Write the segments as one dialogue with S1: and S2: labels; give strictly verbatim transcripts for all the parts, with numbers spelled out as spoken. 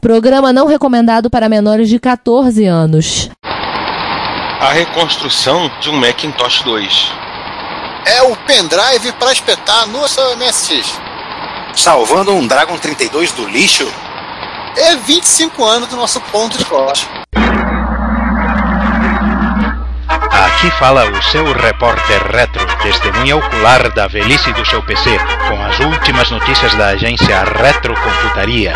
S1: Programa não recomendado para menores de catorze anos.
S2: A reconstrução de um Macintosh dois.
S3: É o pendrive para espetar no seu M S X.
S4: Salvando um Dragon trinta e dois do lixo.
S3: É vinte e cinco anos do nosso ponto de corte.
S5: Aqui fala o seu repórter retro, testemunha ocular da velhice do seu P C, com as últimas notícias da agência Retrocomputaria.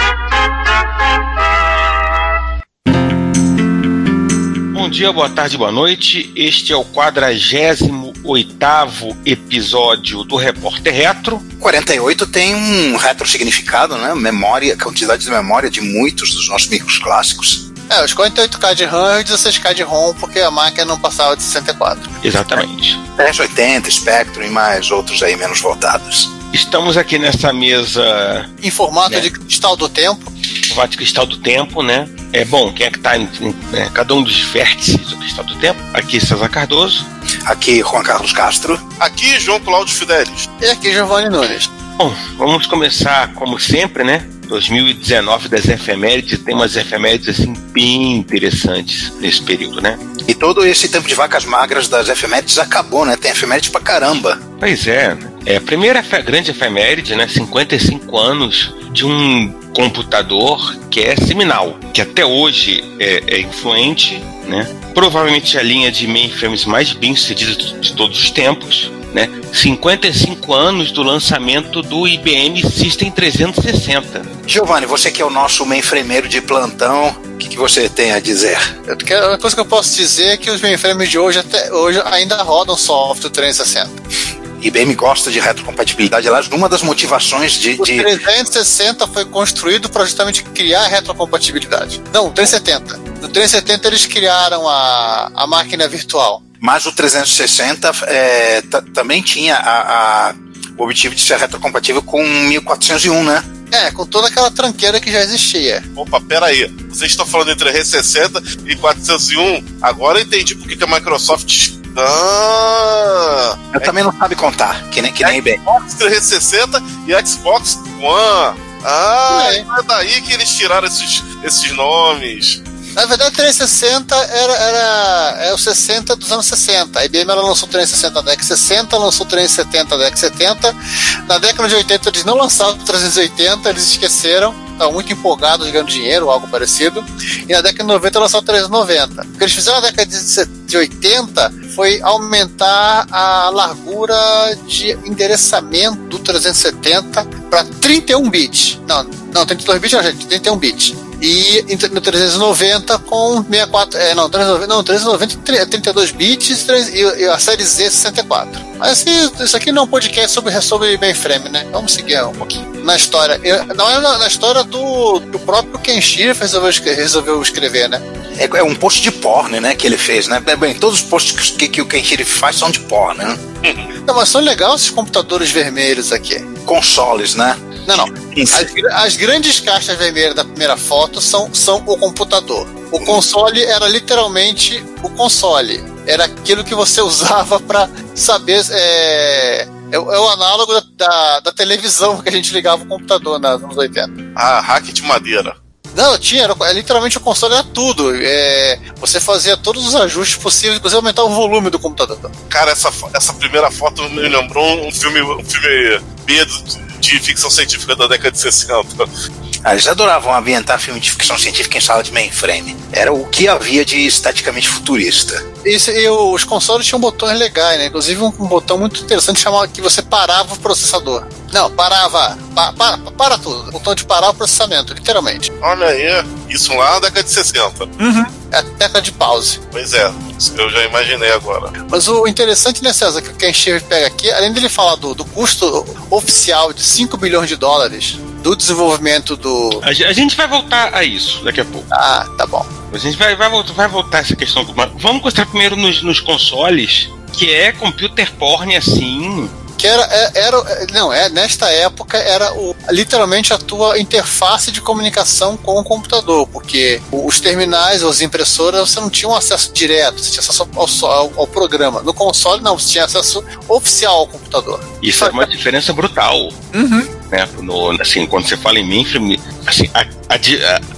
S2: Bom dia, boa tarde, boa noite. Este é o quadragésimo oitavo episódio do Repórter Retro.
S4: quarenta e oito tem um retro significado, né? Memória, quantidade de memória de muitos dos nossos micros clássicos.
S3: É, os quarenta e oito K de RAM e dezesseis K de ROM, porque a máquina não passava de sessenta e quatro.
S2: Exatamente.
S4: três oitenta, Spectrum e mais outros aí menos voltados.
S2: Estamos aqui nessa mesa...
S3: Em formato
S2: né?
S3: de cristal do tempo.
S2: Formato de cristal do tempo, né? É bom, quem é que tá em, em né? cada um dos vértices do cristal do tempo? Aqui César Cardoso.
S4: Aqui Juan Carlos Castro.
S6: Aqui João Cláudio Fidelis.
S3: E aqui Giovanni Nunes.
S2: Bom, vamos começar como sempre, né? dois mil e dezenove das efemérides, tem umas efemérides assim bem interessantes nesse período, né?
S4: E todo esse tempo de vacas magras das efemérides acabou, né? Tem efeméride pra caramba.
S2: Pois é, é a primeira efe- grande efeméride, né? cinquenta e cinco anos de um computador que é seminal, que até hoje é, é influente, né? Provavelmente a linha de mainframes mais bem sucedida de todos os tempos, né? cinquenta e cinco anos do lançamento do I B M System trezentos e sessenta.
S4: Giovanni, você que é o nosso mainframeiro de plantão, o que, que você tem a dizer?
S3: Eu quero, a coisa que eu posso dizer é que os mainframes de hoje, até hoje ainda rodam software trezentos e sessenta.
S4: I B M gosta de retrocompatibilidade. Aliás, uma das motivações de...
S3: O
S4: de...
S3: trezentos e sessenta foi construído para justamente criar a retrocompatibilidade. Não, o trezentos e setenta. No trezentos e setenta eles criaram a, a máquina virtual.
S4: Mas o trezentos e sessenta é, t- também tinha a, a, o objetivo de ser retrocompatível com mil quatrocentos e um, né?
S3: É, com toda aquela tranqueira que já existia.
S6: Opa, peraí. Vocês estão falando de trezentos e sessenta e quatrocentos e um? Agora eu entendi por que que a Microsoft... Ah!
S4: Eu também não sabe contar, que nem, que nem I B M.
S6: Xbox trezentos e sessenta e Xbox One. Ah,
S3: É.
S6: é daí que eles tiraram esses, esses nomes.
S3: Na verdade, o trezentos e sessenta era, era é o sessenta dos anos sessenta. A I B M ela lançou o trezentos e sessenta da década de sessenta, lançou o trezentos e setenta da década de setenta. Na década de oitenta eles não lançaram o trezentos e oitenta, eles esqueceram. Estavam muito empolgados ganhando dinheiro ou algo parecido. E na década de noventa lançaram o trezentos e noventa. O que eles fizeram na década de oitenta foi aumentar a largura de endereçamento do trezentos e setenta para trinta e um bits. Não, não, trinta e dois bits não, gente, trinta e um bits. E no trezentos e noventa com sessenta e quatro, é, não, trezentos e noventa, não, trezentos e noventa trinta e dois bits e, e a série Z sessenta e quatro. Mas assim, isso aqui não é um podcast sobre, sobre mainframe, né? Vamos seguir um pouquinho. Na história, eu, não é na, na história do, do próprio Ken Shirra resolveu, resolveu escrever, né?
S4: É, é um post de porn, né, que ele fez, né? Bem, todos os posts que, que o Ken Shirra faz são de porn, né?
S3: Não, mas são legais esses computadores vermelhos aqui.
S4: Consoles, né?
S3: Não, não. As, as grandes caixas vermelhas da primeira foto são, são o computador. O console era literalmente o console. Era aquilo que você usava para saber... É, é, o, é o análogo da, da, da televisão que a gente ligava o computador nos anos oitenta.
S6: Ah, hack de madeira.
S3: Não, tinha, era, é, literalmente o console era tudo. É, você fazia todos os ajustes possíveis, inclusive aumentar o volume do computador.
S6: Cara, essa, essa primeira foto me lembrou um filme, um filme B de ficção científica da década de sessenta.
S4: Ah, eles adoravam ambientar filme de ficção científica em sala de mainframe. Era o que havia de esteticamente futurista.
S3: Isso, e os consoles tinham botões legais, né? Inclusive um, um botão muito interessante chamava que você parava o processador. Não, parava. Pa, pa, para tudo. O botão de parar o processamento, literalmente.
S6: Olha aí, isso lá na década de sessenta.
S3: Uhum. É a tecla de pause.
S6: Pois é, isso eu já imaginei agora.
S3: Mas o interessante, né, César, que o Ken Shirra pega aqui, além dele falar do, do custo oficial de cinco bilhões de dólares do desenvolvimento do...
S2: A, a gente vai voltar a isso daqui a pouco.
S3: Ah, tá bom.
S2: A gente vai, vai, voltar, vai voltar a essa questão. Vamos mostrar primeiro nos, nos consoles, que é computer porn assim...
S3: Que era, era, não, é, nesta época era o, literalmente a tua interface de comunicação com o computador, porque os terminais, as impressoras, você não tinha um acesso direto, você tinha acesso ao, ao, ao programa. No console, não, você tinha acesso oficial ao computador.
S2: Isso é uma diferença brutal.
S3: Uhum.
S2: Né? No, assim, quando você fala em mainframe, assim, a, a,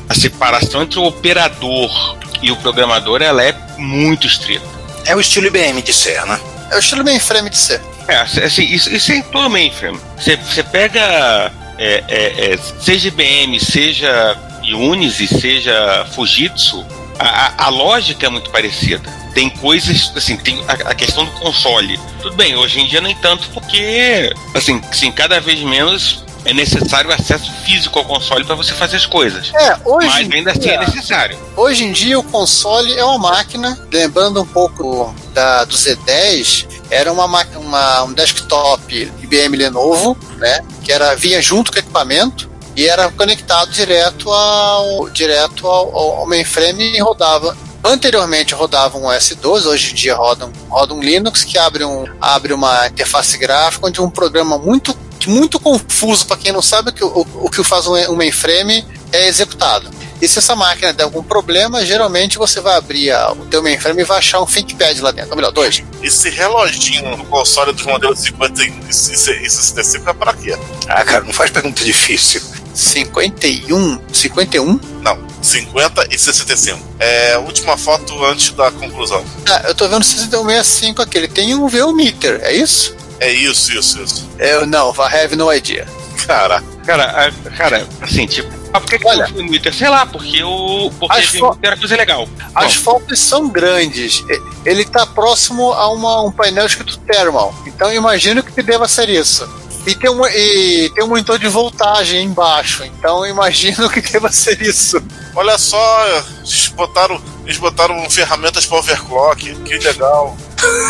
S2: a separação entre o operador e o programador, ela é muito estrita.
S4: É o estilo I B M de ser, né?
S3: É o estilo mainframe de ser.
S2: É, assim, isso, isso é em todo mainframe. Você, você pega, é, é, é, seja I B M, seja Unity, seja Fujitsu, a, a lógica é muito parecida. Tem coisas, assim, tem a, a questão do console. Tudo bem, hoje em dia nem tanto, porque, assim, assim cada vez menos é necessário acesso físico ao console para você fazer as coisas.
S3: É, hoje
S2: Mas ainda assim é necessário.
S3: Hoje em dia o console é uma máquina, lembrando um pouco da, do Z dez, era uma, uma, um desktop I B M Lenovo, né, que era, vinha junto com o equipamento e era conectado direto ao, direto ao, ao mainframe e rodava. Anteriormente rodava um O S doze, hoje em dia roda um, roda um Linux que abre, um, abre uma interface gráfica onde um programa muito muito confuso para quem não sabe o que, o, o que faz um mainframe é executado. E se essa máquina der algum problema, geralmente você vai abrir a, o teu mainframe e vai achar um ThinkPad lá dentro, ou melhor, dois.
S6: Esse reloginho no console dos modelos cinquenta e sessenta e cinco é para quê?
S4: Ah, cara, não faz pergunta difícil.
S3: cinquenta e um? cinquenta e um?
S6: Não, cinquenta e sessenta e cinco. É a última foto antes da conclusão.
S3: Ah, eu tô vendo sessenta e um sessenta e cinco aqui, ele tem um V U meter, é isso?
S6: É isso, isso, isso.
S3: Eu não, I have no idea.
S6: Cara,
S2: cara, cara, assim, tipo, ah, por que que
S3: olha,
S2: não foi Twitter? Sei lá, porque o porque
S3: fo-
S2: era coisa legal.
S3: As
S2: Bom,
S3: fotos são grandes. Ele tá próximo a uma, um painel escrito thermal. Então eu imagino que deva ser isso. E tem, um, e tem um monitor de voltagem embaixo. Então eu imagino que deva ser isso.
S6: olha só, eles botaram, eles botaram ferramentas para overclock, que legal.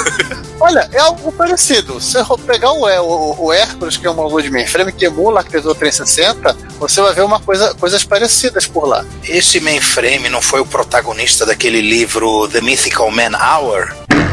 S3: Olha, é algo parecido. Se você pegar o, o, o Hércules, que é uma lua de mainframe que emula a arquitetura trezentos e sessenta, você vai ver uma coisa, coisas parecidas por lá.
S4: Esse mainframe não foi o protagonista daquele livro The Mythical Man Hour?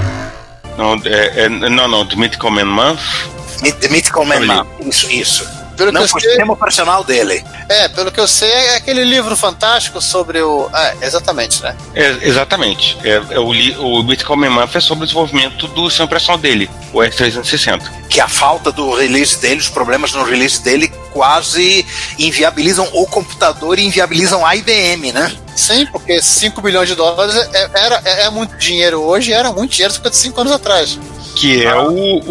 S2: não, é, é, não, não, The Mythical Man Month.
S4: The Mythical Man
S2: Olha.
S4: Month, isso, isso.
S3: Pelo
S4: Não
S3: que eu
S4: foi o
S3: sei,
S4: sistema operacional dele.
S3: é, pelo que eu sei, é aquele livro fantástico sobre o. Ah, exatamente, né?
S2: É, exatamente. É, é o, li, o Mythical Man Month é sobre o desenvolvimento do sistema operacional dele, o S trezentos e sessenta.
S4: Que a falta do release dele, os problemas no release dele quase inviabilizam o computador e inviabilizam a I B M, né?
S3: Sim, porque cinco bilhões de dólares é, era, é, é muito dinheiro hoje, era muito dinheiro cinquenta e cinco anos atrás.
S2: Que é o,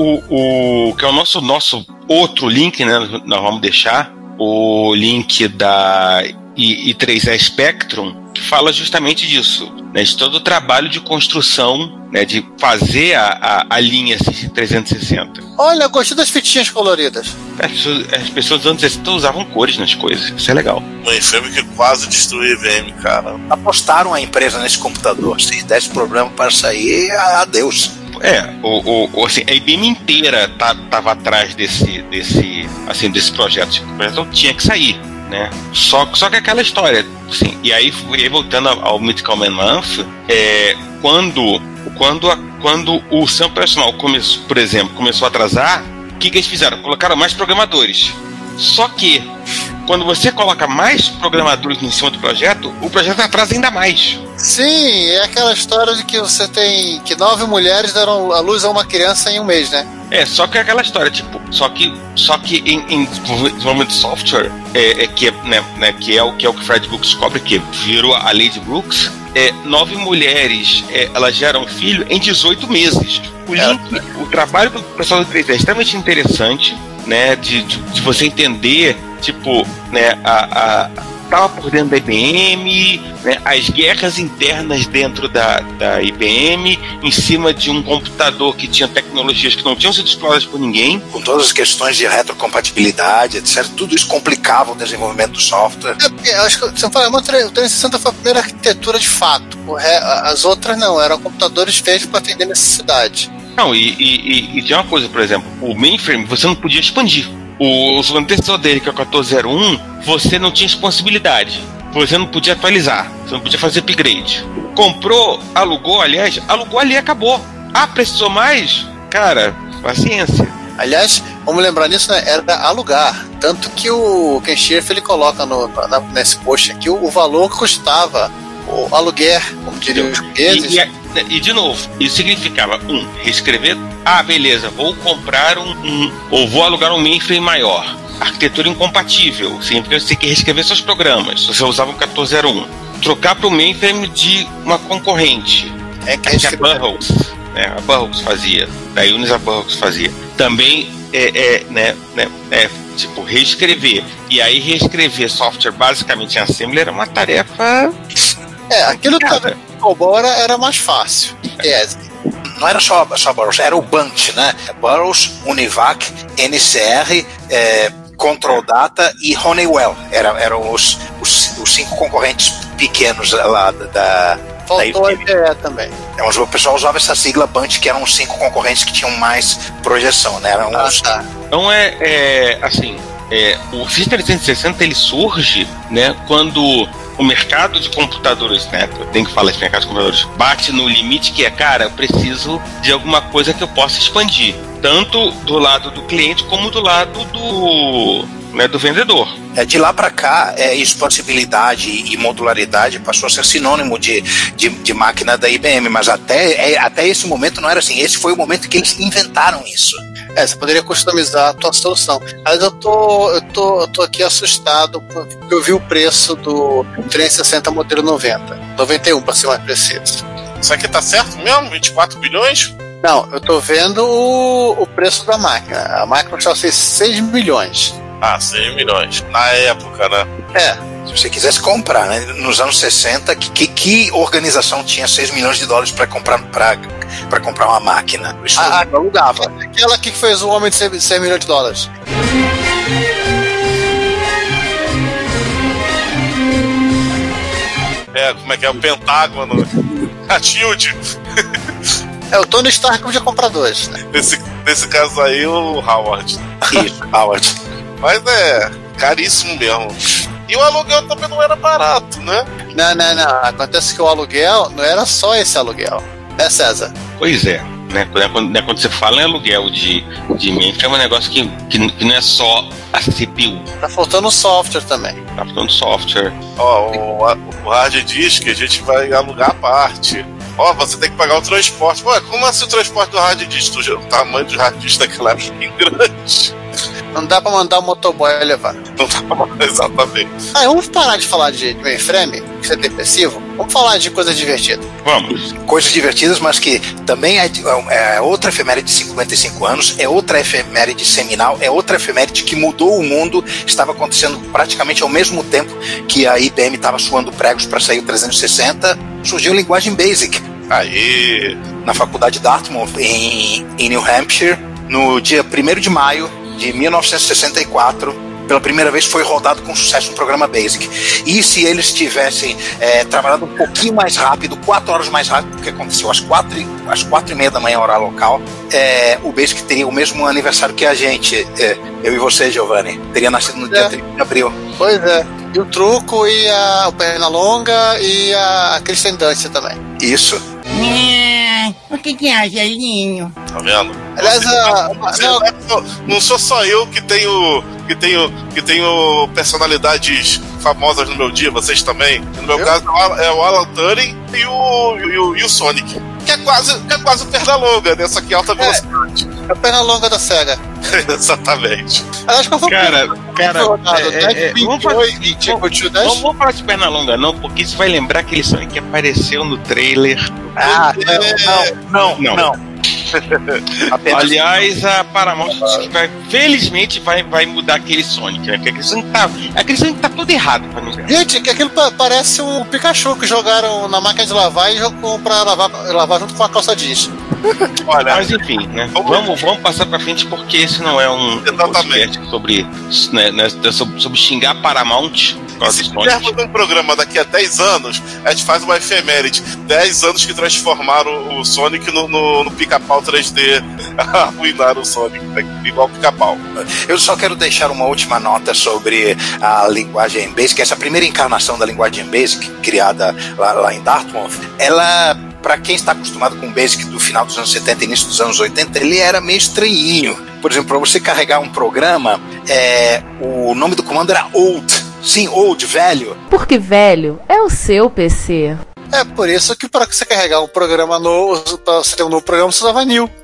S2: o, o que é o nosso, nosso outro link, né? Nós vamos deixar o link da I três E Spectrum, que fala justamente disso, né, de todo o trabalho de construção, né, de fazer a, a, a linha trezentos e sessenta.
S3: Olha, gostei das fitinhas coloridas.
S2: As pessoas, as pessoas dos anos sessenta usavam cores nas coisas, isso é legal.
S6: Um mainframe que quase destruiu a I B M, cara.
S4: Apostaram a empresa nesse computador. Se desse problema para sair, adeus.
S2: É, o, o, assim, a I B M inteira tá, tava atrás desse, desse, assim, desse projeto. O projeto tinha que sair, né? Só, só que aquela história, assim, e aí, e aí voltando ao Mythical Man Month, é, quando, quando, a, quando o sistema operacional começou, por exemplo, começou a atrasar, o que, que eles fizeram? Colocaram mais programadores. Só que, quando você coloca mais programadores em cima do projeto, o projeto atrasa ainda mais.
S3: Sim, é aquela história de que você tem que nove mulheres deram a luz a uma criança em um mês, né?
S2: É, só que é aquela história, tipo, só que, só que em, em desenvolvimento de software, é, é, que, é, né, né, que, é o, que é o que o Fred Brooks descobre, que virou a lei de Brooks, é, nove mulheres, é, elas geram filho em dezoito meses. O link, é. o trabalho do pessoal do três D é extremamente interessante, né, de, de, de você entender, tipo, né, a, a estava por dentro da I B M, né, as guerras internas dentro da, da I B M, em cima de um computador que tinha tecnologias que não tinham sido exploradas por ninguém.
S4: Com todas as questões de retrocompatibilidade, etcétera. Tudo isso complicava o desenvolvimento do software.
S3: É, porque acho que você fala, o trezentos e sessenta foi a primeira arquitetura de fato. As outras não, eram computadores feitos para atender necessidade.
S2: Não, e, e, e tinha uma coisa, por exemplo, o mainframe você não podia expandir. O, o antecessor dele, que é o quatorze zero um, você não tinha expansibilidade. Você não podia atualizar. Você não podia fazer upgrade. Comprou, alugou, aliás, alugou ali e acabou. Ah, precisou mais? Cara, paciência.
S3: Aliás, vamos lembrar nisso, né? Era alugar. Tanto que o Ken Schirf, ele coloca no, na, nesse post aqui o, o valor que custava o aluguer, como diriam os portugueses.
S2: E, e, e, de novo, isso significava, um, reescrever. Ah, beleza, vou comprar um, um ou vou alugar um mainframe maior. arquitetura incompatível, sim, porque você tem que reescrever seus programas. Se você usava o quatorze zero um, trocar para o mainframe de uma concorrente,
S3: É que
S2: que a Burroughs, né, a Burroughs fazia, da Unis a Burroughs fazia. Também é, é, né, né, é tipo reescrever. E aí reescrever software basicamente em assembly era uma tarefa.
S3: É, aquilo que estava em COBOL era, era mais fácil. É.
S4: Não era só, só Burroughs, era o Bunch, né? Burroughs, Univac, N C R, é, Control Data e Honeywell. Era, eram os, os, os cinco concorrentes pequenos lá da. da
S3: Faltou a I B M também.
S4: É, o pessoal usava essa sigla Bunch, que eram os cinco concorrentes que tinham mais projeção, né? Eram
S3: Ah,
S4: os...
S3: tá.
S2: Então é, é assim, é, o System trezentos e sessenta ele surge, né, quando o mercado de computadores, né, eu tenho que falar esse mercado de computadores, bate no limite que é, cara, eu preciso de alguma coisa que eu possa expandir, tanto do lado do cliente como do lado do, né, do vendedor.
S4: É, de lá para cá, é, expansibilidade e modularidade passou a ser sinônimo de, de, de máquina da I B M, mas até, é, até esse momento não era assim. Esse foi o momento que eles inventaram isso.
S3: É, você poderia customizar a tua solução. Mas eu tô, eu tô, eu tô aqui assustado porque eu vi o preço do trezentos e sessenta modelo noventa. noventa e um, para ser mais preciso.
S6: Isso aqui tá certo mesmo? vinte e quatro bilhões?
S3: Não, eu tô vendo o, o preço da máquina. A máquina custava seis milhões.
S6: Ah, seis milhões. Na época, né?
S3: É.
S4: Se você quisesse comprar, né? Nos anos sessenta, que, que, que organização tinha seis milhões de dólares para comprar, para comprar uma máquina? Isso
S3: A, a, alugava. Aquela que fez o homem de seis milhões de dólares.
S6: É, como é que é? O Pentágono. A Shield.
S3: É, o Tony Stark podia comprar dois, né?
S6: Nesse, nesse caso aí, o Howard.
S4: Isso, Howard.
S6: Mas é caríssimo mesmo. E o aluguel também não era barato, né?
S3: Não, não, não. Acontece que o aluguel não era só esse aluguel. Né, César?
S2: Pois é, né? Quando, né, quando você fala em aluguel de, de mainframe, é um negócio que, que, que não é só a C P U.
S3: Tá faltando software também.
S2: Tá faltando software.
S6: Ó, o, o hard disk a gente vai alugar a parte. Ó, você tem que pagar o transporte. Ué, como assim o transporte do hard disk? O tamanho do hard disk daquela época é grande.
S3: Não dá pra mandar o motoboy levar.
S6: Não dá pra mandar exatamente.
S3: Ah, vamos parar de falar de, de mainframe, que isso é depressivo. Vamos falar de coisa divertida.
S2: Vamos.
S4: Coisas divertidas, mas que também é, é outra efeméride de cinquenta e cinco anos, é outra efeméride seminal, é outra efeméride que mudou o mundo, estava acontecendo praticamente ao mesmo tempo que a I B M estava suando pregos para sair o trezentos e sessenta, surgiu a linguagem BASIC.
S6: Aí,
S4: na faculdade Dartmouth, em, em New Hampshire, no dia primeiro de maio de mil novecentos e sessenta e quatro, pela primeira vez foi rodado com sucesso um programa BASIC. E se eles tivessem é, trabalhado um pouquinho mais rápido, quatro horas mais rápido, porque aconteceu às quatro, às quatro e meia da manhã, hora local, é, o BASIC teria o mesmo aniversário que a gente, é, eu e você, Giovanni, teria nascido no é. dia trinta de abril.
S3: Pois é. E o Truco, e a, o Pernalonga, e a Kristen Dunst também.
S4: Isso.
S7: É, o que que é, Gelinho?
S6: tá vendo?
S3: Aliás, a,
S6: Você
S3: não,
S6: não, não sou só eu que tenho, que tenho, que tenho personalidades famosas no meu dia, vocês também. No meu
S3: eu?
S6: caso é o Alan Turing e o, e o, e o Sonic. Que é quase, que é quase o Pernalonga, né? Só que alta velocidade.
S3: É a Pernalonga da SEGA.
S6: Exatamente.
S3: Aliás, qual foi
S2: Cara,
S3: o
S2: cara,
S3: rodado?
S2: é, é, é, vamos fazer o seguinte, Não vou falar de Pernalonga, não, porque isso vai lembrar aquele Sonic que apareceu no trailer.
S3: Ah,
S6: É,
S4: Não, não,
S2: Não.
S4: não. Apenas
S2: Aliás, a Paramount disse que vai, felizmente vai, vai mudar aquele Sonic, né? Porque aquele Sonic tá, aquele Sonic tá todo errado, pra não dizer.
S3: gente, que aquilo pa- parece um Pikachu que jogaram na máquina de lavar e jogou pra lavar, lavar junto com a calça jeans.
S6: olha,
S2: Mas enfim, né? Vamos, vamos passar pra frente porque esse não é um
S6: Exatamente.
S2: podcast sobre, né, né, sobre, sobre xingar a Paramount. por causa
S6: se
S2: do Sonic.
S6: fizermos um programa daqui a dez anos, a gente faz uma efeméride. dez anos que transformaram o Sonic no, no, no pica-pau três D. Arruinaram o Sonic, né? Igual pica-pau.
S4: Eu só quero deixar uma última nota sobre a linguagem BASIC. Essa primeira encarnação da linguagem BASIC, criada lá, lá em Dartmouth, ela, para quem está acostumado com o BASIC do final dos anos setenta e início dos anos oitenta, ele era meio estranhinho. Por exemplo, para você carregar um programa, é, o nome do comando era old. Sim, old, velho.
S1: Porque velho é o seu P C.
S3: É por isso que para você carregar um programa novo, para você ter um novo programa, você usava new.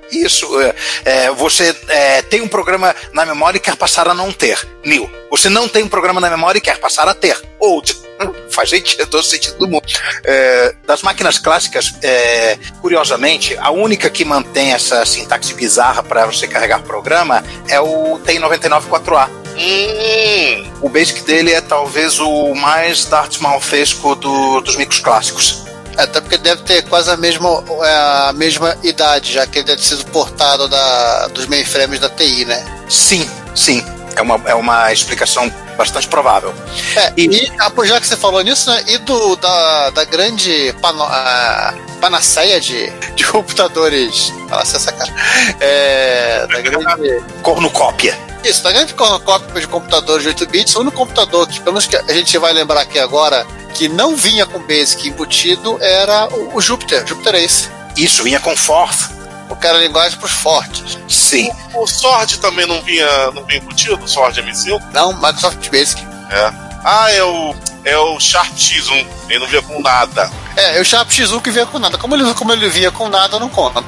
S4: Isso, é, é, você é, tem um programa na memória e quer passar a não ter, new. Você não tem um programa na memória e quer passar a ter, old. Faz sentido, todo sentido do mundo. É, das máquinas clássicas, é, curiosamente, a única que mantém essa sintaxe bizarra para você carregar programa é o T I noventa e nove quatro A.
S6: Hum.
S4: O basic dele é talvez o mais Dartmouthesco do, dos micros clássicos.
S3: É, até porque deve ter quase a mesma, a mesma idade, já que ele deve ter sido portado da, dos mainframes da T I, né?
S4: Sim, sim. É uma, é uma explicação bastante provável.
S3: É, e, e já que você falou nisso, né? E do, da, da grande pano, a, panaceia de, de computadores. Fala assim, essa cara. É, da grande.
S4: Cornucópia.
S3: Isso, da grande cornucópia de computadores de oito bits, o único computador que, pelo menos que a gente vai lembrar aqui agora, que não vinha com Basic embutido, era o, o Jupyter, Jupyter Ace.
S4: Isso, vinha com Forth.
S3: O que era linguagem para os fortes.
S4: Sim.
S6: O, o Sword também não vinha, não vinha embutido? O Sword M cinco?
S3: Não, Microsoft Basic.
S6: É. Ah, é o, é o Sharp X um. Ele não vinha com nada.
S3: É, é o Sharp X um que vinha com nada. Como ele, como ele vinha com nada, não conta.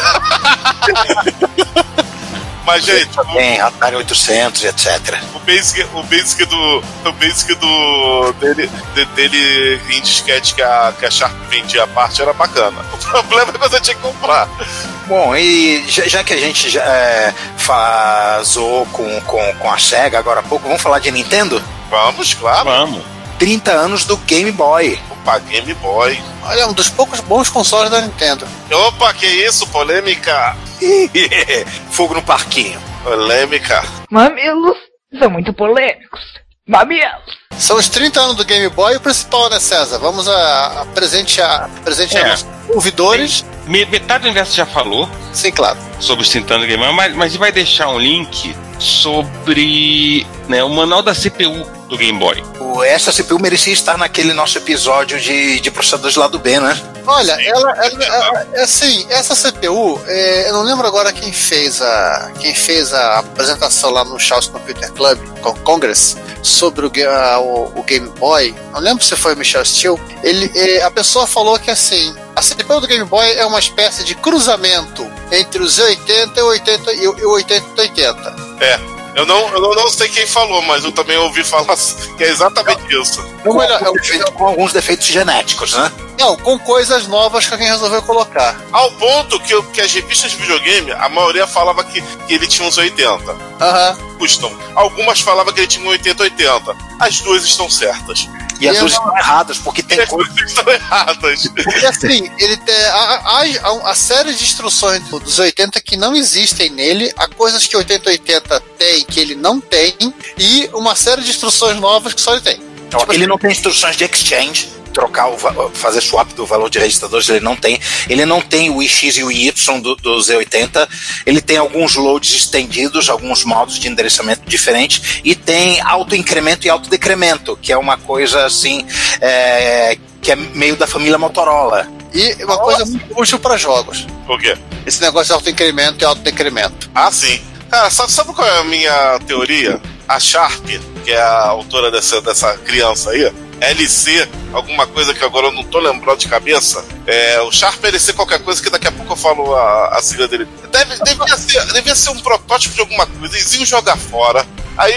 S6: Mas, gente,
S4: tem Atari oitocentos, etcétera.
S6: O basic, o basic do. O basic do. dele, de, dele em disquete que a, que a Sharp vendia a parte era bacana. O problema é que você tinha que comprar.
S4: Bom, e já, já que a gente já é, fazou com, com, com a Sega agora há pouco, vamos falar de Nintendo?
S6: Vamos, claro.
S2: Vamos.
S4: trinta anos do Game Boy.
S6: Opa, Game Boy.
S3: Olha, um dos poucos bons consoles da Nintendo.
S6: Opa, que isso, polêmica.
S4: Fogo no parquinho.
S6: Polêmica.
S8: Mamilos são muito polêmicos. Mamilos.
S3: São os trinta anos do Game Boy e o principal, né, César? Vamos a, a presentear, presentear
S2: É.
S3: nossos ouvidores.
S2: Me- Metade do universo já falou
S3: Sim, claro.
S2: sobre os trinta anos do Game Boy, mas, mas vai deixar um link sobre, né, o manual da C P U do Game Boy.
S4: O- Essa C P U merecia estar naquele nosso episódio de, de processadores lá do B, né?
S3: Olha, ela, ela, ela- é assim, essa C P U, é, eu não lembro agora quem fez a quem fez a apresentação lá no Chaos Computer Club Con- Congress sobre o, ga- a- o, o Game Boy. Não lembro se foi o Michel Steele. Ele, é, a pessoa falou que assim, a C P U do Game Boy é uma espécie de cruzamento entre os oitenta e o oitenta e o oitenta oitenta.
S6: É. Eu não, eu não, não sei quem falou, mas eu também ouvi falar que é exatamente isso.
S3: Ou melhor, é um-
S4: Defeito com alguns defeitos genéticos, né?
S3: não, com coisas novas que alguém resolveu colocar.
S6: Ao ponto que, eu- que as revistas de videogame, a maioria falava que, que ele tinha uns oitenta.
S3: Aham.
S6: Custom. Algumas falavam que ele tinha um oitenta oitenta. As duas estão certas.
S4: E as
S3: Eu
S4: duas
S3: não-
S4: estão erradas, porque tem
S6: E as
S4: coisa.
S6: duas estão erradas.
S3: Porque assim, ele tem a, a, a, a série de instruções do- dos oitenta que não existem nele, há coisas que o oitenta oitenta tem que ele não tem, e uma série de instruções novas que só ele tem.
S4: Então,
S3: Tipo
S4: ele
S3: assim,
S4: não tem instruções de exchange, trocar o va- fazer swap do valor de registradores, ele não tem. Ele não tem o I X e o Y do, do Z oitenta. Ele tem alguns loads estendidos, alguns modos de endereçamento diferentes, e tem autoincremento e autodecremento, que é uma coisa assim, é, que é meio da família Motorola.
S3: E uma coisa muito útil para jogos.
S6: Por quê?
S3: Esse negócio de autoincremento e autodecremento.
S6: Ah, sim. Cara, sabe, sabe qual é a minha teoria? A Sharp, que é a autora dessa, dessa criança aí, L C, alguma coisa que agora eu não tô lembrando de cabeça. É, o Sharp L C qualquer coisa que daqui a pouco eu falo a, a sigla dele. Deve, devia, ser, devia ser um protótipo de alguma coisa. Eles iam jogar fora. Aí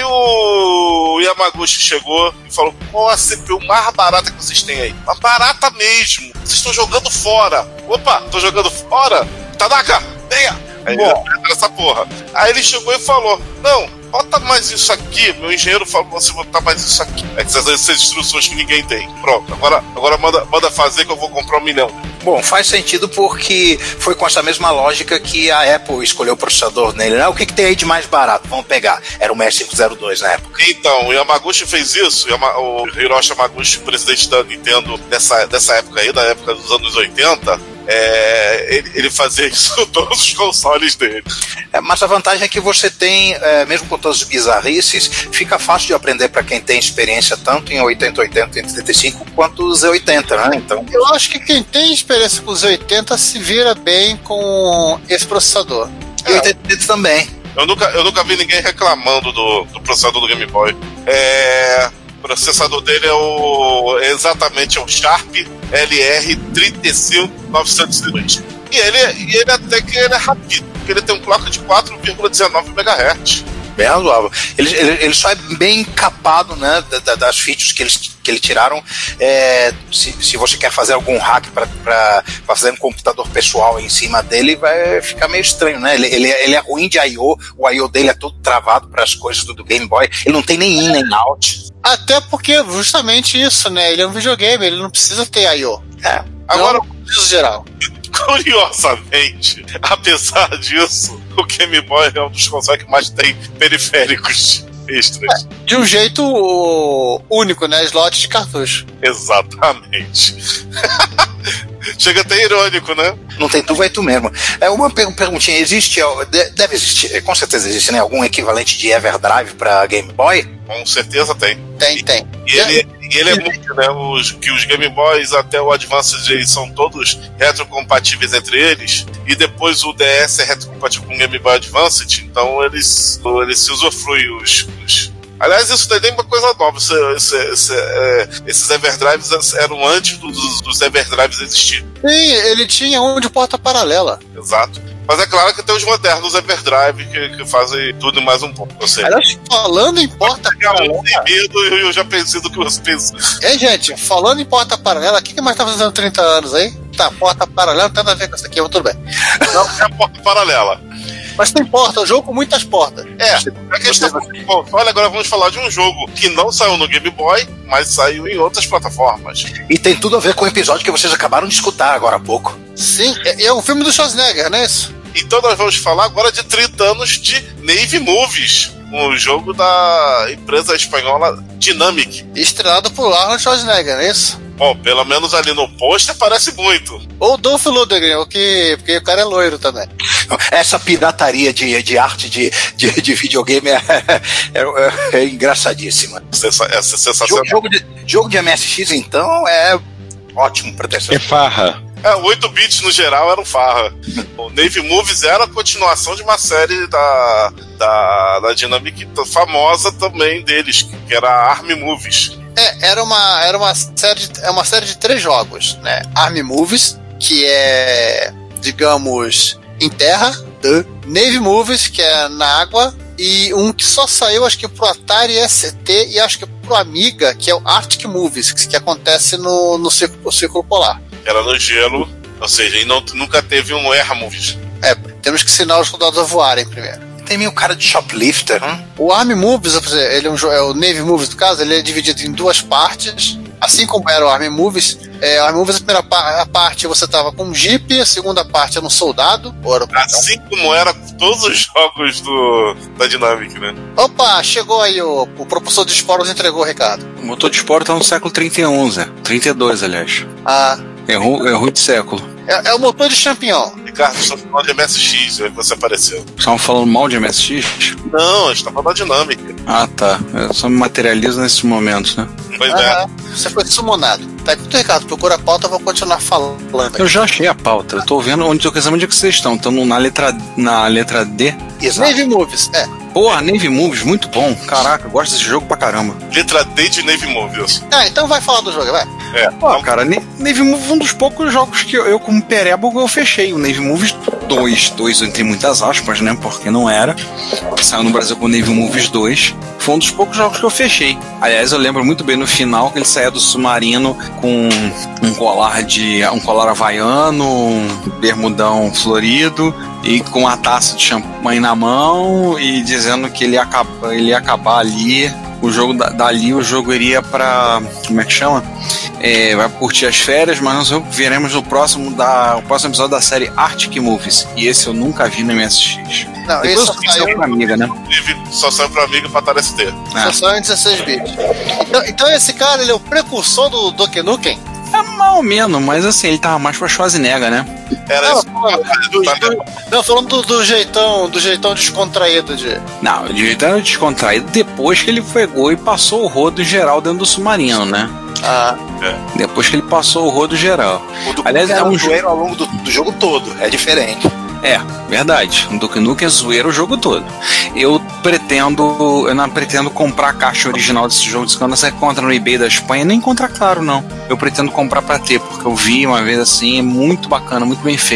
S6: o Yamaguchi chegou e falou: qual a C P U mais barata que vocês têm aí? Uma barata mesmo. Vocês estão jogando fora. Opa, tô jogando fora? Tanaka, venha. Aí
S4: Bom.
S6: entra essa porra. Aí ele chegou e falou: não, bota mais isso aqui. Meu engenheiro falou pra você botar mais isso aqui. Essas, essas instruções que ninguém tem. Pronto, agora, agora manda, manda fazer que eu vou comprar um milhão.
S4: Bom, faz sentido porque foi com essa mesma lógica que a Apple escolheu o processador nele. Ah, o que, que tem aí de mais barato? Vamos pegar. Era o sessenta e cinco zero dois na época.
S6: Então, o Yamaguchi fez isso. Yama- o Hiroshi Yamaguchi, presidente da Nintendo dessa, dessa época aí, da época dos anos oitenta, é, ele, ele fazia isso em todos os consoles dele.
S4: É, mas a vantagem é que você tem, é, mesmo com todas as bizarrices, fica fácil de aprender para quem tem experiência tanto em oitenta oitenta e trinta e cinco quanto o Z oitenta, né? Então,
S3: Eu acho que quem tem experiência com os oitenta se vira bem com esse processador.
S4: e oitenta e oitenta também.
S6: Eu nunca, eu nunca vi ninguém reclamando do, do processador do Game Boy. É, o processador dele é o é exatamente é o Sharp L R três cinco nove zero dois. E ele, e ele até que ele é rápido. porque ele tem um clock de quatro vírgula dezenove megahertz.
S4: Bem razoável. Ele, ele, ele só é bem capado, né, das features que eles, que ele tiraram. É, se, se você quer fazer algum hack para fazer um computador pessoal em cima dele, vai ficar meio estranho, né? Ele, ele, ele é ruim de I O, o I O dele é todo travado para as coisas do, do Game Boy. Ele não tem nem in nem out.
S3: Até porque justamente isso, né? Ele é um videogame, ele não precisa ter I O.
S4: É.
S6: Agora,
S3: no geral.
S6: Curiosamente, apesar disso, o Game Boy é um dos consoles que mais tem periféricos extras.
S3: É, de um jeito único, né? Slot de cartucho.
S6: Exatamente. Chega até irônico, né?
S4: Não tem tu, vai tu mesmo. É uma perguntinha, existe, deve existir, com certeza existe, né, algum equivalente de Everdrive para Game Boy?
S6: Com certeza tem.
S3: Tem, tem.
S6: E ele, e ele é muito, né? Os, que os Game Boys até o Advanced são todos retrocompatíveis entre eles, e depois o D S é retrocompatível com o Game Boy Advanced, então eles, eles se usufruem os, os... Aliás, isso daí é uma coisa nova. Esse, esse, esse, é, esses Everdrives eram antes dos, dos Everdrives existirem.
S3: Sim, ele tinha um de porta paralela.
S6: Exato. Mas é claro que tem os modernos Everdrive que, que fazem tudo e mais um pouco. Ou seja,
S3: aliás, falando em porta paralela,
S6: eu, eu já pensei do que você pensa.
S3: É, gente, falando em porta paralela, o que, que mais tá fazendo trinta anos aí? Tá, porta paralela não tem nada a ver com isso aqui, mas tudo bem.
S6: Não é porta paralela.
S3: Mas tem porta, é um jogo com muitas portas.
S6: É, a questão. Bom, olha, agora vamos falar de um jogo que não saiu no Game Boy, mas saiu em outras plataformas.
S4: E tem tudo a ver com o episódio que vocês acabaram de escutar agora há pouco.
S3: Sim, é, é um filme do Schwarzenegger, não é isso?
S6: Então nós vamos falar agora de trinta anos de Navy Movies, um jogo da empresa espanhola Dynamic.
S3: Estrelado por Arnold Schwarzenegger, não é isso?
S6: Bom, pelo menos ali no pôster parece muito.
S3: Ou Dolph Lundgren, porque, porque o cara é loiro também.
S4: Essa pirataria de, de arte de, de, de videogame é, é, é, é engraçadíssima.
S6: Essa, essa sensação.
S4: Jogo, jogo, de, jogo de M S X, então, é ótimo para ter essa.
S2: É farra.
S6: É, oito bits no geral eram farra. O Navy Movies era a continuação de uma série da, da, da Dynamic famosa também deles, que era Army Movies.
S3: É, era uma, era uma série, é uma série de três jogos, né? Army Movies, que é, digamos, em terra, The Navy Movies, que é na água, e um que só saiu, acho que pro Atari S T e acho que pro Amiga, que é o Arctic Movies, que, que acontece no, no Círculo, Círculo Polar.
S6: Era no gelo, ou seja, e não, nunca teve um Air Movies.
S3: É, temos que ensinar os soldados a voarem primeiro.
S4: Tem meio cara de shoplifter, hein?
S3: O Army Movies, ele é, um, é o Navy Movies, no caso, ele é dividido em duas partes, assim como era o Army Movies. É, o Army Movies, a primeira pa- a parte você tava com um Jeep, a segunda parte era um soldado. Era um...
S6: Assim como era todos os jogos do, da Dynamic, né?
S3: Opa, chegou aí, o, o propulsor de esporos entregou o recado.
S9: O motor de esporos tá no século trinta e um, Zé. trinta e dois, aliás.
S3: Ah.
S9: Errou, errou de século.
S3: É, é o motor de champignon.
S6: Ricardo, estou falando de M S X, é que você apareceu.
S9: Estavam falando mal de M S X?
S6: Não, a gente tá falando da Dinâmica.
S9: Ah, tá. Eu só me materializo nesses momentos, né?
S6: Pois
S3: ah,
S6: é.
S3: Você foi sumonado. Tá aqui, Ricardo, procura a pauta, eu vou continuar falando.
S9: Eu já achei a pauta. Eu tô vendo onde, eu quero saber onde é que vocês estão. Estão na letra, na letra D?
S3: Exato. Navy Movies, é.
S9: Porra, Navy Movies, muito bom. Caraca, eu gosto desse jogo pra caramba.
S6: Letra D de Navy Movies.
S3: Ah, então vai falar do jogo, vai.
S6: É.
S9: Pô, cara, Navy Movies é um dos poucos jogos que eu, eu como perebo, eu fechei. O Navy Movies dois. dois entre muitas aspas, né? Porque não era. Saiu no Brasil com o Navy Movies dois. Foi um dos poucos jogos que eu fechei. Aliás, eu lembro muito bem no final que ele saía do submarino com um colar de. um colar havaiano, um bermudão florido e com a taça de champanhe na mão e dizendo que ele ia acabar, ele ia acabar ali. O jogo dali, o jogo iria pra. Como é que chama? É, vai curtir as férias, mas nós veremos no próximo, da, o próximo episódio da série Arctic Movies. E esse eu nunca vi no M S X.
S3: Não,
S9: depois
S3: esse só
S9: saiu pra Amiga, né?
S6: Só saiu pra Amiga e pra Atari S T.
S3: Só saiu em dezesseis bits. Então, então esse cara, ele é o precursor do Duke Nukem?
S9: É mal ou menos, mas assim, ele tava mais pra Schwarzenegger, né?
S6: Era
S3: não,
S6: isso.
S3: Do, do, não, falando do, do jeitão, do jeitão descontraído de.
S9: Não, o jeitão descontraído depois que ele pegou e passou o rodo geral dentro do submarino, né?
S3: Ah.
S6: É.
S9: Depois que ele passou o rodo geral.
S4: O do
S9: Aliás, é um
S4: jogo ao longo do, do jogo todo, é diferente.
S9: É, verdade. O Duke Nukem é zoeiro o jogo todo. Eu pretendo. Eu não pretendo comprar a caixa original desse jogo. Quando você encontra no eBay da Espanha, nem encontra caro, não. Eu pretendo comprar pra ter, porque eu vi uma vez assim, é muito bacana, muito bem feita.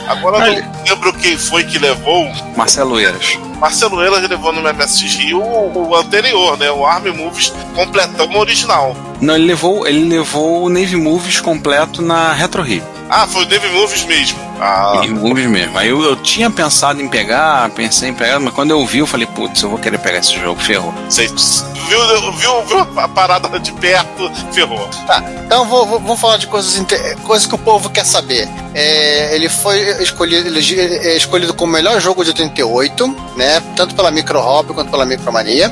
S6: Agora eu não lembro quem foi que levou.
S9: Marcelo Eiras.
S6: Marcelo Eiras levou no M S X Rio o, o anterior, né? O Army Movies completão original.
S9: Não, ele levou, ele levou o Navy Movies completo na Retro Rio.
S6: Ah, foi o Navy Movies mesmo. Ah.
S9: Navy Movies mesmo. Aí eu, eu tinha pensado em pegar, pensei em pegar, mas quando eu vi, eu falei, putz, eu vou querer pegar esse jogo, ferrou.
S6: Você viu, viu, viu a parada de perto, ferrou.
S3: Tá, então vou, vou, vamos falar de coisas, coisas que o povo quer saber. É, ele foi escolhido, ele, é escolhido como o melhor jogo de oitenta e oito, né? Tanto pela Micro Hobby quanto pela Micromania.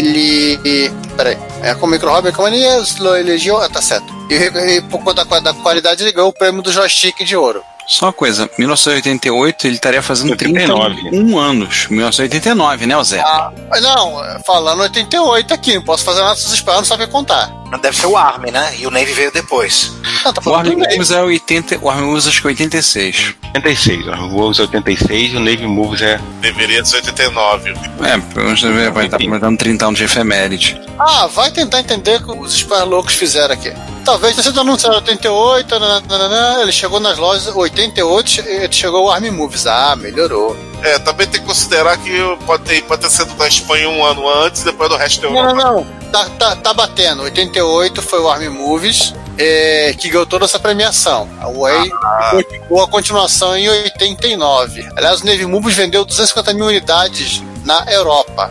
S3: Ele. Peraí. É, com Micro Hobby e Micromania, elegeu. Ah, tá certo. E, e por conta da, da qualidade, ele ganhou o prêmio do joystick de ouro.
S9: Só uma coisa, mil novecentos e oitenta e oito ele estaria fazendo
S2: oitenta e nove.
S9: trinta e um anos. mil novecentos e oitenta e nove, né, Zé?
S3: Ah, não, falando oitenta e oito aqui, não posso fazer nada se os espanhóis não sabem contar.
S4: Deve ser o Army, né? E o Navy veio depois.
S3: Não, tá
S9: o Army Moves é oitenta, o Army Moves acho que é oitenta e seis.
S2: oitenta e seis, o Army Moves é oitenta e seis e o Navy Moves é...
S6: Deveria ser oitenta e nove.
S9: É, vamos ver, vai estar dando trinta anos de efeméride.
S3: Ah, vai tentar entender o que os espanhóis loucos fizeram aqui. Talvez tenha sido anunciado em oitenta e oito, nananana, ele chegou nas lojas oitenta e oito, ele chegou o Army Moves. Ah, melhorou.
S6: É, também tem que considerar que pode ter, pode ter sido da Espanha um ano antes, depois do resto da Europa.
S3: Não, não, não. Tá, tá, tá batendo. oitenta e oito foi o Army Movies, é, que ganhou toda essa premiação. A Way ah. continuou a continuação em oitenta e nove. Aliás, o Navy Movies vendeu duzentas e cinquenta mil unidades na Europa.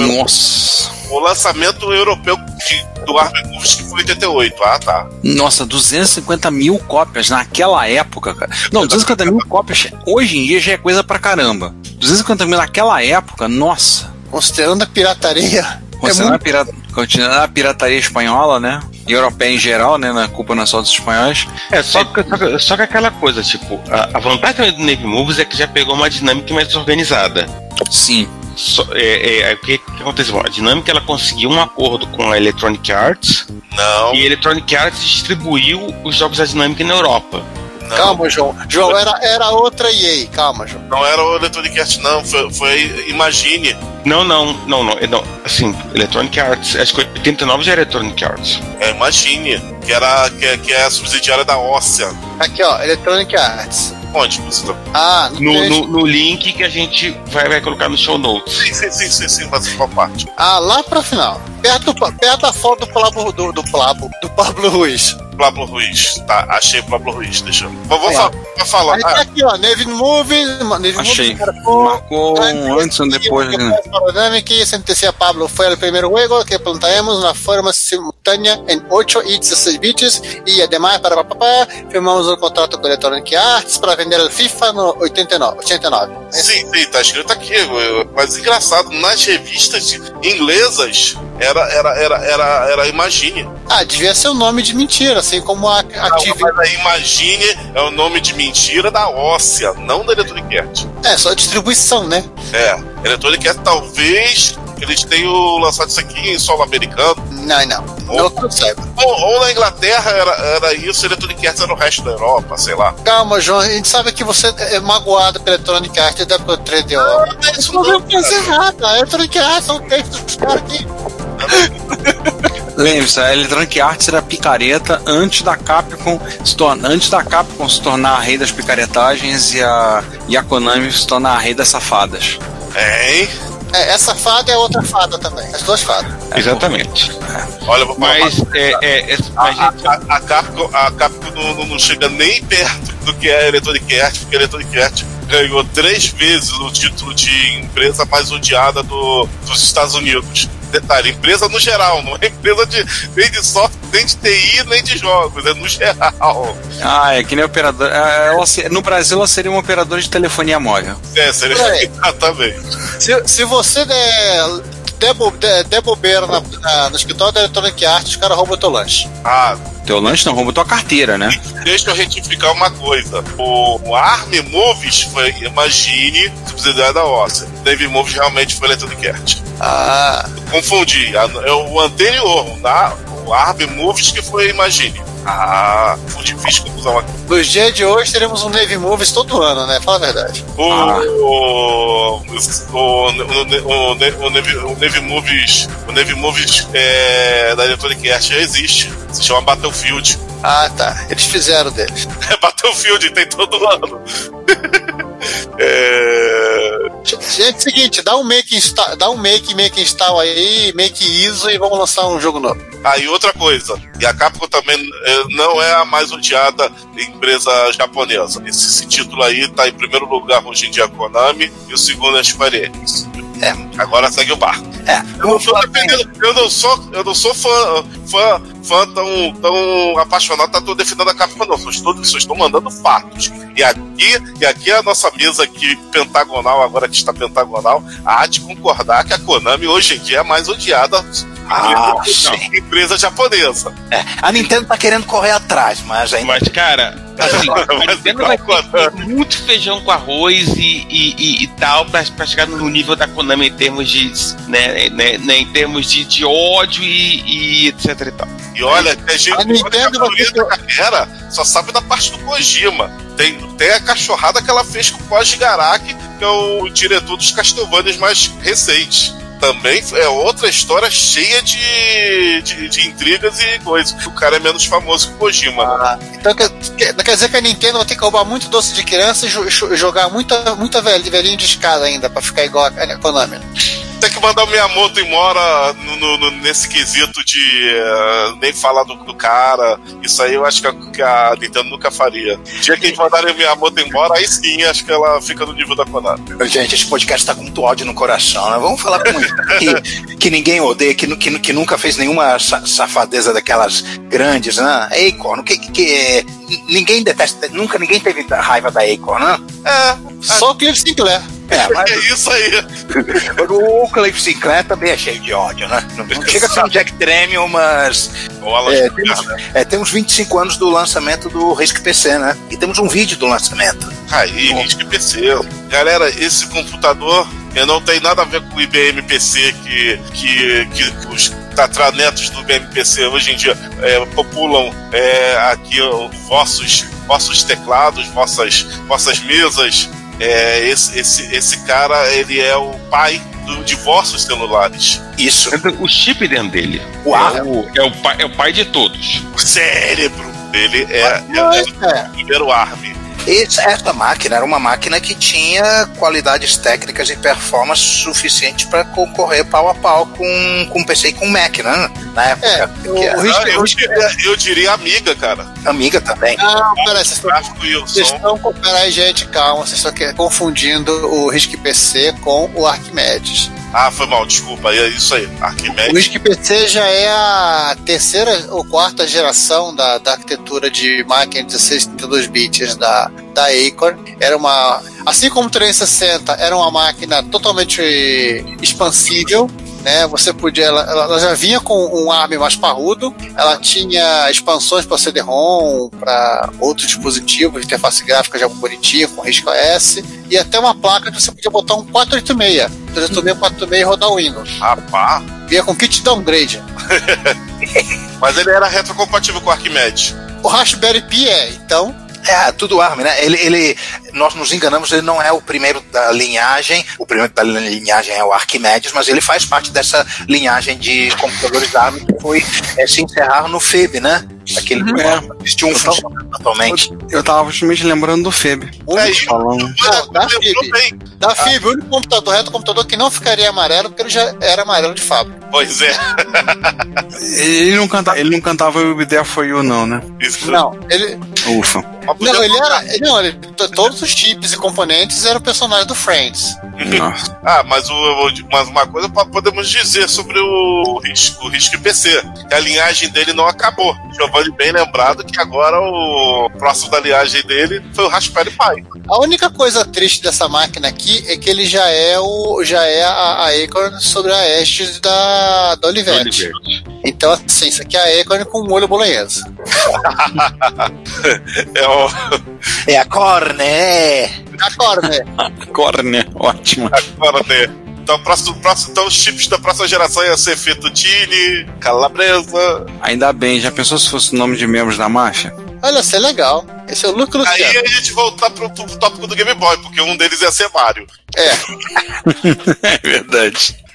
S9: Nossa.
S6: O lançamento europeu de, do Army Movies que foi oitenta e oito. Ah, tá.
S9: Nossa, duzentas e cinquenta mil cópias naquela época, cara. Não, duzentas e cinquenta mil cópias hoje em dia já é coisa pra caramba. duzentas e cinquenta mil naquela época, nossa.
S3: Considerando a pirataria.
S9: Considerando, é muito... a, pirata... Continuando a pirataria espanhola, né? E europeia em geral, né? Na culpa não é só dos espanhóis.
S2: É, só que, só que, só que aquela coisa, tipo, a, a vantagem do Navy Moves é que já pegou uma dinâmica mais organizada.
S9: Sim.
S2: So, é, é, o que, que aconteceu? A dinâmica, ela conseguiu um acordo com a Electronic Arts.
S6: Não.
S2: E a Electronic Arts distribuiu os jogos da dinâmica na Europa.
S3: Não. Calma, João. João, era, era outra E A. Calma, João.
S6: Não era o Electronic Arts, não. Foi, foi Imagine.
S2: Não, não, não, não, não. Assim, Electronic Arts. Acho que oitenta e nove já era Electronic Arts.
S6: É Imagine, que, era, que, que é a subsidiária da Óssea.
S3: Aqui, ó, Electronic Arts.
S6: Onde você tá?
S3: Ah,
S2: no, no, no link que a gente vai, vai colocar no show notes.
S6: Sim, sim, sim, sim, sim, mas qual parte?
S3: Ah, lá pra final. Perto, perto da foto do Pablo, do, do, Pablo, do Pablo Ruiz.
S6: Pablo Ruiz, tá, achei o Pablo Ruiz, deixa eu. Vou, vou, é. fa vou falar.
S3: Aí tá aqui, ó, Navy Movies. Navy
S9: achei.
S3: Movies,
S9: marcou um antes ou depois.
S3: Que sentencia Pablo foi o primeiro juego que planteamos na forma simultânea em oito e dezesseis bits e además para papá, firmamos um contrato com a Electronic Arts para vender o FIFA no oitenta e nove.
S6: Sim, sim, tá escrito aqui, mas engraçado, nas revistas inglesas era, era, era, era, era Imagine.
S3: Ah, devia ser o um nome de mentira, assim como a Active.
S6: Mas a Imagine é o nome de mentira da Óssea, não da Electronic Arts.
S3: É, só distribuição, né?
S6: É, Electronic Arts talvez eles tenham lançado isso aqui em solo americano.
S3: Não, não.
S6: Ou, ou, ou na Inglaterra era, era isso, Electronic Arts era o resto da Europa, sei lá.
S3: Calma, João, a gente sabe que você é magoado pela Electronic Arts da três D O.
S6: Não, não é isso não.
S3: Não fazer nada, a Electronic Arts são textos dos caras aqui.
S9: Lembre-se, a Electronic Arts era picareta antes da Capcom se tornar, antes da Capcom se tornar a rei das picaretagens e a, e a Konami se tornar a rei das safadas.
S6: Hein?
S3: É, essa fada é outra fada também, as duas fadas.
S2: É, exatamente.
S6: É. Olha, vou
S2: mas é, é, é,
S6: a, a, a Capcom, a Capcom não, não chega nem perto do que é a Electronic Arts, porque a Electronic Arts ganhou três vezes o título de empresa mais odiada do, dos Estados Unidos. Detalhe, empresa no geral, não é empresa de, nem de software, nem de T I, nem de jogos, é no geral.
S9: Ah, é que nem operador. Ela, no Brasil ela seria uma operadora de telefonia móvel.
S6: É, seria exatamente.
S3: Se, se você der, der, der, der bobeira na, na, no escritório da Electronic Arts, os caras roubam o teu lanche.
S6: Ah,
S9: teu lanche não rouba tua carteira, né?
S6: Deixa eu retificar uma coisa. O, o Army Movies foi Imagine, subsidiária da Óssea. Navy Movies realmente foi Electronic Arts.
S3: Ah.
S6: Confundi. É o anterior, tá? O Army Movies que foi Imagine. Ah, foi difícil confusão aqui.
S3: Nos dias de hoje teremos um Navy Movies todo ano, né? Fala a verdade.
S6: O,
S3: ah.
S6: o, o, o, o, o, Navy, o Navy Movies, o Navy Movies é, da Electronic Arts já existe. Se chama Battlefield.
S3: Ah, tá. Eles fizeram deles.
S6: É Battlefield, tem todo ano. É...
S3: Gente, seguinte, dá um make install, dá um make, make install aí, make I S O e vamos lançar um jogo novo.
S6: Ah, e outra coisa, e a Capcom também não é a mais odiada empresa japonesa. Esse, esse título aí tá em primeiro lugar hoje em dia a Konami e o segundo é a Square Enix. É, agora segue o barco.
S4: É,
S6: eu não sou defendendo, eu não sou, eu não sou fã, fã, fã tão, tão apaixonado, tá tô defendendo a Capcom, não. Vocês todos vocês estão mandando fatos. E aqui, e aqui a nossa mesa aqui, pentagonal, agora que está pentagonal, há de concordar que a Konami hoje em dia é a mais odiada.
S4: Ah,
S6: empresa, empresa japonesa.
S4: É, a Nintendo tá querendo correr atrás, mas ainda.
S2: Mas, cara, assim, a Nintendo vai ter muito feijão com arroz e, e, e, e tal pra, pra chegar no nível da Konami em termos de, né, né, né, em termos de, de ódio e, e etc e tal.
S6: E olha, a gente,
S3: a Nintendo
S6: a maioria da carreira só sabe da parte do Kojima. Tem, tem a cachorrada que ela fez com o Koji Garaki, que é o diretor dos Castlevanias mais recentes. Também é outra história cheia de, de, de intrigas e coisas. O cara é menos famoso que o Kojima.
S3: Ah, né? Então quer, quer dizer que a Nintendo vai ter que roubar muito doce de criança e jo, jogar muita, muita velhinho de escada ainda pra ficar igual a Konami.
S6: Tem que mandar o Miyamoto embora no, no, no, nesse quesito de uh, nem falar do, do cara. Isso aí eu acho que a, que a Nintendo nunca faria. O dia que eles mandarem o Miyamoto embora, aí sim acho que ela fica no nível da Konami.
S4: Gente, esse podcast tá com muito ódio no coração, né? Vamos falar com que, que ninguém odeia, que, que, que nunca fez nenhuma safadeza daquelas grandes, né? Acorn, que, que, que ninguém detesta, nunca ninguém teve raiva da Acorn, né?
S3: É, só o Cliff Sinclair.
S6: É, mas é isso aí.
S4: O Cliff Sinclair também é cheio de ódio, né? Não, não chega a ser um Jack Tramiel, mas é, temos, é, temos vinte e cinco anos do lançamento do Risk P C, né? E temos um vídeo do lançamento.
S6: Aí, Risk P C. Galera, esse computador não tem nada a ver com o I B M P C que, que, que os tatranetos do I B M P C hoje em dia é, populam é, aqui ó, vossos, vossos teclados, vossas, vossas mesas. É, esse, esse, esse cara, ele é o pai do divórcio celulares.
S4: Isso.
S2: O chip dentro dele.
S4: Uau.
S2: É, o, é, o pai, é o pai de todos.
S6: O cérebro dele é, é, é o primeiro ARM.
S4: Esse, essa máquina era uma máquina que tinha qualidades técnicas e performance suficientes para concorrer pau a pau com, com P C e com Mac, né? Na época.
S3: É,
S4: o,
S3: era.
S6: O risco, eu, diria, eu diria Amiga, cara.
S4: Amiga também.
S3: Não, peraí, vocês estão, vocês estão peraí, gente, calma, vocês estão confundindo o Risk P C com o Arquimedes.
S6: Ah, foi mal, desculpa, é isso aí, Arquimedes.
S3: O Risk P C já é a terceira ou quarta geração da, da arquitetura de máquina dezesseis e trinta e dois bits da, da Acorn. Era uma, assim como o trezentos e sessenta, era uma máquina totalmente expansível, né? Você podia, ela, ela já vinha com um ARM mais parrudo, ela tinha expansões para C D ROM, para outros dispositivos, interface gráfica já bonitinha, com risco O S, e até uma placa que você podia botar um quatrocentos e oitenta e seis, trezentos e oitenta e seis, quatrocentos e oitenta e seis e rodar o Windows.
S6: Rapaz!
S3: Vinha com kit downgrade.
S6: Mas ele era retrocompatível com o Arquimedes.
S3: O Raspberry Pi é, então...
S4: É, tudo ARM, né? Ele, ele, nós nos enganamos, ele não é o primeiro da linhagem, o primeiro da linhagem é o Arquimedes, mas ele faz parte dessa linhagem de computadores ARM que foi é, se encerrar no F E B, né? Aquele
S9: é.
S4: que tinha um funcionamento atualmente.
S9: Eu, eu tava justamente lembrando do F E B.
S6: É
S3: isso. Não, da F I B. Da F I B, o único computador, reto computador que não ficaria amarelo, porque ele já era amarelo de fábrica.
S6: Pois é.
S9: Ele não, canta, ele não cantava o Be There For You, não, né?
S6: Isso.
S3: Não, ele...
S9: Ufa.
S3: Não, ele era... Não, ele, todos os chips e componentes eram personagens do Friends.
S9: Nossa.
S6: Ah, mas, o, mas uma coisa podemos dizer sobre o Risk, o Risk P C, que a linhagem dele não acabou. Giovanni bem lembrado que agora o próximo da linhagem dele foi o Raspberry Pi.
S3: A única coisa triste dessa máquina aqui é que ele já é o já é a, a Acorn sobre a Estes da, da Olivetti. Então, assim, isso aqui é a Acorn com molho bolonhesa.
S6: é, o...
S4: é a Corne, é.
S3: A Corne.
S9: Corne, ótimo.
S6: A Corne. Então, próximo, próximo, então, os chips da próxima geração ia ser Fettuccine, Calabresa.
S9: Ainda bem, já pensou se fosse o nome de membros da máfia?
S3: Olha, isso é legal. Esse é o Luke Luciano.
S6: Aí a gente voltar pro, pro tópico do Game Boy, porque um deles ia ser Mario.
S3: É.
S9: É verdade.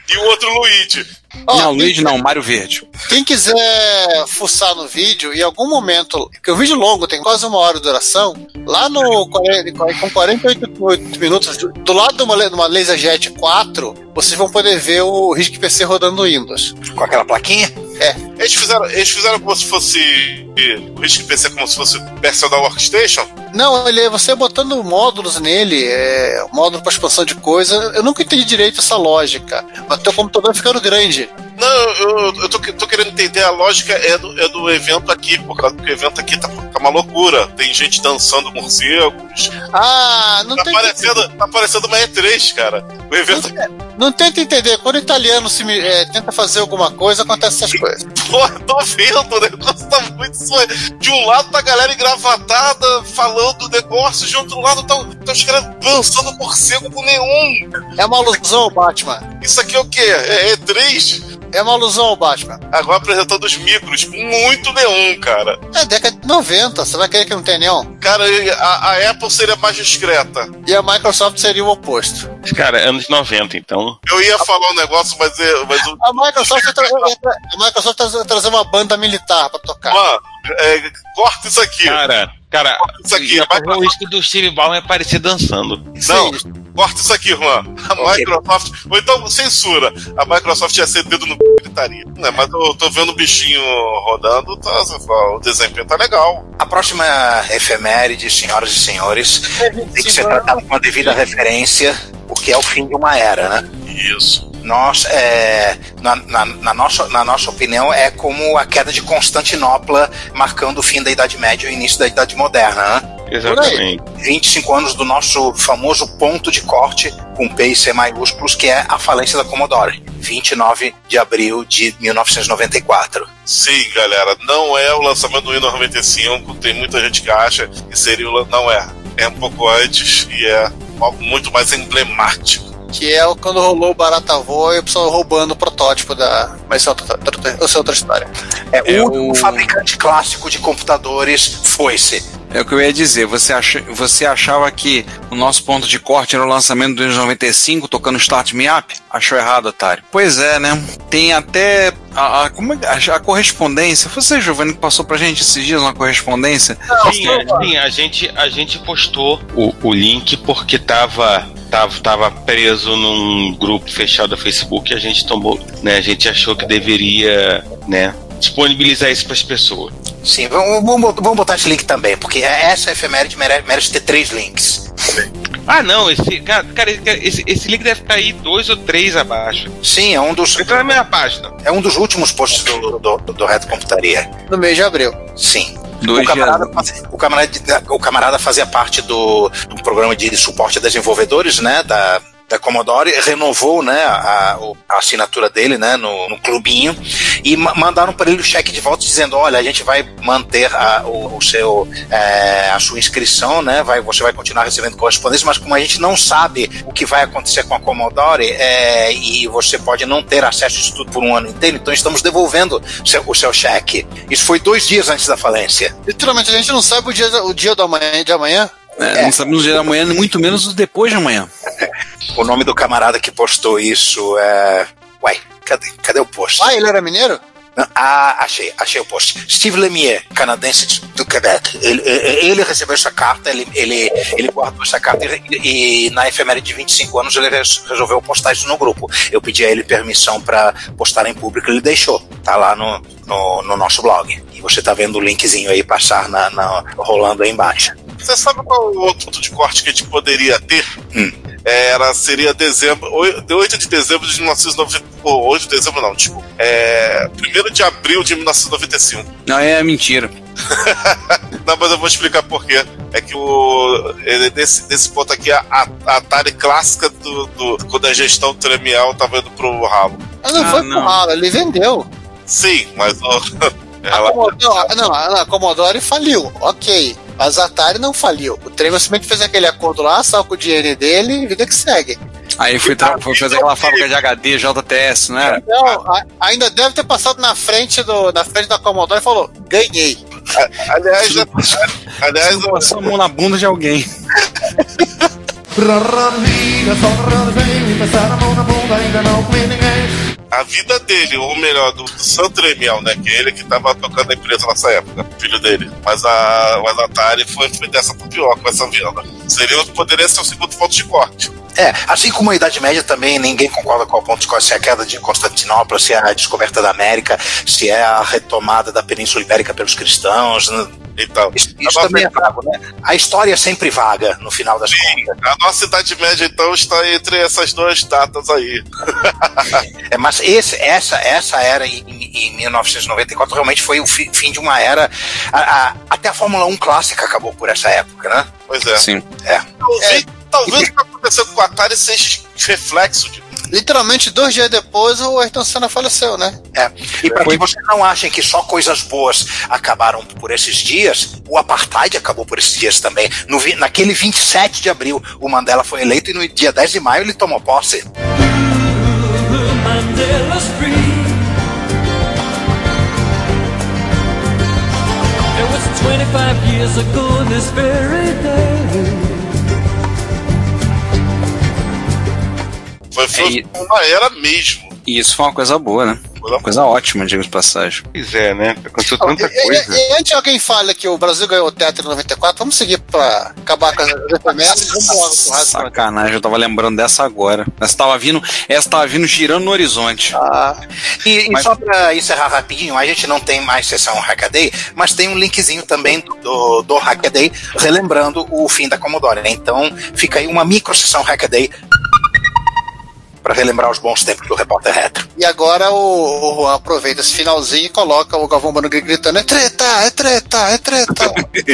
S6: e o outro Luigi.
S3: Oh,
S9: não, Luigi não, Mario Verde.
S3: Quem quiser fuçar no vídeo, em algum momento, que o vídeo longo tem quase uma hora de duração, lá no quarenta, com quarenta e oito minutos, do lado de uma, de uma LaserJet quatro, vocês vão poder ver o R I S C P C rodando no Windows.
S4: Com aquela plaquinha?
S3: É.
S6: Eles fizeram, eles fizeram como se fosse o R I S C P C como se fosse Personal Workstation?
S3: Não, ele é você botando módulos nele, é, módulo para expansão de coisa. Eu nunca entendi direito essa lógica. Mas teu computador ficando grande.
S6: Não, eu, eu tô, tô querendo entender a lógica é do, é do evento aqui, por causa que o evento aqui tá, tá uma loucura. Tem gente dançando morcegos.
S3: Ah, não
S6: tá
S3: tem
S6: parecendo, tá parecendo uma E três, cara. O evento
S3: não, não tenta entender. Quando o italiano se, é, tenta fazer alguma coisa, acontece essas coisas.
S6: Porra, tô vendo, o negócio tá muito sonho. De um lado tá a galera engravatada falando do negócio, de outro lado tá, tá os caras dançando morcego com neon.
S3: É uma alusão, Batman.
S6: Isso aqui é o quê? É E três?
S3: É uma alusão, Batman.
S6: Agora apresentando os micros, muito neon, cara.
S3: É década de noventa, você vai querer que não tenha neon?
S6: Cara, a, a Apple seria mais discreta.
S3: E a Microsoft seria o oposto.
S2: Cara, anos noventa, então.
S6: Eu ia falar um negócio, mas... mas eu...
S3: A Microsoft vai tra- a Microsoft vai trazer uma banda militar pra tocar.
S6: Mano, é, corta isso aqui.
S2: Cara, cara,
S6: isso aqui.
S2: A o risco do Steve Ballmer é parecer dançando.
S6: Não, corta isso aqui, irmã. A okay. Microsoft... Ou então censura. A Microsoft ia ser dedo no c... gritaria. Não, mas eu tô vendo o bichinho rodando, tá, o desempenho tá legal.
S4: A próxima efeméride, senhoras e senhores, tem que ser tratada com uma devida referência, porque é o fim de uma era, né?
S6: Isso.
S4: Nós, é, na, na, na, nossa, na nossa opinião, é como a queda de Constantinopla, marcando o fim da Idade Média e o início da Idade Moderna, né?
S2: Exatamente.
S4: vinte e cinco anos do nosso famoso ponto de corte, com P e C maiúsculos, que é a falência da Commodore. vinte e nove de abril de mil novecentos e noventa e quatro.
S6: Sim, galera, não é o lançamento do Windows noventa e cinco, tem muita gente que acha que seria o... Não é. É um pouco antes e é algo muito mais emblemático.
S3: Que é quando rolou o Barata Voa e o pessoal roubando o protótipo da... Mas isso é outra, outra, outra história.
S4: É, é o, o fabricante clássico de computadores foi-se.
S9: É o que eu ia dizer, você, acha, você achava que o nosso ponto de corte era o lançamento do Windows noventa e cinco tocando Start Me Up? Achou errado, otário. Pois é, né? Tem até a, a, como é, a, a correspondência. Você, Giovanni, que passou pra gente esses dias uma correspondência?
S2: Não, sim, é, sim a, gente, a gente postou o, o link porque tava, tava, tava preso num grupo fechado do Facebook e a gente tomou, né? A gente achou que deveria, né, disponibilizar isso para as pessoas.
S4: Sim, vamos, vamos, vamos botar esse link também, porque essa efeméride merece, merece ter três links.
S2: Ah, não, esse, cara, cara esse, esse link deve estar aí dois ou três abaixo.
S4: Sim, é um dos.
S2: Entra na minha página.
S4: É um dos últimos posts do, do, do, do Retro Computaria.
S3: No mês de abril.
S4: Sim. O camarada, fazia, o, camarada, o camarada fazia parte do, do programa de suporte a desenvolvedores, né? Da. da Commodore, renovou, né, a, a assinatura dele, né, no, no clubinho, e ma- mandaram para ele o cheque de volta dizendo, olha, a gente vai manter a, o, o seu, é, a sua inscrição, né, vai, você vai continuar recebendo correspondência, mas como a gente não sabe o que vai acontecer com a Commodore, é, e você pode não ter acesso a isso tudo por um ano inteiro, então estamos devolvendo o seu, o seu cheque. Isso foi dois dias antes da falência.
S3: Literalmente, a gente não sabe o dia, o dia do amanhã, de amanhã.
S9: É, não sabemos o dia da manhã, muito menos o depois de amanhã.
S4: O nome do camarada que postou isso é... Uai, cadê, cadê o post?
S3: Ah, ele era mineiro?
S4: Ah, achei, achei o post. Steve Lemieux, canadense do Quebec. Ele, ele recebeu essa carta, ele, ele, ele guardou essa carta e, e na efeméride de vinte e cinco anos ele resolveu postar isso no grupo. Eu pedi a ele permissão para postar em público, ele deixou. Tá lá no, no, no nosso blog. E você tá vendo o linkzinho aí passar na, na, rolando aí embaixo.
S6: Você sabe qual o outro ponto de corte que a gente poderia ter?
S4: Hum.
S6: Era, seria dezembro, oito de dezembro de mil novecentos e noventa, ou oito de dezembro não, tipo, é, primeiro de abril de mil novecentos e noventa e cinco.
S9: Não, é mentira.
S6: Não, mas eu vou explicar por quê. É que o, ele, nesse, nesse ponto aqui, a, a Atari clássica do, do, quando a gestão tremial tava indo pro ralo.
S3: Mas não
S9: ah,
S3: foi
S9: não.
S3: pro ralo, ele vendeu.
S6: Sim, mas o,
S3: ela... a Commodore, não, a Commodore faliu, ok. Mas a Atari não faliu. O Tremor simplesmente fez aquele acordo lá, saiu com o dinheiro dele e vida que segue.
S9: Aí foi, tra- foi fazer aquela fábrica de H D, J T S, não era?
S3: Não, a, ainda deve ter passado na frente, do, na frente da Commodore e falou, ganhei.
S6: A, aliás,
S9: Você
S6: aliás,
S9: passou a mão na bunda de alguém.
S6: A vida dele, ou melhor, do, do Santremiel, né? Que é ele que tava tocando a empresa nessa época, filho dele. Mas a, mas a Atari foi, foi dessa por pior com essa venda. Seria, poderia ser o segundo ponto de corte.
S4: É, assim como a Idade Média também, ninguém concorda com o ponto de corte, se é a queda de Constantinopla, se é a descoberta da América, se é a retomada da Península Ibérica pelos cristãos. Né?
S6: Então,
S4: isso isso também é vago, né? A história é sempre vaga, no final das
S6: sim,
S4: contas.
S6: A nossa Idade Média, então, está entre essas duas datas aí.
S4: É, mas esse, essa, essa era, em, em mil novecentos e noventa e quatro, realmente foi o fi, fim de uma era. A, a, até a Fórmula um clássica acabou por essa época, né?
S6: Pois é.
S9: Sim.
S4: É.
S6: Talvez, é. talvez o que aconteceu com o Atari seja reflexo de...
S3: Literalmente, dois dias depois, o Ayrton Senna faleceu, né?
S4: É. E para que vocês não achem que só coisas boas acabaram por esses dias, o Apartheid acabou por esses dias também. No, naquele vinte e sete de abril, o Mandela foi eleito e no dia dez de maio ele tomou posse.
S10: Mandela's free. It was twenty-five years ago this very day.
S6: Foi, foi
S9: é,
S6: uma era mesmo.
S9: E isso foi uma coisa boa, né? Uma coisa ótima, digo de passagem.
S2: Pois é, né? Aconteceu tanta
S3: e,
S2: coisa.
S3: E, e antes de alguém fale que o Brasil ganhou o Tetra em noventa e quatro, vamos seguir pra acabar com as efemérides. Vamos logo pro rádio.
S9: Sacanagem, eu tava lembrando dessa agora. Essa tava vindo, essa tava vindo girando no horizonte.
S4: Ah, e,
S9: mas...
S4: e só pra encerrar rapidinho, a gente não tem mais sessão Hackaday, mas tem um linkzinho também do, do, do Hackaday relembrando o fim da Commodore. Então fica aí uma micro sessão Hackaday para relembrar os bons tempos do Repórter Retro.
S3: E agora o, o Juan aproveita esse finalzinho e coloca o Galvão Bueno gritando: é treta, é treta, é treta.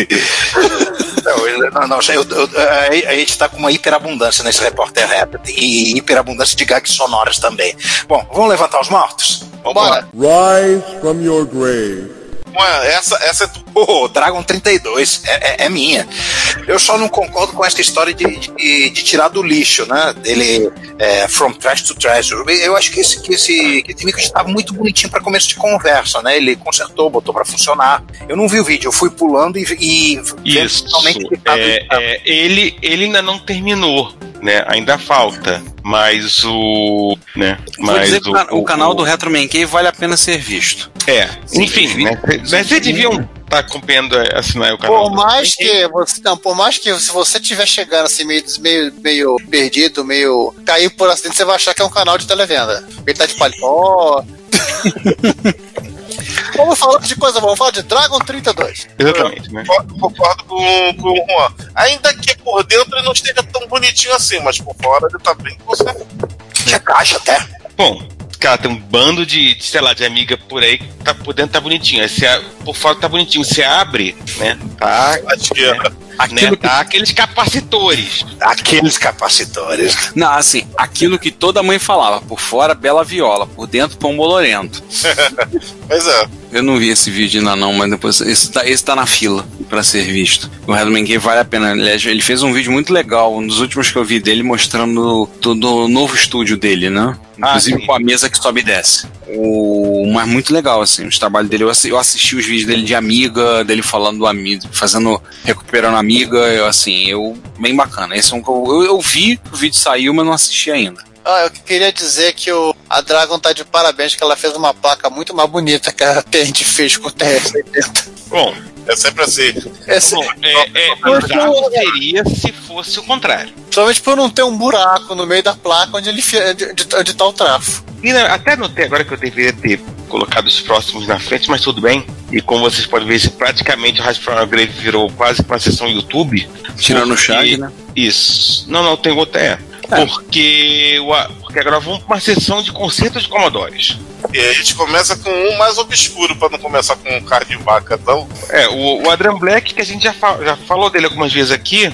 S4: não, não, não, eu, eu, a, a gente tá com uma hiperabundância nesse Repórter Retro e hiperabundância de gags sonoras também. Bom, vamos levantar os mortos?
S3: Vambora.
S11: Rise from your grave.
S6: Essa, essa é tu.
S4: Oh, Dragon trinta e dois é, é, é minha. Eu só não concordo com essa história de, de, de tirar do lixo, né? Dele é, From Trash to Treasure. Eu acho que esse, que esse, que esse micro estava muito bonitinho para começo de conversa, né? Ele consertou, botou para funcionar. Eu não vi o vídeo, eu fui pulando e. e
S2: Isso. É, é, ele, ele ainda não terminou, né? Ainda falta. Mas o. Né?
S9: Vou dizer
S2: mas
S9: que o, o canal do Retro Man Cave vale a pena ser visto.
S2: É, enfim, sim, né? Vocês deviam estar tá acompanhando, assinar o canal.
S3: Por mais que você, não, por mais que se você estiver chegando assim meio, meio, meio perdido, meio cair por acidente, você vai achar que é um canal de televenda. Ele tá de paletó. Vamos falar de coisa boa, vamos falar de Dragon trinta e dois.
S2: Exatamente, né?
S6: Eu concordo com, com o Juan. Ainda que por dentro ele não esteja tão bonitinho assim, mas por fora ele tá bem consertado.
S4: Tinha caixa até.
S2: Bom, cara, tem um bando de, sei lá, de amiga por aí que tá, por dentro tá bonitinho. Aí você, por fora tá bonitinho. Você abre, né? Tá.
S6: Acho que é.
S2: Aquilo né, que... tá aqueles capacitores.
S4: Aqueles capacitores.
S9: Não, assim, aquilo que toda mãe falava. Por fora, bela viola. Por dentro, pão bolorento.
S6: Pois é.
S9: Eu não vi esse vídeo ainda não, mas depois esse tá, esse tá na fila pra ser visto. O Retro Man Cave vale a pena. Ele fez um vídeo muito legal, um dos últimos que eu vi dele, mostrando todo o novo estúdio dele, né? Inclusive ah, com a mesa que sobe e desce. O... Mas muito legal, assim, os trabalhos dele. Eu assisti os vídeos dele de Amiga, dele falando do Amiga, fazendo, recuperando a Amiga, eu, assim, eu, bem bacana. Esse é um que eu, eu, eu vi, o vídeo saiu, mas não assisti ainda.
S3: Ah, eu queria dizer que o, a Dragon tá de parabéns, que ela fez uma placa muito mais bonita que a que a gente fez com o T R oitenta.
S6: Bom, é sempre assim.
S3: É, Bom,
S2: é, é, o Dragon seria se fosse o contrário.
S3: Somente por não ter um buraco no meio da placa onde ele onde tá o trafo.
S2: E né, até notei agora que eu deveria ter colocado os próximos na frente, mas tudo bem. E como vocês podem ver, praticamente o Rise from Your Grave virou quase uma sessão YouTube.
S9: Tirando o Chag, né?
S2: Isso. Não, não, tem outra. É. É. Porque, porque agora vamos para uma sessão de concertos de Commodores.
S6: E a gente começa com um mais obscuro, para não começar com um carro de vaca, não?
S2: É, o, o Adrian Black, que a gente já, fa- já falou dele algumas vezes aqui,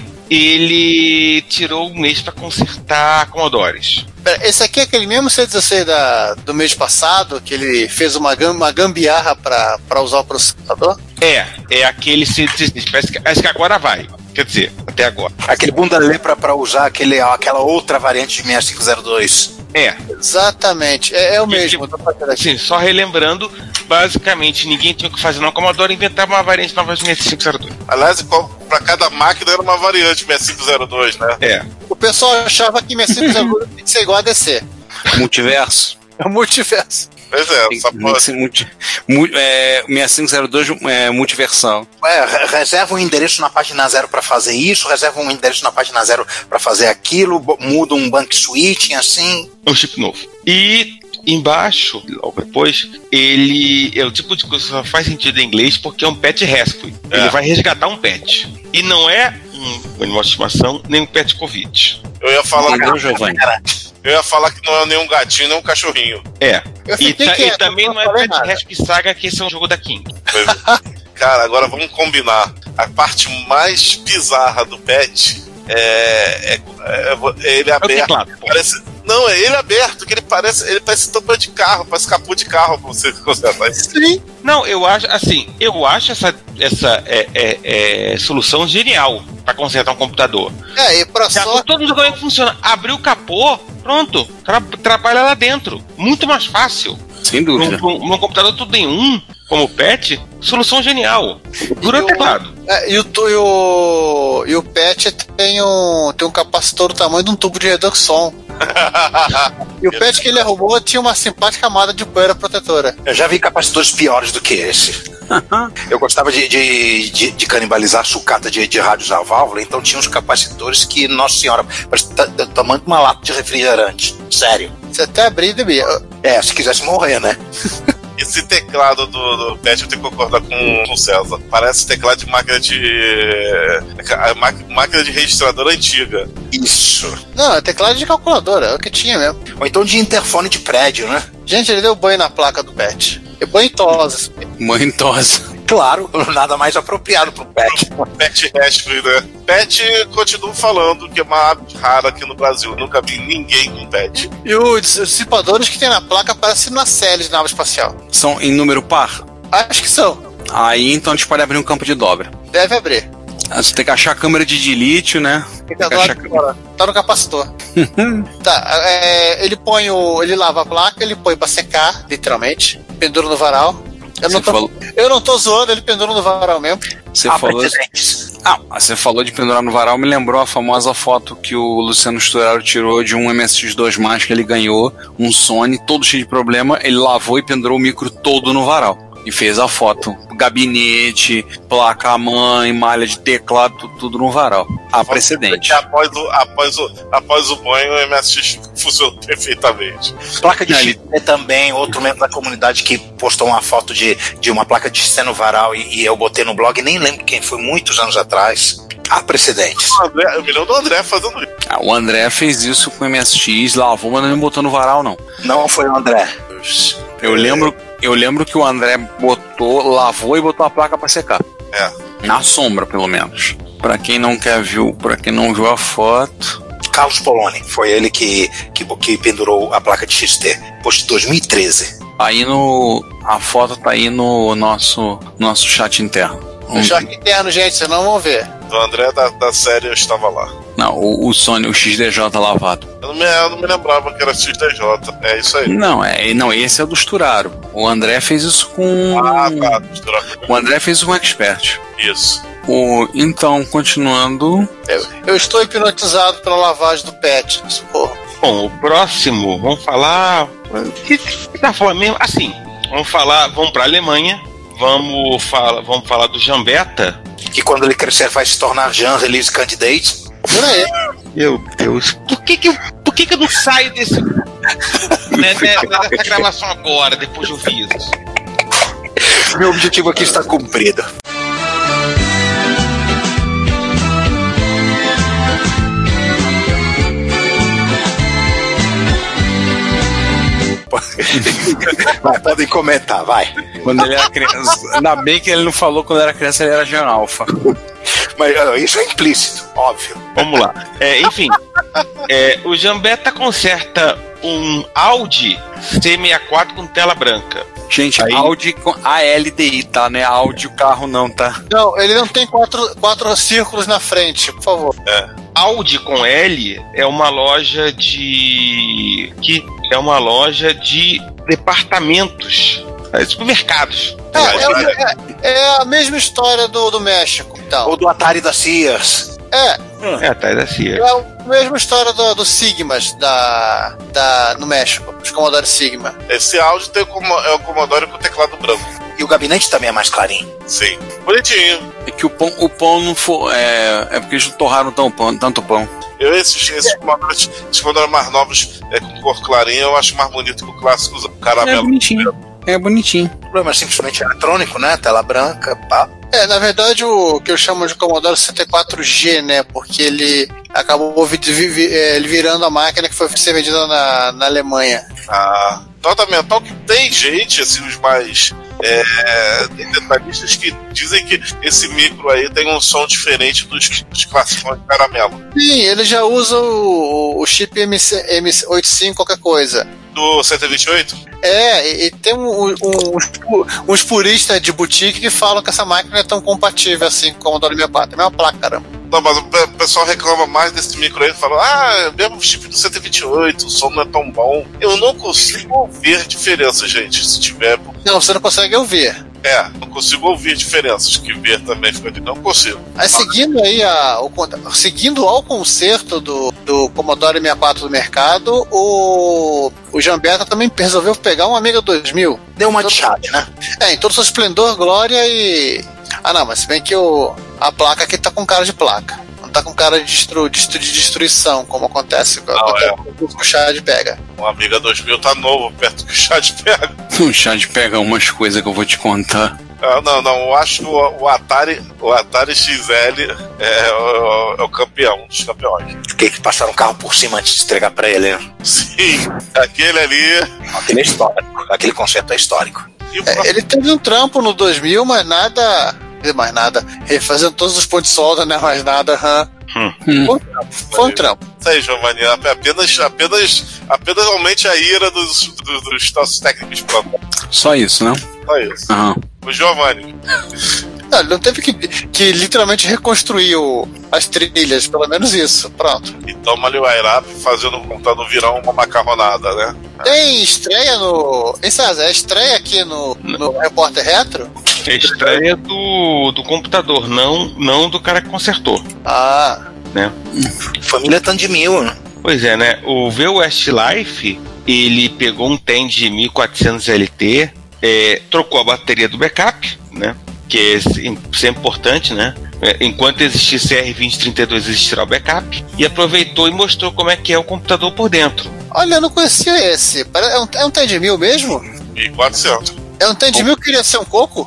S2: ele tirou um mês para consertar Commodores.
S3: Esse aqui é aquele mesmo C dezesseis da, do mês passado, que ele fez uma, uma gambiarra para usar o processador?
S2: É, é aquele C dezesseis, parece que, parece que agora vai. Quer dizer, até agora.
S4: Aquele bunda lepra para usar aquele, aquela outra variante de sessenta e cinco zero dois.
S2: É.
S3: Exatamente, é, é o mesmo.
S2: Sim, só relembrando, basicamente ninguém tinha o que fazer na Commodore, inventava uma variante nova de sessenta e cinco zero dois.
S6: Aliás, qual, pra cada máquina era uma variante sessenta e cinco zero dois, né?
S2: É.
S3: O pessoal achava que sessenta e cinco zero dois tem que ser igual a D C.
S9: Multiverso.
S3: É o multiverso.
S6: Pois é,
S9: Tem,
S6: essa
S9: tem que ser multi, mu, é, sessenta e cinco zero dois é multiversal.
S4: É, re- reserva um endereço na página zero para fazer isso, reserva um endereço na página zero para fazer aquilo, bo- muda um bank switching, assim.
S2: É um chip novo. E embaixo, logo depois, ele é o tipo de coisa que só faz sentido em inglês porque é um pet rescue.
S6: É.
S2: Ele vai resgatar um pet. E não é um animal de estimação, nem um pet Covid.
S6: Eu ia falar,
S9: Entendeu, Giovanni?
S6: eu ia falar que não é nem um gatinho, nem um cachorrinho.
S2: É.
S3: Eu
S2: E,
S3: fiquei
S2: ta- e
S3: quieto,
S2: também
S3: eu
S2: não é
S3: falei
S2: Pet
S3: nada.
S2: Rescue Saga, que esse é um jogo da King.
S6: Pois é. Cara, agora vamos combinar. A parte mais bizarra do pet é, é, é ele
S2: É o
S6: aberto.
S2: teclado. pô.
S6: Parece, não, é ele aberto, que ele parece, ele parece tampa de carro, parece capô de carro pra você consertar isso.
S3: Sim.
S2: Não, eu acho, assim, eu acho essa, essa é, é, é, solução genial pra consertar um computador.
S3: É, e pra
S2: Já,
S3: sorte.
S2: todo mundo como é que funciona. Abriu o capô, pronto, tra- trabalha lá dentro. Muito mais fácil.
S9: Sem
S2: Num,
S9: dúvida.
S2: num- num computador tudo em um, como pet, solução genial. Dura
S3: E o-
S2: teclado.
S3: É, e, o, tu- e, o, e o Pet tem um, tem um capacitor do tamanho de um tubo de redução. E o Pet que ele arrumou tinha uma simpática camada de poeira protetora.
S4: Eu já vi capacitores piores do que esse. Eu gostava de, de, de, de canibalizar sucata de, de rádios a válvula, então tinha uns capacitores que, nossa senhora, parece ta- do tamanho de uma lata de refrigerante. Sério.
S3: Você até abrir e bebia.
S4: É, se quisesse morrer, né?
S6: Esse teclado do, do pet eu tenho que concordar com, com o César. Parece teclado de máquina de. A má- máquina de registradora antiga.
S4: Isso.
S3: Não, é teclado de calculadora, é o que tinha mesmo.
S4: Ou então de interfone de prédio, né?
S3: Gente, ele deu banho na placa do Pet. E banho em tosa.
S9: Mãe tosa.
S4: Claro, nada mais apropriado pro pet.
S6: Pet Rescue, né? Pet, continuo falando que é uma ave rara aqui no Brasil. Nunca vi ninguém com pet.
S3: E os dissipadores que tem na placa parecem nacelles de nave espacial.
S9: São em número par?
S3: Acho que são.
S9: Aí então a gente pode abrir um campo de dobra.
S3: Deve abrir.
S9: Ah, Você tem que achar a câmera de delete, né?
S3: Fica
S9: Tem que
S3: do lado
S9: achar
S3: de fora. Tá no capacitor. Tá, é, ele põe o. Ele lava a placa, ele põe pra secar, literalmente. Pendura no varal. Eu não,
S9: Você
S3: tô,
S9: falou-
S3: eu não tô zoando, ele pendura no varal mesmo.
S9: Você
S4: Ah,
S9: falou.
S4: precedentes.
S9: Ah, você falou de pendurar no varal, me lembrou a famosa foto que o Luciano Sturaro tirou de um M S X dois mais que ele ganhou, um Sony, todo cheio de problema, ele lavou e pendurou o micro todo no varal. E fez a foto. Gabinete, placa-mãe, malha de teclado, tudo, tudo no varal. Há precedente.
S6: Que após o, após, o, após o banho, o M S X funcionou perfeitamente.
S4: Placa de
S9: Não,
S4: X T também, outro membro da comunidade que postou uma foto de, de uma placa de X T no varal e, e eu botei no blog, nem lembro quem foi, muitos anos atrás. Há precedentes.
S6: O André, eu me lembro do André fazendo isso.
S9: Ah, o André fez isso com o M S X, lavou, mas não botou no varal, não.
S4: Não foi o André.
S9: Eu lembro, eu lembro que o André botou, lavou e botou a placa pra secar.
S6: É.
S9: Na sombra, pelo menos. Pra quem não quer viu, para quem não viu a foto,
S4: Carlos Poloni, foi ele que, que, que pendurou a placa de X T. Post dois mil e treze.
S9: aí no a foto tá aí no nosso nosso chat interno.
S3: No
S9: Um-
S3: choque interno, gente, vocês não vão ver.
S6: Do André da, da série eu estava lá.
S9: Não, o, o Sony, o X D J lavado.
S6: Eu não, me, eu não me lembrava que era X D J. É isso aí.
S9: Não, é, não, esse é do Sturaro. O André fez isso com
S6: Ah, tá. Misturado.
S9: o André fez isso com o Expert.
S6: Isso.
S9: O, então, continuando,
S3: Eu, eu estou hipnotizado pela lavagem do Pet. Socorro.
S2: Bom, o próximo, vamos falar. O que que tá falando mesmo? Assim, vamos falar, vamos pra Alemanha, vamos falar, vamos falar do Gambetta.
S4: Que quando ele crescer vai se tornar Jean Release Candidate.
S3: Por aí.
S2: Meu Deus, por que que eu, por que que eu não saio desse, né, né, dessa gravação agora, depois de ouvir isso?
S4: Meu objetivo aqui está cumprido. Vai, podem comentar, vai.
S9: quando ele era criança, ainda bem que ele não falou quando era criança ele era Jean Alpha.
S4: Mas ó, isso é implícito, óbvio.
S2: Vamos lá. É, enfim, é, o Gambetta conserta um Audi C sessenta e quatro com tela branca.
S9: Gente,
S2: Aí-
S9: Audi com A L D I, tá? Não é Audi o carro não, tá?
S3: Não, ele não tem quatro, quatro círculos na frente, por favor.
S2: Audi com L é uma loja de. que é uma loja de departamentos, é, supermercados.
S3: É, é, é, é a mesma história do, do México, então.
S4: Ou do Atari da Sears.
S3: É.
S2: É, Atari da Sears.
S3: É a mesma história do, do Sigmas da, da, no México, os Commodore Sigma.
S6: Esse áudio tem o, Como- é o Commodore com o teclado branco.
S4: E o gabinete também é mais clarinho.
S6: Sim. Bonitinho.
S9: É que o pão, o pão não foi. É, é porque eles não torraram tão pão, tanto pão.
S6: Eu, esses, esses Commodores, esses Commodores mais novos, é, com cor clarinha, eu acho mais bonito que o clássico o caramelo.
S9: É bonitinho. É bonitinho.
S4: O problema é simplesmente eletrônico, né? Tela branca, pá.
S3: É, na verdade, o que eu chamo de Commodore sessenta e quatro G, né? Porque ele acabou vi, vi, vi, ele virando a máquina que foi ser vendida na, na Alemanha.
S6: Ah, nota mental que tem gente, assim, os mais é, tem detalhistas que dizem que esse micro aí tem um som diferente dos, dos clássicos de caramelo.
S3: Sim, ele já usa o, o chip M oitenta e cinco qualquer coisa.
S6: Do cento e vinte e oito?
S3: É, e, e tem um, um, uns, uns puristas de boutique que falam que essa máquina é tão compatível assim com o Commodore sessenta e quatro. É a mesma placa, caramba.
S6: Não, mas o pessoal reclama mais desse micro aí, fala, ah, é mesmo chip do cento e vinte e oito, o som não é tão bom. Eu não consigo ouvir diferença, gente, se tiver...
S3: Não, você não consegue ouvir.
S6: É, não consigo ouvir diferenças, que ver também fica de não consigo.
S3: Aí seguindo aí a, o, seguindo ao conserto do, do Commodore sessenta e quatro do mercado, o, o Gambetta também resolveu pegar um Amiga dois mil.
S4: Deu uma de chave, né?
S3: É, em todo o seu esplendor, glória e... Ah não, mas se bem que o, a placa aqui tá com cara de placa. Não tá com cara de, destru, de destruição, como acontece com
S6: é.
S3: o Chad pega.
S6: O Amiga dois mil tá novo, perto que o Chad pega.
S9: O Chad pega umas coisas que eu vou te contar.
S6: Ah, não, não, eu acho que o, o Atari o Atari X L é, é, o, é o campeão, um dos campeões.
S4: Fiquei que passaram um carro por cima antes de entregar pra ele, né?
S6: Sim, aquele ali...
S4: Aquele é histórico, aquele conceito é histórico.
S3: É, ele teve um trampo no dois mil, mas nada... mais nada, refazendo todos os pontos de solda, né, mais nada, hum. Hum. Foi um trampo, foi um trampo.
S6: Isso aí, Giovanni, apenas, apenas, apenas aumente a ira dos, dos, dos nossos técnicos.
S9: Só isso, né?
S6: Só isso.
S9: Uhum.
S6: O Giovanni.
S3: Não, ele não teve que, que literalmente reconstruir o, as trilhas, pelo menos isso, pronto.
S6: E toma ali o Airap fazendo o computador virar uma macarronada, né?
S3: Tem estreia no... Hein, César, é estreia aqui no, no Repórter Retro?
S2: É estreia do, do computador, não, não do cara que consertou.
S3: Ah.
S2: Né?
S4: Família Tandemil, né?
S2: Pois é, né? O V Westlife, ele pegou um T E N de mil e quatrocentos L T, é, trocou a bateria do backup, né? Que é, isso é importante, né? Enquanto existir C R vinte trinta e dois, existirá o backup. E aproveitou e mostrou como é que é o computador por dentro.
S3: Olha, eu não conhecia esse. É um, é um T E N de mil mesmo?
S6: mil e quatrocentos.
S3: É um T E N de mil que queria ser um coco?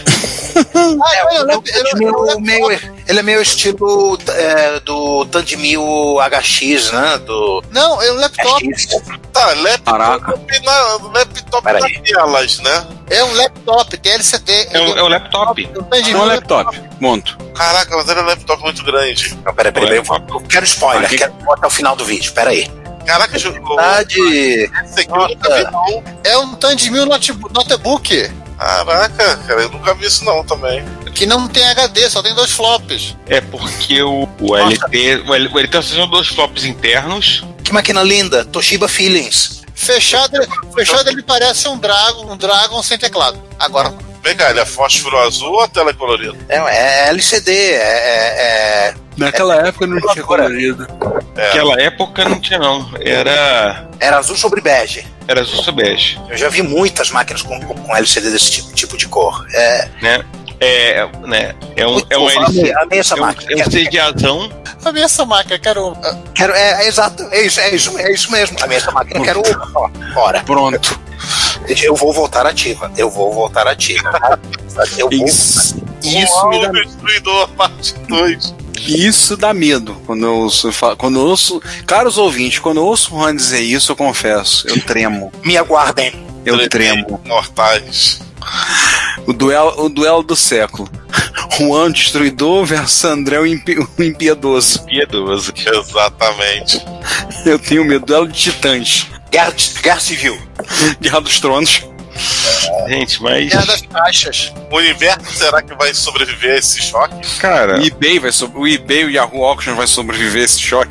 S4: Ah, é, eu, eu, eu, eu, meio, ele é meio estilo é, do Tandemil H X, né? Do...
S3: Não, é um laptop.
S6: Tá, laptop na, laptop naquelas, né?
S3: É um laptop, tem L C D.
S2: É um, é um laptop.
S9: É um laptop, monto.
S6: Caraca, mas era um laptop muito grande.
S4: Não, peraí, peraí, eu, eu quero spoiler, ah, que... quero até o final do vídeo, peraí.
S6: Caraca, jogou.
S4: Verdade.
S6: Esse aqui eu nunca vi, não.
S3: É um Tandemil notebook.
S6: Caraca, cara, eu nunca vi isso não também.
S3: Que não tem H D, só tem dois flops.
S2: É porque o, o L T. O L T são dois flops internos.
S4: Que máquina linda, Toshiba Feelings.
S3: Fechado, fechado ele parece um Dragon, um Dragon sem teclado. Agora.
S6: Vem cá, ele é fósforo azul ou a tela é colorida?
S4: É, é L C D, é. é
S9: Naquela é, época não tinha colorido.
S2: É. Naquela época não tinha, não. Era.
S4: Era azul sobre bege.
S2: Era azul sobre bege.
S4: Eu já vi muitas máquinas com, com L C D desse tipo, tipo de cor. É.
S2: Né? É, né? É um, é um L C D.
S4: Amei essa
S2: é um,
S4: máquina.
S2: É um C D azão.
S3: Amei essa máquina, quero.
S4: Quero, é, é exato, é isso, é isso, é isso mesmo. Amei essa máquina, quero uma. Bora.
S9: Pronto.
S4: Eu vou voltar ativa. Eu vou voltar ativa. Eu vou.
S9: Isso, isso me dá
S6: Destruidor, parte dois.
S9: Isso dá medo quando eu ouço, quando eu ouço, caros ouvintes, quando eu ouço o Juan dizer isso, eu confesso, eu tremo.
S4: Me aguardem.
S9: Eu tremo.
S6: Mortais.
S9: O duelo, o duelo do século. Juan Destruidor versus André o, impi, o Impiedoso.
S2: Impiedoso.
S6: Exatamente.
S9: Eu tenho medo. Duelo de titãs.
S4: Guerra, guerra civil.
S9: Guerra dos Tronos.
S2: Gente, mas.
S3: Guerra das caixas.
S6: O universo será que vai sobreviver a esse choque?
S2: Cara.
S9: O eBay, vai so... o eBay e o Yahoo Auctions vai sobreviver a esse choque.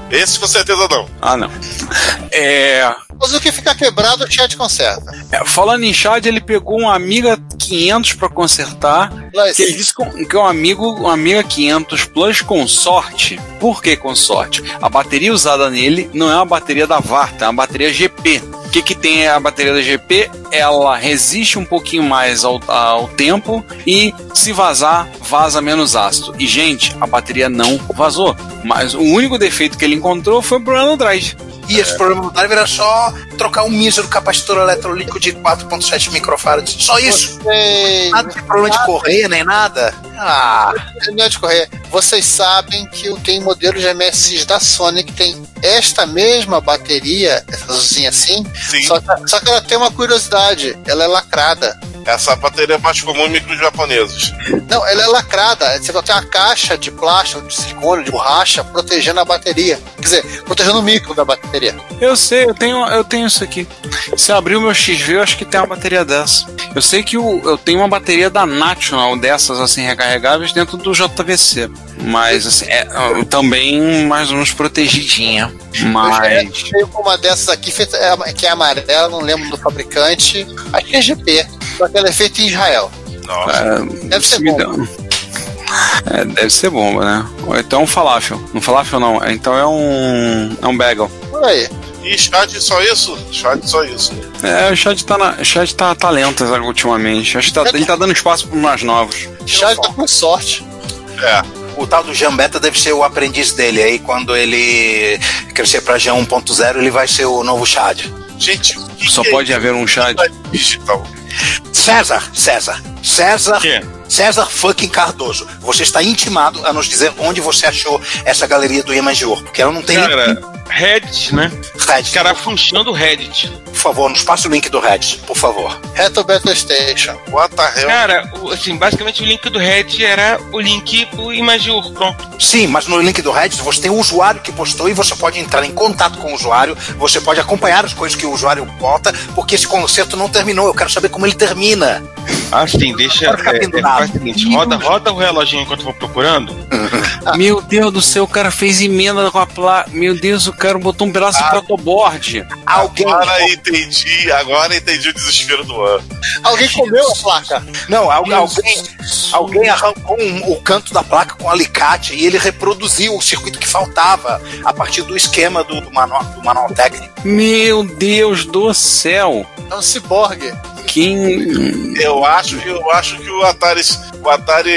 S6: Esse com certeza não.
S9: Ah, não. É...
S3: Mas o que ficar quebrado, o chat conserta.
S9: É, falando em Chad, ele pegou um Amiga quinhentos para consertar. Que ele disse que é um, amigo, um Amiga quinhentos Plus com sorte. Por que com sorte? A bateria usada nele não é uma bateria da Varta, é uma bateria G P. O que, que tem a bateria da G P? Ela resiste um pouquinho mais ao, ao tempo e, se vazar, vaza menos ácido. E, gente, a bateria não vazou. Mas o único defeito que ele encontrou foi o problema no drive.
S4: E esse problema do drive era só trocar um mísero capacitor eletrolítico de quatro vírgula sete microfarads. Só isso.
S3: Vocês...
S4: Nada de problema de correia, nem nada. Ah.
S3: Não é de correia. Vocês sabem que eu tenho modelo de M S X da Sony que tem esta mesma bateria, essa azulzinha assim, só que, só que ela tem uma curiosidade, ela é lacrada.
S6: Essa bateria é mais comum em micros japoneses.
S3: Não, ela é lacrada. Você tem uma caixa de plástico, de silicone, de borracha, protegendo a bateria. Quer dizer, protegendo o micro da bateria.
S9: Eu sei, eu tenho, eu tenho isso aqui. Se abrir o meu X V, eu acho que tem uma bateria dessa. Eu sei que o, eu tenho uma bateria da National, dessas assim, recarregáveis, dentro do J V C. Mas, assim, é, também mais ou menos protegidinha. Mas...
S3: Eu tenho uma dessas aqui, feita, que é amarela, não lembro do fabricante. Acho que é G P. Só que ela é feita em Israel.
S6: Nossa.
S9: É,
S3: deve ser bom.
S9: É, deve ser bomba, né? Ou então um falafel. Um falafel não, então é um. É um bagel.
S3: Por aí.
S6: E Chad só isso? Chad só isso.
S9: É, o Chad tá, na, Chad tá, tá lento ultimamente. Acho que tá, ele tá dando espaço para mais novos.
S3: Chad tá com sorte.
S6: É.
S4: O tal do Jambeta deve ser o aprendiz dele. Aí quando ele crescer pra G um ponto zero, ele vai ser o novo Chad.
S6: Gente, que
S9: só
S6: que
S9: pode
S6: é
S9: haver um Chad
S6: digital.
S4: César, César, César,
S6: que?
S4: César fucking Cardoso. Você está intimado a nos dizer onde você achou essa galeria do Iemanjur, porque ela não tem.
S2: Cara, Reddit, né?
S4: Reddit.
S2: Cara, funcionando o Reddit.
S4: Por favor, nos passe o link do Reddit, por favor.
S3: Retro Battle Station.
S6: What the hell?
S2: Cara, o, assim, basicamente o link do Reddit era o link pro Iemanjur, pronto.
S4: Sim, mas no link do Reddit você tem o usuário que postou e você pode entrar em contato com o usuário, você pode acompanhar as coisas que o usuário bota, porque esse concerto não terminou, eu quero saber como ele termina.
S2: Ah, sim, deixa. É, é, faz o seguinte, roda, roda o reloginho enquanto eu vou procurando.
S9: Meu Deus do céu, o cara fez emenda com a placa. Meu Deus, o cara botou um pedaço ah, de protoboard.
S6: Alguém... Agora entendi, agora entendi o desespero do ano.
S3: Alguém comeu a placa?
S4: Não, alguém, alguém, alguém arrancou um, o canto da placa com um alicate e ele reproduziu o circuito que faltava a partir do esquema do, do, manual, do manual técnico.
S9: Meu Deus do céu.
S3: É um ciborgue.
S9: Quem...
S6: Eu acho, eu acho que o Atari, o Atari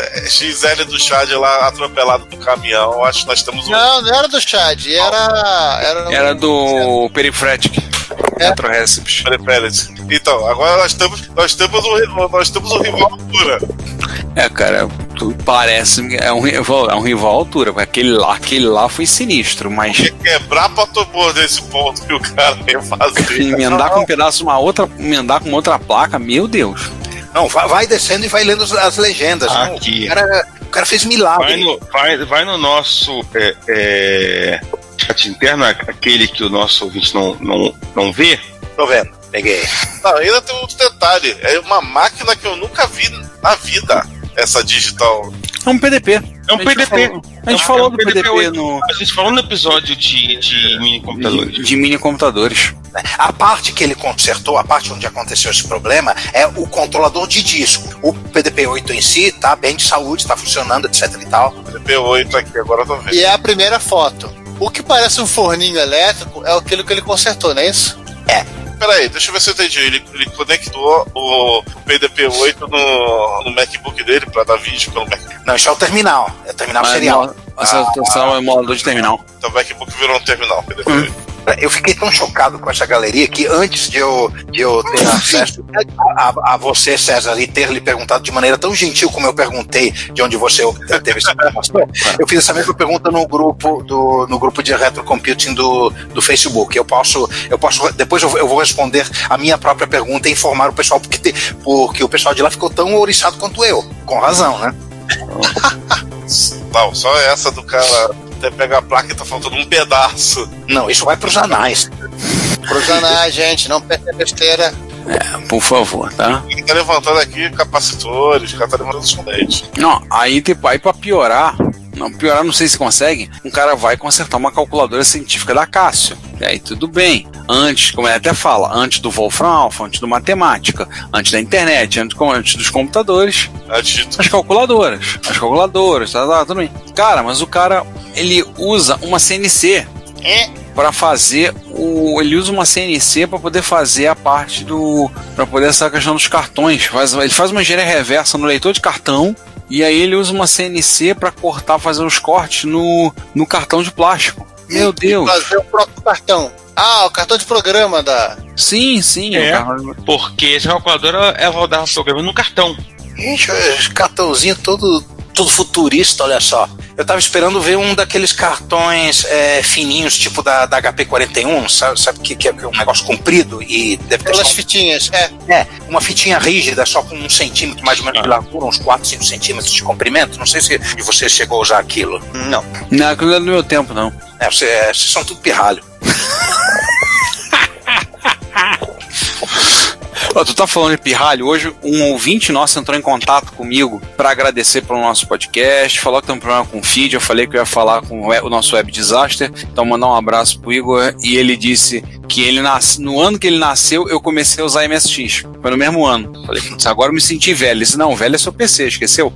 S6: X L do Chad lá atropelado do caminhão, eu acho que nós temos um...
S3: Não, não era do Chad, era... Era,
S9: era do Periférico.
S3: É.
S6: Periférico. Então, agora nós temos, nós temos um, nós temos um rival à altura.
S9: É, cara, parece é um rival, é um rival à altura, porque aquele lá, aquele lá foi sinistro, mas...
S6: Porque quebrar protobor desse ponto que o cara ia fazer.
S9: Emendar com um pedaço, uma outra, emendar com outra placa, meu Deus.
S4: Não, vai, vai descendo e vai lendo as, as legendas.
S2: Aqui.
S4: Não, o, cara, o cara fez milagre.
S2: Vai no, vai, vai no nosso é, é, chat interno, aquele que o nosso ouvinte não, não, não vê.
S4: Tô vendo, peguei.
S6: Não, ainda tem outro detalhe. É uma máquina que eu nunca vi na vida, essa digital.
S9: É um P D P.
S2: É um P D P.
S9: Falou, a gente é falou é um do P D P, P D P no...
S2: A gente falou no episódio de, de mini computadores.
S9: De, de mini computadores.
S4: A parte que ele consertou, a parte onde aconteceu esse problema, é o controlador de disco. O P D P oito em si tá bem de saúde, tá funcionando, etc e tal.
S6: P D P oito aqui, agora eu tô vendo.
S3: E é a primeira foto. O que parece um forninho elétrico é aquilo que ele consertou, não é isso?
S4: É.
S6: Peraí, deixa eu ver se eu entendi. Ele, ele conectou o P D P oito no, no MacBook dele pra dar vídeo pelo MacBook.
S4: Não, isso é o terminal. É o terminal
S9: Mas
S4: serial.
S9: Essa situação ah, é emulador de terminal.
S6: Então o MacBook virou um terminal, P D P oito.
S4: Hum. Eu fiquei tão chocado com essa galeria que antes de eu, de eu ter acesso a, a, a você, César, e ter lhe perguntado de maneira tão gentil como eu perguntei de onde você teve essa informação, eu fiz essa mesma pergunta no grupo, do, no grupo de retrocomputing do, do Facebook. Eu posso, eu posso depois eu, eu vou responder a minha própria pergunta e informar o pessoal, porque, te, porque o pessoal de lá ficou tão ouriçado quanto eu. Com razão, né?
S6: Não, só essa do cara... Até pega a placa e tá faltando um pedaço.
S4: Não, isso vai pros anais.
S3: Pros anais, gente, não perca besteira.
S9: É, por favor, tá?
S6: Ele tá levantando aqui capacitores, o cara tá levantando os fundamentos.
S9: Não, aí, tipo, aí pra piorar, não, piorar, não sei se consegue, um cara vai consertar uma calculadora científica da Cássio. E aí tudo bem. Antes, como ele até fala, antes do Wolfram Alpha, antes do matemática, antes da internet, antes, antes dos computadores, as calculadoras. As calculadoras, tá, tá, tudo bem. Cara, mas o cara, ele usa uma C N C. É. Para fazer o. Ele usa uma C N C para poder fazer a parte do. Para poder essa questão dos cartões. Faz, ele faz uma engenharia reversa no leitor de cartão. E aí ele usa uma C N C para cortar, fazer os cortes no, no cartão de plástico. E Meu Deus.
S3: Fazer o próprio cartão. Ah, o cartão de programa da.
S9: Sim, sim.
S2: É, porque essa calculadora ela rodava o programa no cartão.
S4: Gente, esse cartãozinho todo, todo futurista, olha só. Eu tava esperando ver um daqueles cartões é, fininhos, tipo da, da H P quarenta e um, sabe, sabe que, que é um negócio comprido e deve ter.
S3: Aquelas
S4: só...
S3: fitinhas, é.
S4: É, uma fitinha rígida, só com um centímetro mais ou menos de largura, uns quatro, cinco centímetros de comprimento. Não sei se você chegou a usar aquilo. Não.
S9: Não, aquilo não é do meu tempo, não.
S4: É, você, é, vocês são tudo pirralho.
S9: Ó, tu tá falando de pirralho, hoje um ouvinte nosso entrou em contato comigo para agradecer pelo nosso podcast, falou que tem um problema com o feed, eu falei que eu ia falar com o nosso web disaster, então mandar um abraço pro Igor, e ele disse que ele nasce, no ano que ele nasceu eu comecei a usar M S X, foi no mesmo ano. Falei, agora eu me senti velho. Ele disse, não, velho é seu P C, esqueceu?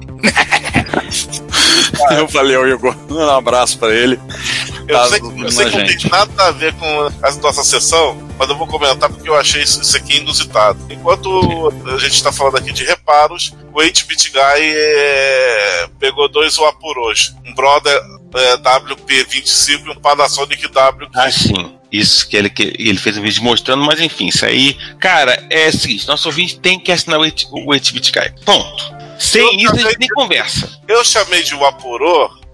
S9: Eu falei, ô Igor, um abraço pra ele.
S6: Eu
S9: Tá,
S6: sei, eu sei que não tem nada a ver com a nossa sessão, mas eu vou comentar porque eu achei isso, isso aqui inusitado. Enquanto a gente está falando aqui de reparos, o oito bit Guy é, pegou dois Wapuros, um Brother é, W P vinte e cinco e um Panasonic W quinze.
S2: Ah, sim. Isso que ele, que ele fez um vídeo mostrando, mas enfim, isso aí. Cara, é o seguinte: nosso ouvinte tem que assinar o oito bit Guy. Ponto. Sem eu isso, a gente nem conversa.
S6: Eu chamei de Wapuro.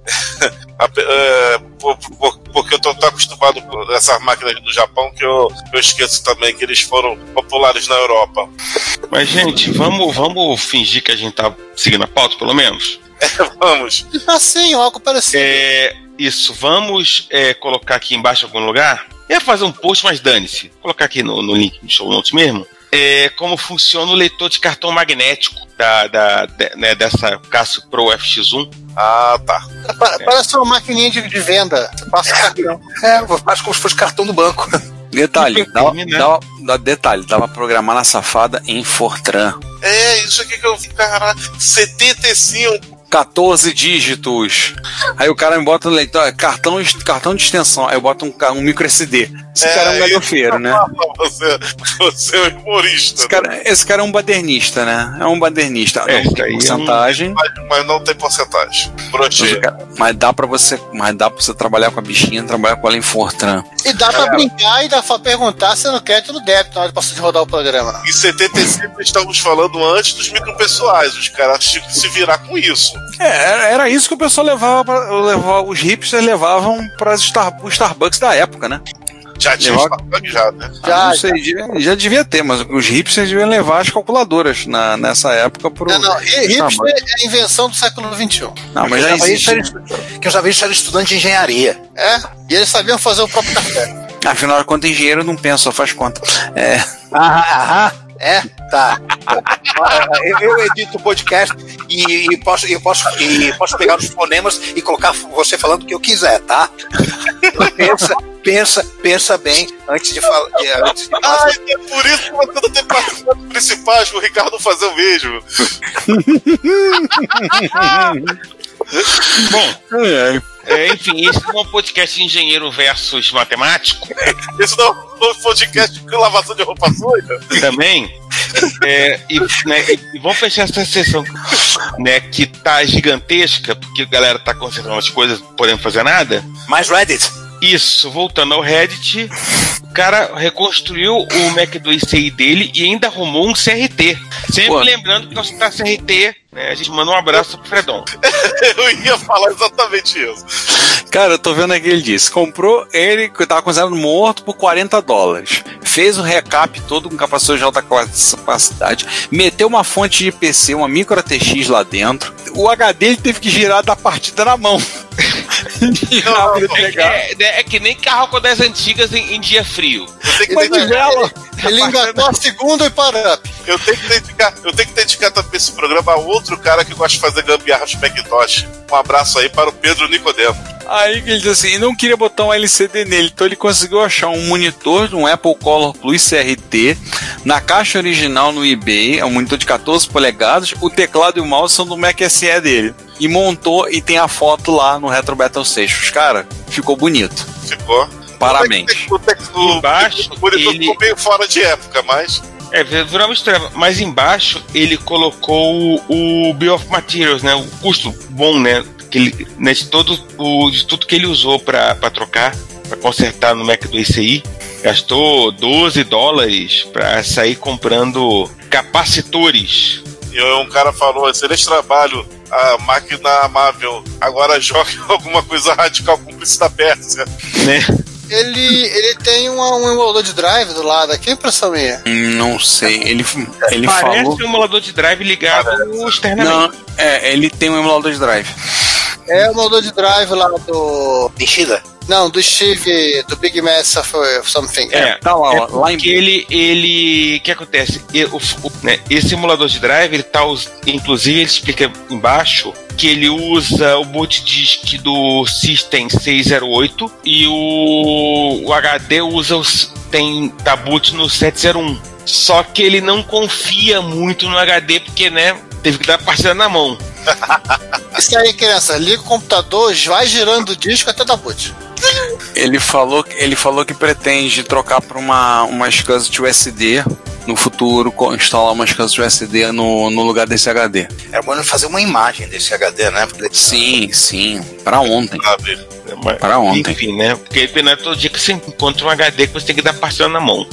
S6: é, por, por, porque eu tô tão acostumado com essas máquinas do Japão que eu, eu esqueço também que eles foram populares na Europa.
S2: Mas, gente, vamos, vamos fingir que a gente tá seguindo a pauta, pelo menos?
S6: É, vamos.
S3: Assim, algo parecido.
S2: É, isso, vamos é, colocar aqui embaixo em algum lugar. Eu ia fazer um post, mas dane-se. Vou colocar aqui no, no link do show notes mesmo. É, como funciona o leitor de cartão magnético da, da, de, né, dessa Cássio Pro F X um.
S6: Ah, tá.
S3: É. Parece uma maquininha de, de venda. Você passa o cartão.
S4: É, faz como se fosse cartão do banco.
S9: Detalhe, dá, dá, dá, detalhe, dá pra programar na safada em Fortran.
S6: É, isso aqui que eu vi, cara, setenta e cinco.
S9: quatorze dígitos. Aí o cara me bota no leitor, cartão, cartão de extensão. Aí eu boto um, um micro S D. Esse é, cara é um galhofeiro, né?
S6: Você, você é um humorista.
S9: Esse cara, esse cara é um badernista, né? É um badernista.
S2: É,
S9: não tem porcentagem.
S6: Mas, mas não tem porcentagem.
S9: Mas, mas dá pra você, mas dá pra você trabalhar com a bichinha, trabalhar com ela em Fortran.
S3: E dá pra é. brincar e dá pra perguntar se não quer no débito na hora de rodar o programa.
S6: Em setenta e cinco estávamos falando antes dos micropessoais. Os caras tinham que se virar com isso.
S9: É, era, era isso que o pessoal levava, pra, levava os hipsters levavam para Star, o Starbucks da época, né?
S6: Já tinha
S9: levava...
S6: Starbucks já, né?
S9: Já, ah, não sei, já. já devia ter, mas os hipsters deviam levar as calculadoras na, nessa época pro.
S3: Não, não, hipster é a invenção do século vinte e um.
S9: Não, mas já existe.
S4: Que eu já vi isso era estudante de engenharia.
S3: É, e eles sabiam fazer o próprio café.
S9: Afinal de contas, engenheiro não pensa, só faz conta. É.
S4: Aham, aham. É, tá. eu, eu edito o podcast e, e, posso, e, posso, e posso pegar os fonemas e colocar você falando o que eu quiser, tá? Pensa, pensa, pensa bem antes de falar. Antes de
S6: ah, é por isso que você não tem participados principais para o Ricardo fazer o mesmo.
S2: Bom, é, enfim, esse não é um podcast de engenheiro versus matemático.
S6: Esse não é um podcast de lavação de roupa suja.
S2: Também. É, e, né, e, e vamos fechar essa sessão, né, que tá gigantesca, porque a galera tá consertando as coisas, não podemos fazer nada.
S4: Mais Reddit.
S2: Isso, voltando ao Reddit, o cara reconstruiu o Mac dois C I dele e ainda arrumou um C R T. Sempre Pô. lembrando que nós tá C R T, né, a gente manda um abraço pro Fredon.
S6: Eu ia falar exatamente isso.
S9: Cara, eu tô vendo aqui, ele disse, comprou ele, que tava considerado morto, por quarenta dólares. Fez um recap todo com capacitor de alta capacidade, meteu uma fonte de P C, uma micro A T X lá dentro. O H D ele teve que girar da partida na mão.
S2: Não, é, que, é, é que nem carro com das antigas em, em dia frio.
S3: Ele, ele, ele engatou a segunda e para up.
S6: Eu tenho que dedicar, eu tenho que dedicar também esse programa a outro cara que gosta de fazer gambiarra de Macintosh. Um abraço aí para o Pedro Nicodemo.
S9: Aí que ele diz assim, não queria botar um L C D nele, então ele conseguiu achar um monitor de um Apple Color Plus C R T na caixa original no eBay, é um monitor de quatorze polegadas, o teclado e o mouse são do Mac S E dele. E montou e tem a foto lá no Retro Battle Sessions. Cara, ficou bonito.
S6: Ficou.
S9: Parabéns.
S6: O texto
S2: embaixo
S6: monitor
S2: ele...
S6: ficou meio fora de época, mas...
S2: É, virou uma mistura. Mas embaixo ele colocou o, o Bill of Materials, né? O custo bom, né? Que ele, né, de, todo, o, de tudo que ele usou para trocar, para consertar no Mac do I C I, gastou doze dólares para sair comprando capacitores.
S6: E um cara falou, excelente trabalho, a máquina amável, agora joga alguma coisa radical com o Príncipe da Pérsia.
S2: Né?
S3: Ele, ele tem uma, um emulador de drive do lado aqui, impressão minha?
S9: Não sei, ele, ele
S2: Parece
S9: falou...
S2: um emulador de drive ligado Parece. externamente.
S9: Não, é, ele tem um emulador de drive.
S3: É o emulador de drive lá do...
S4: Nishida?
S3: Não, do Steve, do Big Mass of Something.
S2: É,
S9: tá lá,
S2: é
S9: lá em...
S2: ele, ele, o que acontece? O, o, né, esse emulador de drive, ele tá, inclusive, ele explica embaixo que ele usa o boot disk do System seiscentos e oito e o, o H D usa os, tem da boot no setecentos e um. Só que ele não confia muito no H D porque, né, teve que dar partida na mão.
S3: Isso aí, criança, liga o computador, vai girando o disco até dar boot.
S9: Ele falou, ele falou que pretende trocar para uma, uma S C S I U S D no futuro, instalar uma S C S I U S D no, no lugar desse H D.
S4: Era bom fazer uma imagem desse H D, né? Porque...
S9: Sim, sim, para ontem. Para ontem.
S2: Enfim, né? Porque não é todo dia que você encontra um H D que você tem que dar partida na mão.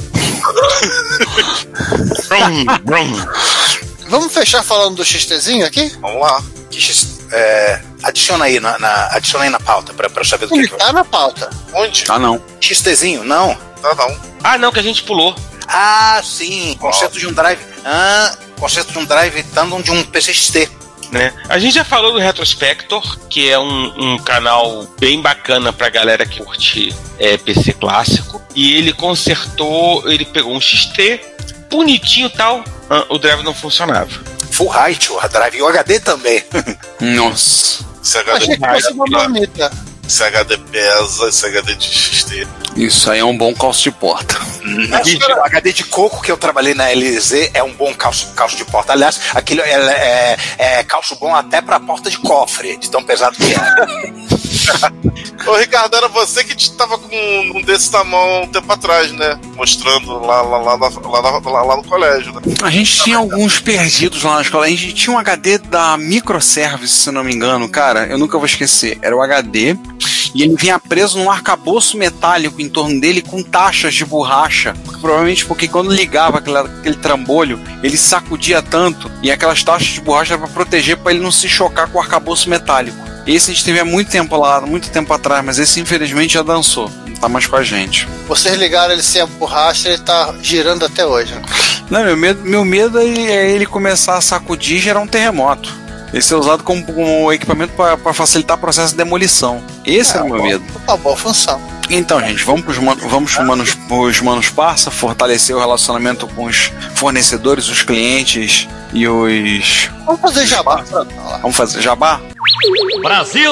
S2: brum, brum.
S3: Vamos fechar falando do XTzinho aqui?
S6: Vamos lá.
S4: É, adiciona aí na, na, adiciona aí na pauta pra, pra saber do
S3: Ele
S4: que
S3: tá
S4: que
S3: na pauta.
S6: Onde?
S9: Ah, não.
S4: XTzinho, não.
S6: Tá não.
S2: Ah, não, que a gente pulou.
S4: Ah, sim. Conceito de um drive. Ah, conceito de um drive tandem de um P C X T.
S2: Né? A gente já falou do Retrospector, que é um, um canal bem bacana pra galera que curte é, P C clássico. E ele consertou, ele pegou um X T bonitinho e tal, o drive não funcionava.
S4: Full height, o drive e o H D também.
S9: Nossa.
S6: Esse H D,
S3: Achei que fosse uma marmita.
S6: esse H D pesa, esse H D de X T.
S9: Isso aí é um bom calço de porta.
S4: O H D de coco que eu trabalhei na L Z é um bom calço, calço de porta. Aliás, aquilo é, é, é calço bom até pra porta de cofre, de tão pesado que é.
S6: Ô Ricardo, era você que tava com um desse tamanho um tempo atrás, né? Mostrando lá, lá, lá, lá, lá, lá, lá no colégio, né?
S9: A gente tinha alguns perdidos lá na escola. A gente tinha um H D da Microservice, se não me engano, cara. Eu nunca vou esquecer. Era o H D e ele vinha preso num arcabouço metálico em torno dele com taxas de borracha. Provavelmente porque quando ligava aquele, aquele trambolho, ele sacudia tanto e aquelas taxas de borracha eram pra proteger, pra ele não se chocar com o arcabouço metálico. Esse a gente teve há muito tempo lá, muito tempo atrás, mas esse infelizmente já dançou. Não tá mais com a gente.
S3: Vocês ligaram ele sem a borracha, ele tá girando até hoje. Né?
S9: Não, meu medo, meu medo é ele começar a sacudir e gerar um terremoto. Ele ser usado como, como equipamento para facilitar o processo de demolição. Esse é, é o meu
S3: boa,
S9: medo.
S3: Uma boa função.
S9: Então, gente, vamos para os vamos pros manos, pros manos parça, fortalecer o relacionamento com os fornecedores, os clientes e os...
S3: Vamos fazer jabá.
S9: Vamos fazer jabá?
S10: Brasil!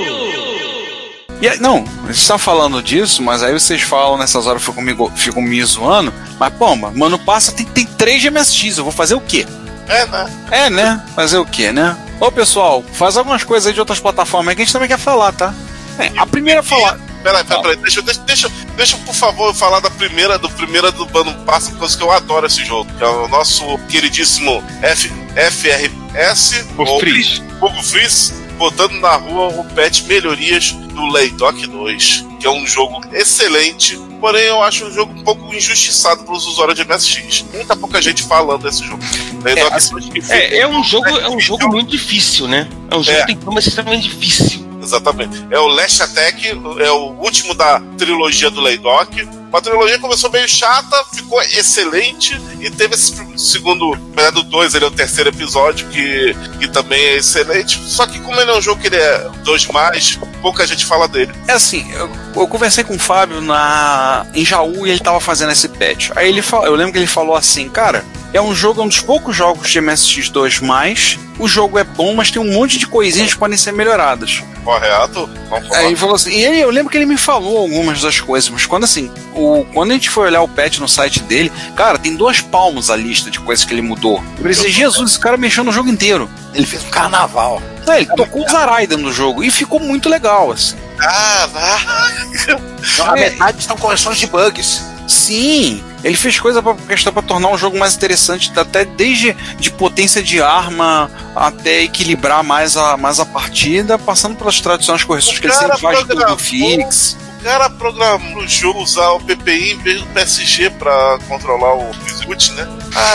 S9: E, não, a gente tá falando disso, mas aí vocês falam nessas horas, ficam me, ficam me zoando, mas, pô, mano, passa, tem, tem três G M S X, eu vou fazer o quê?
S6: É, né?
S9: É, né? Fazer o quê, né? Ô, pessoal, faz algumas coisas aí de outras plataformas aí que a gente também quer falar, tá? É, a primeira a falar...
S6: Peraí, peraí, peraí, deixa, deixa, deixa, deixa, por favor, falar da primeira, do primeira do Bando Passa, coisa que eu adoro esse jogo, que é o nosso queridíssimo F, F R S,
S2: Fogo Freeze.
S6: Fogo Freeze, botando na rua o patch melhorias do Laydock dois, que é um jogo excelente, porém eu acho um jogo um pouco injustiçado pelos usuários de M S X. Muita pouca gente falando desse jogo.
S2: É, é, é um jogo, é um jogo muito difícil, né? É um jogo
S6: é.
S2: que tem que ser extremamente difícil.
S6: Exatamente. É o Last Attack, é o último da trilogia do Laydock. A trilogia começou meio chata, ficou excelente, e teve esse segundo, na do dois, ele é o terceiro episódio, que, que também é excelente. Só que como ele é um jogo que ele é dois mais, pouca gente fala dele.
S9: É assim, eu, eu conversei com o Fábio na, em Jaú, e ele tava fazendo esse patch. Aí ele falou, eu lembro que ele falou assim, cara, é um jogo, é um dos poucos jogos de M S X dois mais, o jogo é bom, mas tem um monte de coisinhas que podem ser melhoradas.
S6: Correto.
S9: Aí ele falou assim, e ele, eu lembro que ele me falou algumas das coisas, mas quando assim, o, quando a gente foi olhar o patch no site dele, cara, tem duas palmos a lista de coisas que ele mudou. Eu pensei, Jesus, esse cara mexeu no jogo inteiro.
S4: Ele fez um carnaval.
S9: É, ele tocou os Araida no jogo e ficou muito legal, assim.
S6: Caraca!
S4: A metade são correções de bugs.
S9: Sim, ele fez coisa pra, questão para tornar um jogo mais interessante, até desde de potência de arma até equilibrar mais a, mais a partida, passando pelas tradicionais correções que ele sempre faz do, do Fix.
S6: O cara programou o jogo usar o P P I em vez do P S G pra controlar o Execute, né?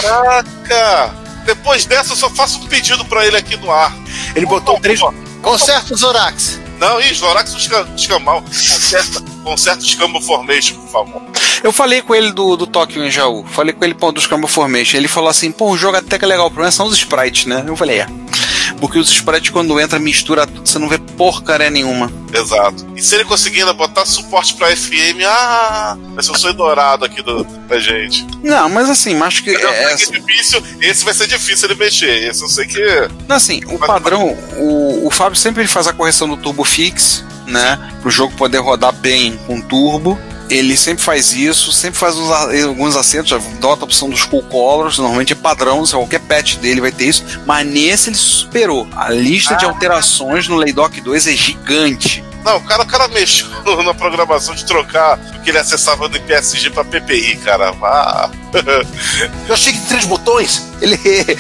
S6: Caraca! Depois dessa eu só faço um pedido pra ele aqui no ar.
S4: Ele botou três...
S3: Conserta o Zorax.
S6: Não, ih, Zorax escamal. Conserta, conserta o Scamble Formation, por favor.
S9: Eu falei com ele do, do Tóquio em Jaú. Falei com ele pô, do Scamble Formation. Ele falou assim, pô, o jogo até que é legal. O problema são os sprites, né? Eu falei, é. Porque os sprites, quando entra, mistura tudo, você não vê porcaria nenhuma.
S6: Exato. E se ele conseguir ainda botar suporte pra F M, ah, vai ser o sonho dourado aqui do, da gente.
S9: Não, mas assim, acho que.
S6: Eu
S9: é,
S6: sei que é difícil, esse vai ser difícil ele mexer. Esse eu sei que.
S9: Não, assim, o padrão, o, o Fábio sempre ele faz a correção do Turbo Fix, né? Pro jogo poder rodar bem com turbo. Ele sempre faz isso, sempre faz uns, alguns acertos, já dota a opção dos Cool Colors, normalmente é padrão, qualquer patch dele vai ter isso, mas nesse ele superou. A lista ah, de alterações no Laydock dois é gigante.
S6: Não, o cara, o cara mexeu na programação de trocar o que ele acessava do P S G pra P P I, cara. Ah.
S4: Eu achei que três botões. Ele.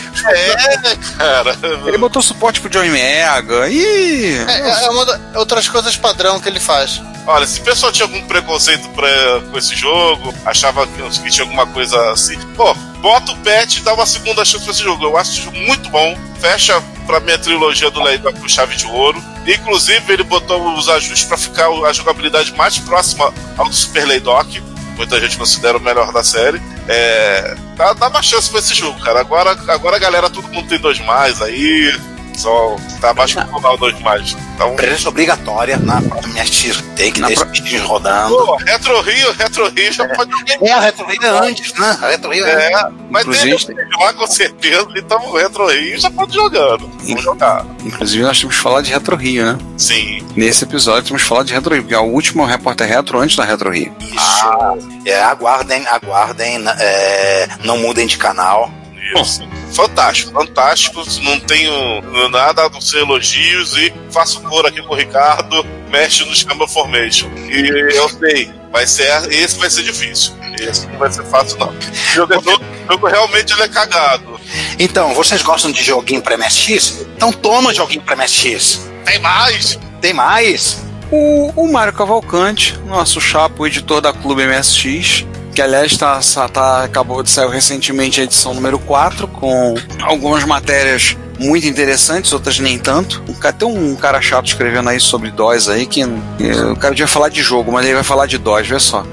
S6: É, cara.
S9: Ele botou suporte pro Joy Mega e.
S3: É, é uma das outras coisas padrão que ele faz.
S6: Olha, se o pessoal tinha algum preconceito pra, com esse jogo, achava que, que tinha alguma coisa assim, pô, bota o patch e dá uma segunda chance pra esse jogo. Eu acho esse jogo muito bom. Fecha pra minha trilogia do Laydock com chave de ouro. Inclusive, ele botou os ajustes pra ficar a jogabilidade mais próxima ao do Super Laydock. Muita gente considera o melhor da série. É, dá, dá uma chance pra esse jogo, cara. Agora, agora a galera, todo mundo tem dois mais aí. Só tá abaixo do o dois mais. Então,
S4: presença obrigatória na M S X. Tem que ter esse bicho rodando.
S6: Pô, Retro Rio, Retro Rio já é. pode jogar.
S4: É, a Retro Rio é antes, né? A Retro Rio é,
S6: é mas tem lá com certeza. Então o Retro Rio já pode jogando. Vamos jogar.
S9: Inclusive nós temos que falar de Retro Rio, né?
S6: Sim.
S9: Nesse episódio temos que falar de Retro Rio, porque é o último Repórter Retro antes da Retro Rio.
S4: Isso. Ah, é, aguardem, aguardem. É, não mudem de canal.
S6: Isso. Fantástico, fantástico. Não tenho nada a não ser elogios e faço cor aqui com o Ricardo. Mexe no Scamble Formation. E eu sei, vai ser, esse vai ser difícil. Esse não vai ser fácil, não. O jogador, o jogo realmente ele é cagado.
S4: Então, vocês gostam de joguinho pra M S X? Então toma joguinho pra M S X.
S6: Tem mais!
S4: Tem mais!
S9: O, o Mário Cavalcante, nosso chapa, o editor da Clube M S X, que aliás tá, tá, acabou de sair recentemente a edição número quatro, com algumas matérias muito interessantes, outras nem tanto. Tem um cara chato escrevendo aí sobre DOS aí, que o cara devia falar de jogo, mas ele vai falar de DOS, vê só.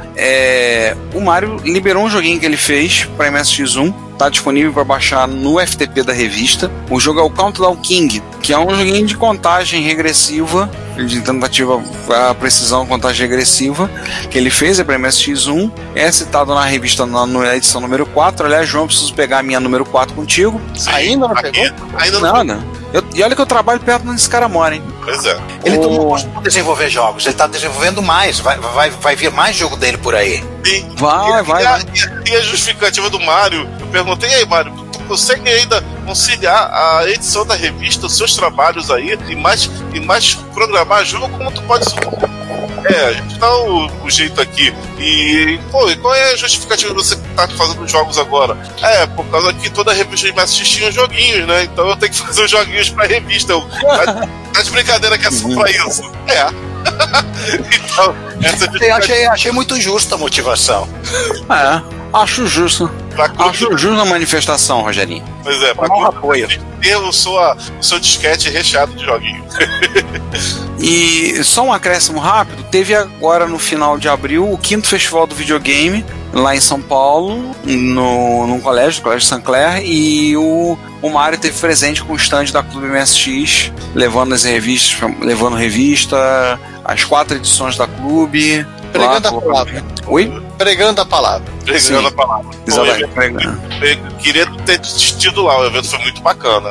S9: É, o Mário liberou um joguinho que ele fez para M S X um, tá disponível para baixar no F T P da revista. O jogo é o Countdown King, que é um joguinho de contagem regressiva, de tentativa a precisão, contagem regressiva, que ele fez, é para M S X um, é citado na revista na, na edição número quatro. Aliás, João, eu preciso pegar a minha número quatro contigo.
S6: Sim, ainda não pegou? Ainda
S9: não. Nada. Eu, e olha que eu trabalho perto onde esse cara mora, hein?
S6: Pois é.
S4: Ele tomou gosto de desenvolver jogos, ele tá desenvolvendo mais, vai, vai, vai vir mais jogo dele por aí.
S6: Sim.
S9: Vai,
S6: e,
S9: vai,
S6: e,
S9: vai.
S6: A, e a justificativa do Mário, eu perguntei, e aí, Mário, tu consegue ainda conciliar a edição da revista, os seus trabalhos aí, e mais, e mais programar jogo, como tu pode subir? É, a gente dá o, o jeito aqui. E, pô, e qual é a justificativa de você estar tá fazendo jogos agora? É, por causa que toda a revista de M S X tinha joguinhos, né? Então eu tenho que fazer os joguinhos pra revista. Eu, tá, tá de brincadeira que é só pra isso. É. Então, essa
S4: eu achei, achei muito justa a motivação.
S9: É, acho justo. Acho justo na manifestação, Rogerinho.
S6: Pois é, pra
S9: um apoio.
S6: ter o, sua, o seu disquete recheado de joguinho.
S9: E só um acréscimo rápido, teve agora no final de abril o quinto festival do videogame lá em São Paulo, no, num colégio, no Colégio Saint-Clair, e o, o Mário teve presente com o stand da Clube M S X, levando as revistas, levando revista, as quatro edições da Clube.
S3: Pregando
S9: lá,
S3: a palavra.
S9: Oi?
S3: Pregando a palavra.
S6: Pregando
S9: Sim.
S6: a palavra.
S9: Exatamente, pregando.
S6: Eu queria ter tido lá, o evento foi muito bacana.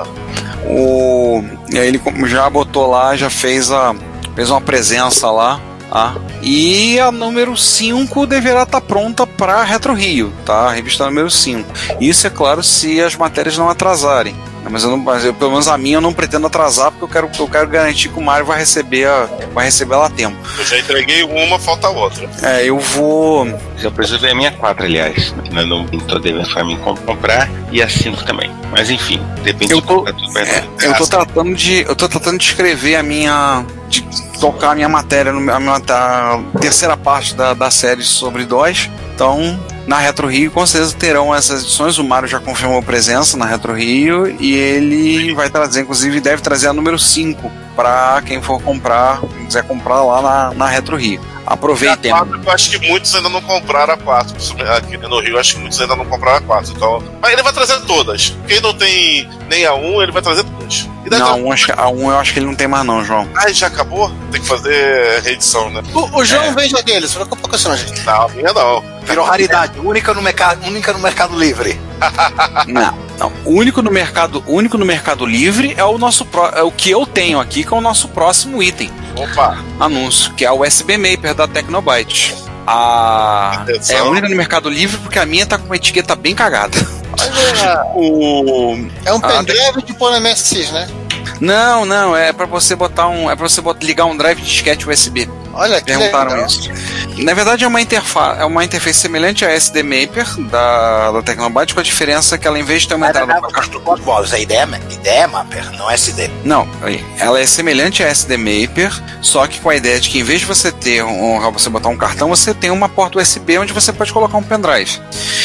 S9: O, e aí ele já botou lá, já fez, a, fez uma presença lá. Ah, e a número cinco deverá estar pronta para Retro Rio, tá? A revista número cinco. Isso é claro se as matérias não atrasarem. Mas, eu não, mas eu, pelo menos a minha eu não pretendo atrasar, porque eu quero, eu quero garantir que o Mário vai receber, a, vai receber ela a tempo.
S6: Eu já entreguei uma, falta outra.
S9: É, eu vou.
S2: Já preciso ver a minha quatro, aliás. Eu não estou devendo pra mim comprar, e a cinco também. Mas enfim, depende
S9: eu tô,
S2: de tudo
S9: é, eu tô tratando de. Eu tô tratando de escrever a minha. De tocar a minha matéria, a, minha, a terceira parte da, da série sobre DOS. Então, na Retro Rio, com certeza terão essas edições. O Mário já confirmou presença na Retro Rio e ele vai trazer, inclusive, deve trazer a número cinco para quem for comprar, quem quiser comprar lá na, na Retro Rio. Aproveitem.
S6: A quatro, eu acho que muitos ainda não compraram a quatro. Aqui no Rio, eu acho que muitos ainda não compraram a quatro. Então, mas ele vai trazer todas. Quem não tem nem a um, ele vai trazer todas.
S9: Não, a um, acho, a um eu acho que ele não tem mais não, João.
S6: Ah, já acabou? Tem que fazer reedição, né?
S3: O, o João é. vende a dele, se preocupa com isso não, gente.
S6: Não, a minha não.
S4: Virou raridade, única no mercado, única no Mercado Livre.
S9: Não, não. O único no mercado, o único no Mercado Livre é o nosso pro, é o que eu tenho aqui, que é o nosso próximo item.
S6: Opa!
S9: Anúncio, que é o U S B Maper da Tecnobyte. A é a única no Mercado Livre porque a minha tá com uma etiqueta bem cagada.
S3: Olha,
S9: o
S3: é um
S9: a...
S3: pendrive de pôr no M S X, né?
S9: Não, não, é pra você botar um, é para você botar, ligar um drive de disquete U S B.
S3: Olha que
S9: perguntaram
S3: legal.
S9: isso. Na verdade é uma interface, é uma interface semelhante a S D Maper da, da Tecnobyte, com a diferença que ela, em vez de ter uma entrada
S4: para bolas, a ideia é, ideia é Maper, não é S D.
S9: Não, ela é semelhante a S D Maper, só que com a ideia de que em vez de você ter um, você botar um cartão, você tem uma porta U S B onde você pode colocar um pendrive.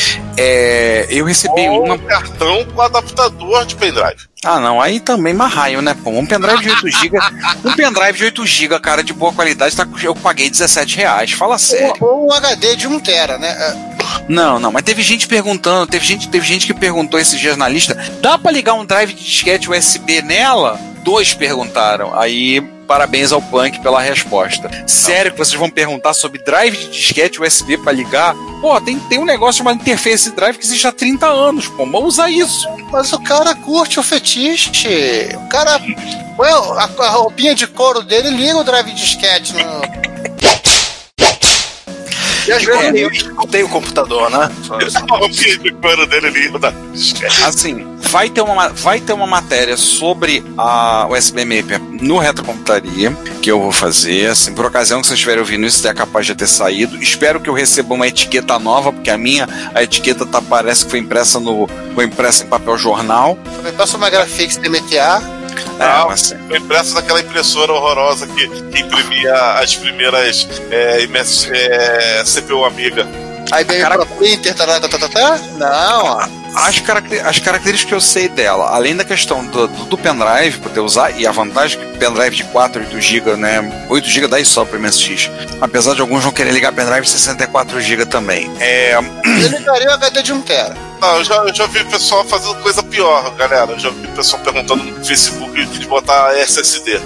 S9: É, eu recebi
S6: Ou
S9: uma
S6: um cartão com adaptador de pendrive.
S9: Ah, não, aí também marraio, né, pô? Um pendrive de oito gigas, um pendrive de oito gigas, cara, de boa qualidade, tá, eu paguei dezessete reais, fala sério.
S3: Ou um H D de um tera, né?
S9: Não, não, mas teve gente perguntando, teve gente, teve gente que perguntou esses dias na lista, dá pra ligar um drive de disquete U S B nela? Dois perguntaram, aí parabéns ao Punk pela resposta. Sério que vocês vão perguntar sobre drive de disquete U S B pra ligar? Pô, tem, tem um negócio chamado interface drive que existe há trinta anos, pô, vamos usar isso.
S3: Mas o cara curte o fetiche. O cara põe a, a roupinha de couro dele e liga o drive de disquete no...
S4: E às vezes eu escutei o computador, né?
S6: A roupinha de couro dele liga.
S9: Assim, vai ter, uma, vai ter uma matéria sobre a U S B Maper no Retrocomputaria, que eu vou fazer, assim, por ocasião que vocês estiverem ouvindo isso, é capaz de ter saído. Espero que eu receba uma etiqueta nova, porque a minha, a etiqueta tá, parece que foi impressa no, foi impressa em papel jornal.
S3: Foi impressa uma Grafix D M T A.
S6: Não, mas... foi impresso naquela impressora horrorosa que, que imprimia as primeiras é, é, C P U Amiga.
S3: Aí veio cara... pra printer, tá, tá, tá, tá, tá? Não, ó.
S9: As, caracter, as características que eu sei dela, além da questão do, do, do pendrive, poder usar, e a vantagem que pendrive de quatro, oito gigas, né? oito gigas dá só pro M S X. Apesar de alguns vão querer ligar pendrive de sessenta e quatro gigas também. É...
S3: Eu ligaria o H D de um tera.
S6: Não, eu já, eu já vi o pessoal fazendo coisa pior, galera. Eu já vi o pessoal perguntando no Facebook de botar S S D.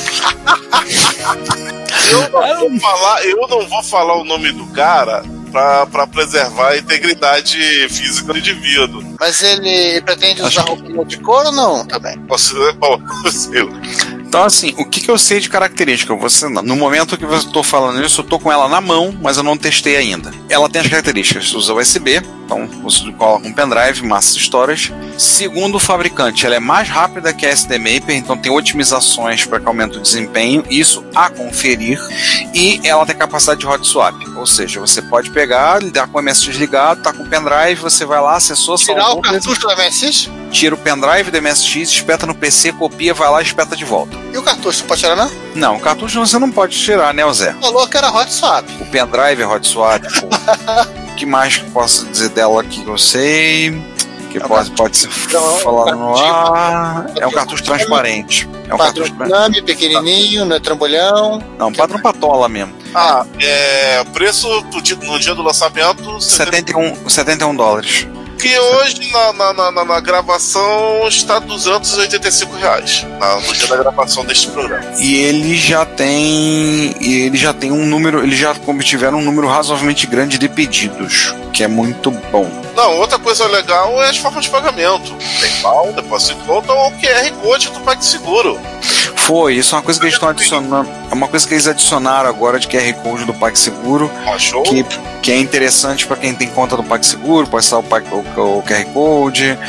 S6: eu, não vou falar, eu não vou falar o nome do cara pra, pra preservar a integridade física do indivíduo.
S3: Mas ele pretende usar Acho... roupinha de couro ou não? Também.
S6: Você, bom, sei lá.
S9: Então, assim, o que, que eu sei de característica? Você, no momento que eu estou falando isso, eu estou com ela na mão, mas eu não testei ainda. Ela tem as características, usa U S B, então você coloca um pendrive, massa storage. Segundo o fabricante, ela é mais rápida que a S D Maper, então tem otimizações para que aumente o desempenho, isso a conferir. E ela tem capacidade de hot swap, ou seja, você pode pegar, lidar com o M S X ligado, tá com o pendrive, você vai lá, acessou,
S3: tirar salvou, o cartucho do M S X?
S9: Tira o pendrive do M S X, espeta no P C, copia, vai lá e espeta de volta.
S3: E o cartucho, pode tirar, não?
S9: Não, o cartucho você não pode tirar, né, Zé?
S3: Falou que era hot swap.
S9: O pendrive é hot swap, pô. que mais que posso dizer dela aqui que eu sei? Que pode, pode ser falado no ar. É um cartucho transparente. É um cartucho
S3: transparente. Pequenininho, não é trambolhão.
S9: Não, padrão patola mesmo.
S6: Ah, é. Preço do dia, no dia do lançamento:
S9: setenta e um, setenta e um dólares.
S6: Que hoje na, na, na, na gravação está duzentos e oitenta e cinco reais na, no dia da gravação deste programa.
S9: E ele já tem. E ele já tem um número. Eles já tiveram um número razoavelmente grande de pedidos, que é muito bom.
S6: Não, outra coisa legal é as formas de pagamento. PayPal, depósito em conta ou o Q R Code do PagSeguro.
S9: Foi, isso é uma coisa que eles estão adicionando. É uma coisa que eles adicionaram agora de Q R Code do PagSeguro.
S6: Achou?
S9: Que, que é interessante para quem tem conta do PagSeguro, pode estar o, o, o Q R Code.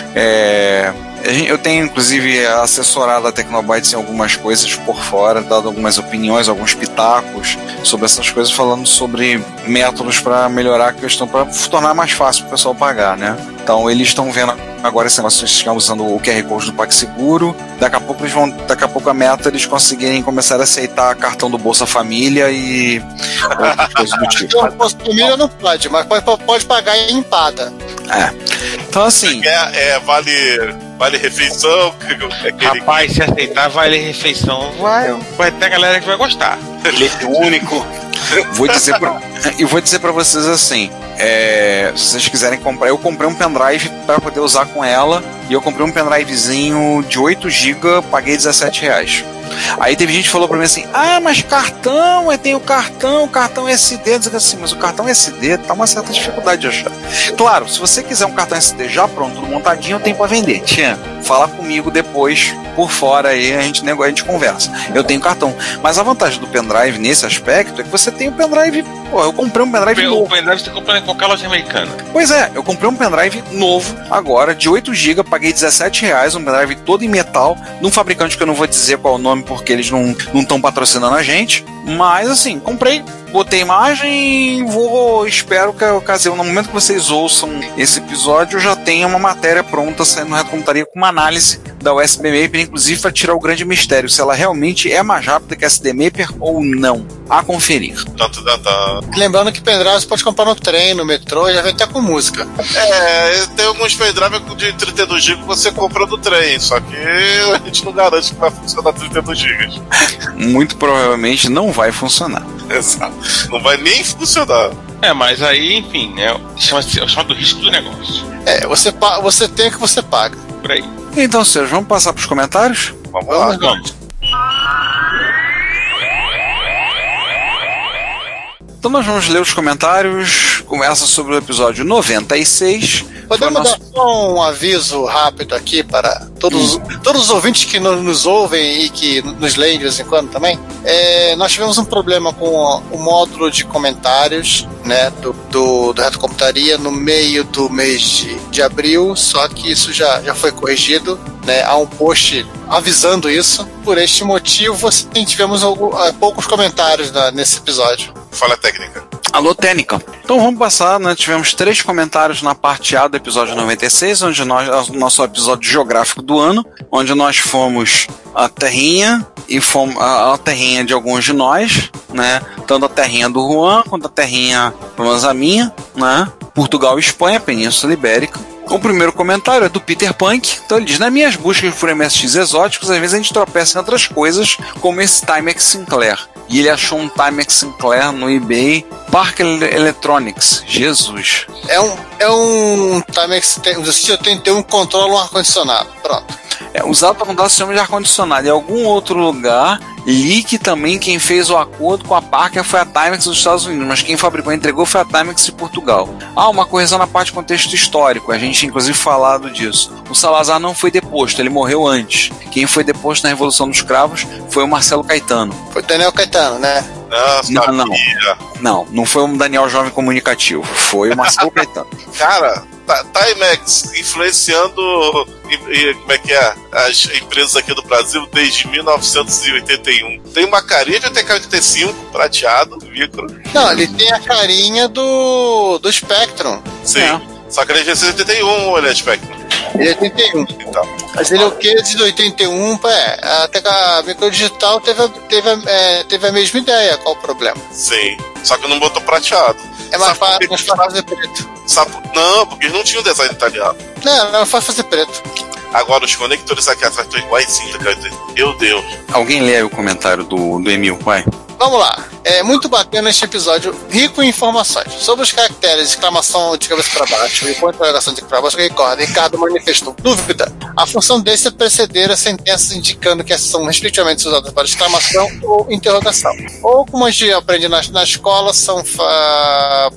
S9: É, eu tenho, inclusive, assessorado a Tecnobytes em algumas coisas por fora, dado algumas opiniões, alguns pitacos sobre essas coisas, falando sobre métodos para melhorar a questão, para tornar mais fácil para o pessoal pagar, né? Então, eles estão vendo agora esse negócio, eles estão usando o Q R Code do PagSeguro. Daqui a pouco eles vão, daqui a pouco a meta eles conseguirem começar a aceitar cartão do Bolsa Família e outras coisas do tipo.
S3: O Bolsa Família não pode, mas pode, pode pagar em empada.
S9: É. Então, assim.
S6: É, é vale, vale refeição.
S2: Aquele... Rapaz, se aceitar vale refeição, vai, vai ter galera que vai gostar.
S6: Leite único.
S9: Vou dizer pra, e vou dizer pra vocês assim, é, se vocês quiserem comprar, eu comprei um pendrive para poder usar com ela, e eu comprei um pendrivezinho de oito gigas, paguei dezessete reais. Aí teve gente que falou pra mim assim, ah, mas cartão, é, tem o cartão, o cartão S D, assim, mas o cartão S D tá uma certa dificuldade de achar. Claro, se você quiser um cartão S D já pronto, tudo montadinho, eu tenho pra vender. Tia, fala comigo depois, por fora aí, a gente, a gente conversa. Eu tenho cartão. Mas a vantagem do pendrive nesse aspecto é que você tem o pendrive, pô, eu comprei um pendrive
S2: o
S9: novo.
S2: O pendrive você compra em qualquer loja americana.
S9: Pois é, eu comprei um pendrive novo agora, de oito gigas, paguei dezessete reais, um pendrive todo em metal, de um fabricante que eu não vou dizer qual é o nome, porque eles não estão patrocinando a gente, mas assim, comprei, botei imagem, vou, espero que ocasião, no momento que vocês ouçam esse episódio, eu já tenha uma matéria pronta saindo na Retro Computaria com uma análise da U S B Maper, inclusive para tirar o grande mistério, se ela realmente é mais rápida que a S D Maper ou não. A conferir.
S6: Tanto, tanto.
S3: Lembrando que pendrive você pode comprar no trem, no metrô, já vem até com música.
S6: É, tem alguns pendrive de trinta e dois gigas que você compra no trem, só que a gente não garante que vai funcionar trinta e dois gigas.
S9: Muito provavelmente não vai funcionar.
S6: Exato. Não vai nem funcionar.
S2: É, mas aí, enfim, né, chama-se, chama do risco do negócio.
S3: É, você, você tem o que você paga.
S2: Por aí.
S9: Então, senhores, vamos passar para os comentários?
S6: Vamos, vamos lá. Vamos.
S9: Então nós vamos ler os comentários. Começa sobre o episódio noventa e seis.
S3: Podemos
S9: nosso...
S3: dar só um aviso rápido aqui para todos, hum. todos os ouvintes que nos, nos ouvem e que nos leem de vez em quando também. É, nós tivemos um problema com o módulo de comentários, né, do, do, do Retro Computaria no meio do mês de, de abril, só que isso já, já foi corrigido, né, há um post avisando isso. Por este motivo, assim, tivemos algum, poucos comentários na, nesse episódio.
S6: Fala técnica.
S9: Alô, técnica. Então vamos passar, né? Tivemos três comentários na parte A do episódio noventa e seis, onde nós, nosso episódio geográfico do ano, onde nós fomos a terrinha e fomos a, a terrinha de alguns de nós, né? Tanto a terrinha do Juan quanto a terrinha, pelo menos a minha, né? Portugal e Espanha, Península Ibérica. O primeiro comentário é do Peter Punk. Então ele diz: nas minhas buscas por M S X exóticos, às vezes a gente tropeça em outras coisas, como esse Timex Sinclair. E ele achou um Timex Sinclair no eBay, Park Electronics. Jesus.
S3: É um, é um Timex, tem, tem um controle, um ar-condicionado. Pronto.
S9: É usado para mudar o sistema de ar-condicionado. Em algum outro lugar, li que também quem fez o acordo com a Parker foi a Timex dos Estados Unidos, mas quem fabricou e entregou foi a Timex de Portugal. Ah, uma correção na parte de contexto histórico. A gente inclusive falado disso. O Salazar não foi deposto, ele morreu antes. Quem foi deposto na Revolução dos Cravos foi o Marcelo Caetano.
S3: Foi o Daniel Caetano, né?
S6: Nossa,
S9: não, não, não, não foi o Daniel Jovem Comunicativo, foi o Marcelo Caetano.
S6: Cara, Timex influenciando e, e, como é que é, as empresas aqui do Brasil desde mil novecentos e oitenta e um. Tem uma carinha de A T K oitenta e cinco prateado, micro.
S3: Não, ele tem a carinha do do Spectrum.
S6: Sim, é. Só que ele é de oitenta e um, ele é Spectrum.
S3: Ele é oitenta e um.
S6: Então.
S3: Mas ele é o que de oitenta e um? É, até que a Microdigital teve, a- teve, a- é, teve a mesma ideia. Qual o problema?
S6: Sim. Só que não botou prateado.
S3: É mais
S6: Sabe por
S3: fácil
S6: quê?
S3: mais fácil fazer preto.
S6: Sabe? Não, porque eles não tinham design italiano.
S3: Não, não é mais fácil fazer preto.
S6: Agora, os conectores aqui atrás estão iguaizinhos, cara. Meu Deus.
S9: Alguém lê aí o comentário do, do Emil, vai.
S3: Vamos lá. É muito bacana este episódio, rico em informações. Sobre os caracteres de exclamação de cabeça para baixo e com interrogação de para baixo, recorda, Ricardo manifestou dúvida. A função desse é preceder as sentenças indicando que essas são respectivamente usadas para exclamação ou interrogação. Ou, como a gente aprende na, na escola, são fa-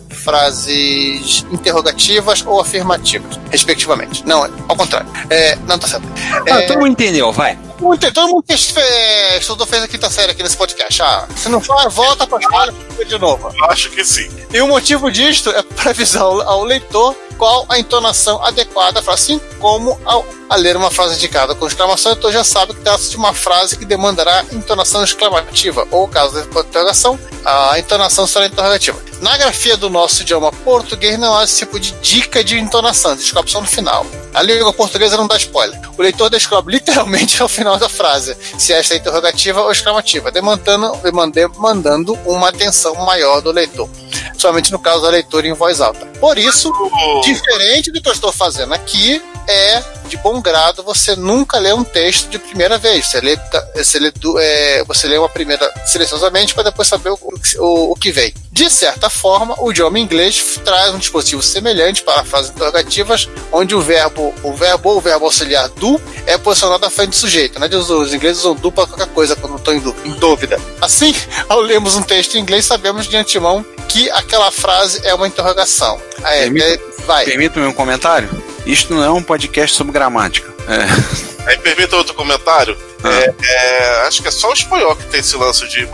S3: frases interrogativas ou afirmativas, respectivamente. Não, ao contrário. É, não, tá certo.
S9: Ah,
S3: É,
S9: todo mundo entendeu, vai.
S3: muito, todo mundo que é, estudou fez a quinta série aqui nesse podcast. Ah, se não for, volta pra escola e de novo.
S6: Eu acho que sim.
S3: E o motivo disto é para avisar ao, ao leitor qual a entonação adequada, assim como ao a ler uma frase indicada com exclamação, o leitor já sabe que trata-se de uma frase que demandará entonação exclamativa, ou, caso de interrogação, a entonação será interrogativa. Na grafia do nosso idioma português não há esse tipo de dica de entonação, descobre só no final. A língua portuguesa não dá spoiler. O leitor descobre literalmente ao final da frase se esta é interrogativa ou exclamativa, demandando, demandando uma atenção maior do leitor, somente no caso da leitura em voz alta. Por isso, diferente do que eu estou fazendo aqui, é de bom grado você nunca lê um texto de primeira vez. Você lê, você lê, é, você lê uma primeira silenciosamente para depois saber o, o, o que vem. De certa forma, o idioma inglês traz um dispositivo semelhante para frases interrogativas, onde o verbo, o verbo ou o verbo auxiliar do é posicionado à frente do sujeito. Né? Os, os ingleses usam do para qualquer coisa quando estão em dúvida. Assim, ao lermos um texto em inglês, sabemos de antemão que aquela frase é uma interrogação. É, é, vai.
S9: Permita-me um comentário? Isto não é um podcast sobre gramática. É.
S6: Aí permita outro comentário.
S9: Ah.
S6: É, é, acho que é só o espanhol que tem esse lance de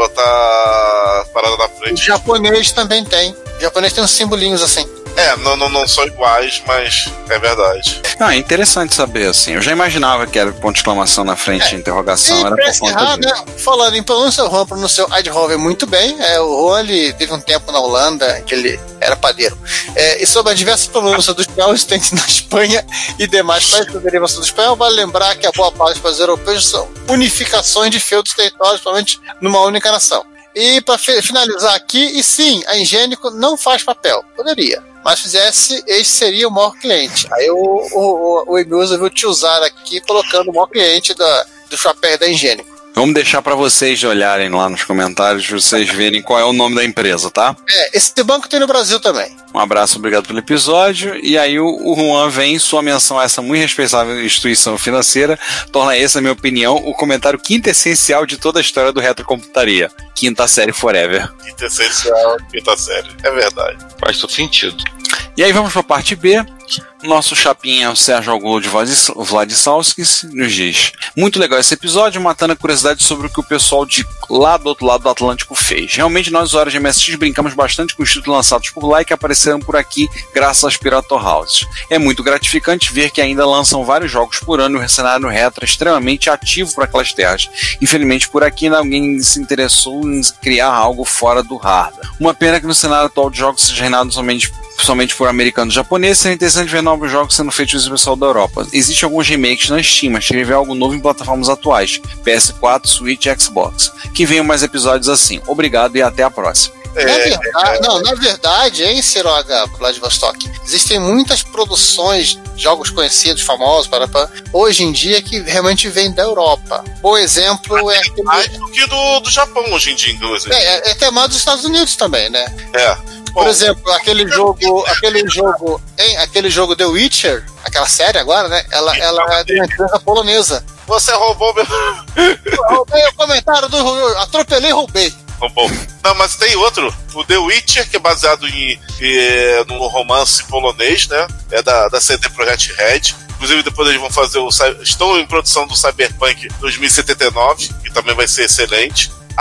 S6: botar parada na frente.
S3: O japonês também tem. O japonês tem uns simbolinhos assim.
S6: É, não, não, não são iguais, mas é verdade.
S9: Ah, é interessante saber, assim. Eu já imaginava que era ponto de exclamação na frente de
S3: É.
S9: interrogação,
S3: E
S9: era
S3: pra
S9: por conta
S3: encerrar,
S9: disso.
S3: né, falando em pronúncia, o Juan pronunciou Eindhoven muito bem. É, o Juan ele teve um tempo na Holanda que ele era padeiro. É, e sobre as diversas pronúncias do espanhol existentes na Espanha e demais países da derivação do espanhol, vale lembrar que a boa parte dos países europeus são unificações de feudos territórios, provavelmente numa única nação. E para finalizar aqui, e sim, a Higiênico não faz papel. Poderia. Mas fizesse, esse seria o maior cliente. Aí o, o, o Emil resolveu te usar aqui, colocando o maior cliente da, do chapéu da Higiênico.
S9: Vamos deixar pra vocês olharem lá nos comentários, pra vocês verem qual é o nome da empresa, tá?
S3: É, esse banco tem no Brasil também.
S9: Um abraço, obrigado pelo episódio. E aí o, o Juan vem, sua menção a essa muito respeitável instituição financeira, torna esse, na minha opinião, o comentário quintessencial de toda a história do Retrocomputaria. Quinta série forever.
S6: Quinta essencial, quinta série. É verdade.
S2: Faz todo sentido.
S9: E aí vamos pra parte B. Nosso chapinha, o Sérgio Augusto de Vladislavskis, nos diz: muito legal esse episódio, matando a curiosidade sobre o que o pessoal de lá do outro lado do Atlântico fez. Realmente, nós, usuários de M S X, brincamos bastante com os títulos lançados por lá e que apareceram por aqui graças às Pirata Houses. É muito gratificante ver que ainda lançam vários jogos por ano e o cenário retro é extremamente ativo para aquelas terras. Infelizmente, por aqui ainda alguém se interessou em criar algo fora do hardware. Uma pena que no cenário atual de jogos seja reinado somente somente por americanos e japoneses, seria interessante ver novos jogos sendo feitos pelo pessoal da Europa. Existem alguns remakes na Steam, mas queria ver algo novo em plataformas atuais, P S quatro, Switch e Xbox. Que venham mais episódios assim. Obrigado e até a próxima.
S3: Na verdade, não, na verdade, hein, Ciroga Vladivostok, existem muitas produções, jogos conhecidos, famosos, para, para, hoje em dia, que realmente vêm da Europa. Bom exemplo é aquele...
S6: Mais do que do, do Japão hoje em dia, inclusive.
S3: É, é, é temado dos Estados Unidos também, né?
S6: É.
S3: Por Bom, exemplo, aquele jogo, aquele jogo, hein, aquele jogo The Witcher, aquela série agora, né? Ela, ela é de uma empresa polonesa.
S6: Você roubou meu...
S3: Eu roubei o comentário do... Atropelei e roubei.
S6: Bom, não, mas tem outro, o The Witcher, que é baseado em, em, no romance polonês, né? É da, da C D Projekt Red. Inclusive, depois eles vão fazer o... Estão em produção do Cyberpunk dois mil e setenta e nove, que também vai ser excelente. A,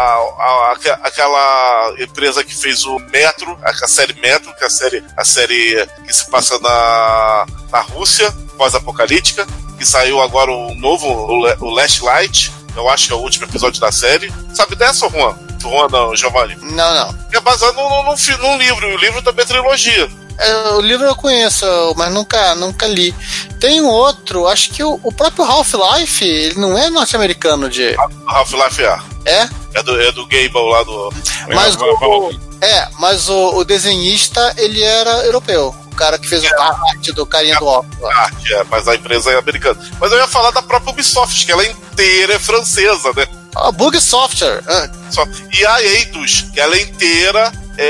S6: a, a, aquela empresa que fez o Metro, a, a série Metro, que é a série, a série que se passa na, na Rússia, pós-apocalíptica, que saiu agora o novo, o, o Last Light, eu acho que é o último episódio da série. Sabe dessa, Juan? Juan não, Giovanni?
S3: Não, não.
S6: É baseado num, num, num livro, e o livro também é trilogia.
S3: É, o livro eu conheço, mas nunca, nunca li. Tem um outro, acho que o, o próprio Half-Life, ele não é norte-americano de...
S6: Half-Life é.
S3: É?
S6: É do, é do Gable lá do...
S3: Mas o, é, mas o, o desenhista, ele era europeu. O cara que fez é. a arte do carinha do óculos.
S6: Arte, é, mas a empresa é americana. Mas eu ia falar da própria Ubisoft, que ela inteira é francesa, né?
S3: A Bug Software.
S6: E a Eidos, que ela inteira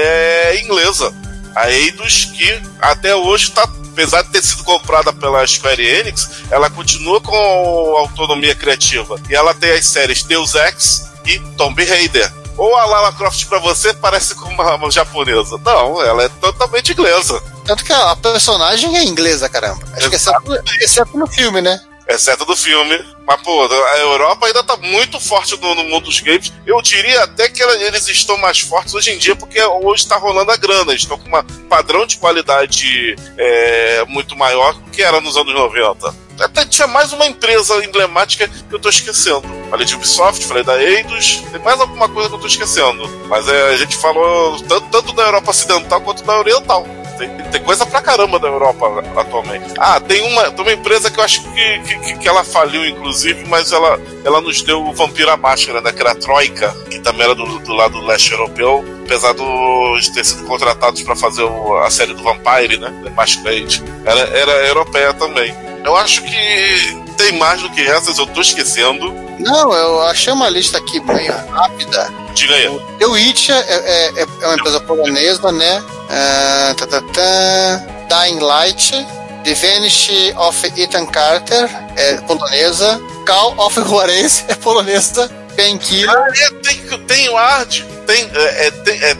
S6: é inglesa. A Eidos, que até hoje está, apesar de ter sido comprada pela Square Enix, ela continua com autonomia criativa. E ela tem as séries Deus Ex e Tomb Raider. Ou a Lara Croft pra você parece com uma, uma japonesa. Não, ela é totalmente inglesa.
S3: Tanto que a personagem é inglesa, caramba. Acho que exceto, exceto no filme, né?
S6: Exceto do filme. Mas, pô, a Europa ainda tá muito forte no, no mundo dos games. Eu diria até que ela, eles estão mais fortes hoje em dia, porque hoje tá rolando a grana. Eles estão com um padrão de qualidade é, muito maior do que era nos anos noventa. Até tinha mais uma empresa emblemática que eu tô esquecendo. Falei de Ubisoft, falei da Eidos, tem mais alguma coisa que eu tô esquecendo. Mas é, a gente falou tanto, tanto da Europa Ocidental quanto da Oriental. Tem, tem coisa pra caramba da Europa atualmente. Ah, tem uma, tem uma empresa que eu acho que, que, que ela faliu, inclusive, mas ela, ela nos deu o Vampiro à Máscara, né? Que era a Troika, que também era do, do lado do leste europeu, apesar do, de ter sido contratados pra fazer o, a série do Vampire, né? The Masquerade. Era, era europeia também. Eu acho que tem mais do que essas, eu tô esquecendo.
S3: Não, eu achei uma lista aqui bem rápida.
S6: Diga aí.
S3: The Witcher é, é, é uma empresa polonesa, né? Uh, tá, tá, tá. Dying Light, The Vanish of Ethan Carter é polonesa. Call of Juarez é polonesa. Painkiller.
S6: Ah, é, tem, tem o Ard, tem, é, tem, é,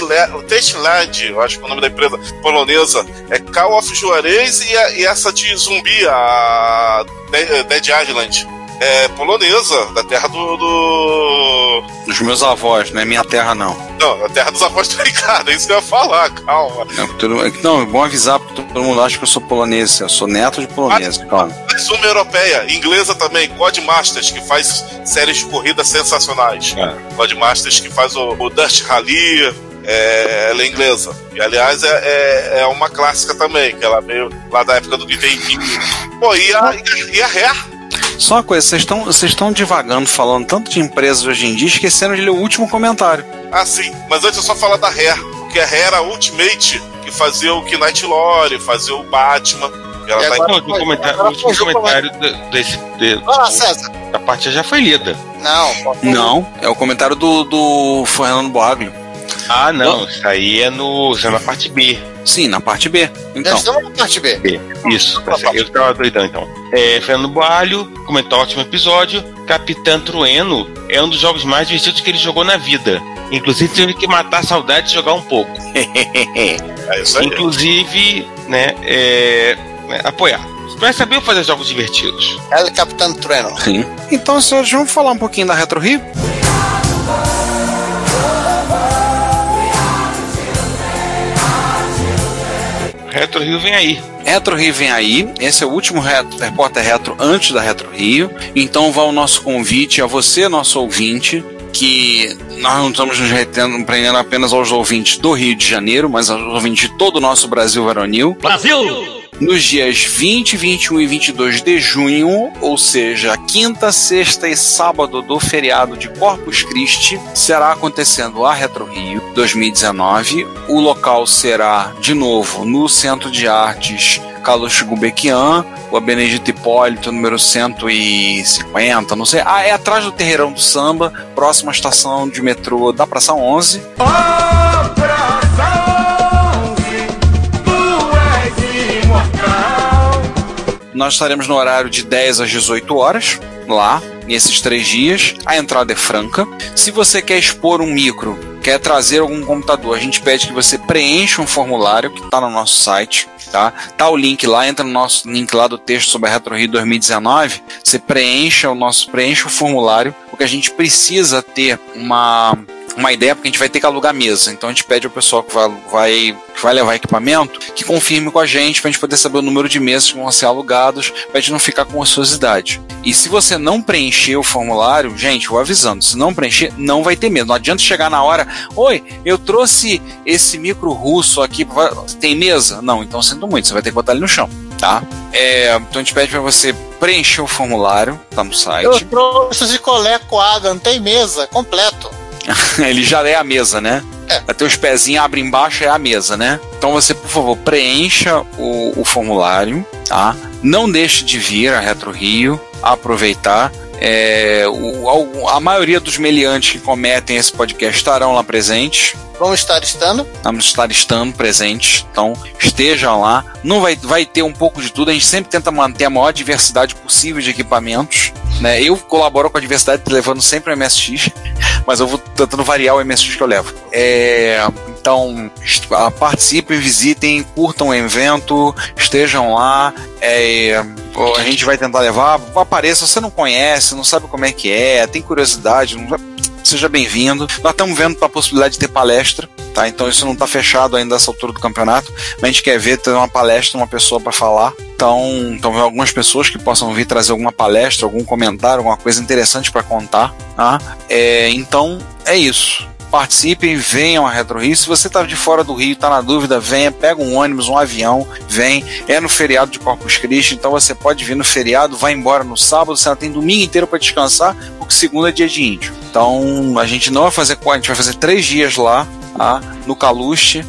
S6: Testland, eu acho que é o nome da empresa polonesa, é Call of Juarez e, a, e essa de zumbi, a Dead Island, é polonesa, da terra do, do...
S9: dos meus avós, não é minha terra não.
S6: Não, da terra dos avós do Ricardo, é isso que eu ia falar, calma.
S9: Não, não é bom avisar porque todo mundo acha que eu sou polonês, eu sou neto de polonês, ah, calma.
S6: Mais uma europeia, inglesa também, Codemasters, que faz séries de corrida sensacionais. É. Codemasters que faz o, o Dust Rally, é, ela é inglesa. E aliás é, é, é uma clássica também, que ela veio lá da época do Nintendo. Pô, e a, e a Rare?
S9: Só uma coisa, vocês estão vocês estão divagando, falando tanto de empresas hoje em dia, esquecendo de ler o último comentário.
S6: Ah, sim, mas antes eu só falar da Rare, porque a Rare era a Ultimate, que fazia o Knight Lore, fazia o Batman. Ela tá
S2: agora, em... o comentário, o último comentário desse. De,
S3: ah, César.
S2: A parte já foi lida.
S3: Não,
S9: não, é o comentário do, do Fernando Boaglio.
S2: Ah, não, isso aí é, no, isso é na parte B.
S9: Sim, na parte B. Então.
S3: Estamos na parte B.
S2: B. Isso, tá eu tava doidão então. É, Fernando Boalho comentou ótimo episódio. Capitã Trueno é um dos jogos mais divertidos que ele jogou na vida. Inclusive teve que matar a saudade de jogar um pouco.
S6: É isso aí.
S2: Inclusive, né, é, né, apoiar. Vai saber fazer jogos divertidos.
S3: É o Capitã Trueno.
S9: Sim. Então, senhores, vamos falar um pouquinho da Retro Rio?
S2: Retro Rio vem aí.
S9: Retro Rio vem aí. Esse é o último retro, Repórter Retro antes da Retro Rio. Então vai o nosso convite a você, nosso ouvinte, que nós não estamos nos retendo, prendendo apenas aos ouvintes do Rio de Janeiro, mas aos ouvintes de todo o nosso Brasil varonil.
S10: Brasil!
S9: Nos dias vinte, vinte e um e vinte e dois de junho, ou seja, quinta, sexta e sábado do feriado de Corpus Christi, será acontecendo a Retro Rio dois mil e dezenove. O local será, de novo, no Centro de Artes Carlos Gulbenkian, o Benedito Hipólito, número cento e cinquenta, não sei. Ah, é atrás do Terreirão do Samba, próxima estação de metrô da Praça onze.
S10: Oh, Praça
S9: Nós estaremos no horário de dez às dezoito horas, lá, nesses três dias. A entrada é franca. Se você quer expor um micro, quer trazer algum computador, a gente pede que você preencha um formulário que está no nosso site, tá? Tá o link lá, entra no nosso link lá do texto sobre a Retro Rio dois mil e dezenove, você preencha o nosso, preencha o formulário, porque a gente precisa ter uma uma ideia, porque a gente vai ter que alugar mesa. Então a gente pede ao pessoal que vai, vai, que vai levar equipamento que confirme com a gente pra gente poder saber o número de mesas que vão ser alugados, pra gente não ficar com ociosidade. E se você não preencher o formulário, gente, vou avisando, se não preencher, não vai ter mesa. Não adianta chegar na hora, oi, eu trouxe esse micro russo aqui, tem mesa? Não, então sinto muito, você vai ter que botar ele no chão, tá? É, então a gente pede pra você preencher o formulário, tá no site.
S3: Eu trouxe de colé coada, não tem mesa, completo.
S9: Ele já é a mesa, né? É. Até os pezinhos abrem embaixo, é a mesa, né? Então você, por favor, preencha o, o formulário, tá? Não deixe de vir a Retro Rio, aproveitar. É, o, a maioria dos meliantes que cometem esse podcast estarão lá presentes.
S3: Vamos estar estando.
S9: Vamos estar estando presentes. Então, estejam lá. Não vai, vai ter um pouco de tudo. A gente sempre tenta manter a maior diversidade possível de equipamentos, né? Eu colaboro com a diversidade levando sempre o M S X, mas eu vou tentando variar o M S X que eu levo. É, então, participem, visitem, curtam o evento, estejam lá. É, a gente vai tentar levar. Apareça, você não conhece, não sabe como é que é, tem curiosidade, não vai... Seja bem-vindo. Nós estamos vendo a possibilidade de ter palestra, tá? Então isso não está fechado ainda nessa altura do campeonato, mas a gente quer ver ter uma palestra, uma pessoa para falar. Então, então algumas pessoas que possam vir trazer alguma palestra, algum comentário, alguma coisa interessante para contar, tá? É, então é isso. Participem, venham a Retro Rio. Se você está de fora do Rio, está na dúvida, venha, pega um ônibus, um avião, vem. É no feriado de Corpus Christi, então você pode vir no feriado, vai embora no sábado, você tem domingo inteiro para descansar, porque segunda é dia de índio. Então a gente não vai fazer, a gente vai fazer três dias lá, tá? No Caluste,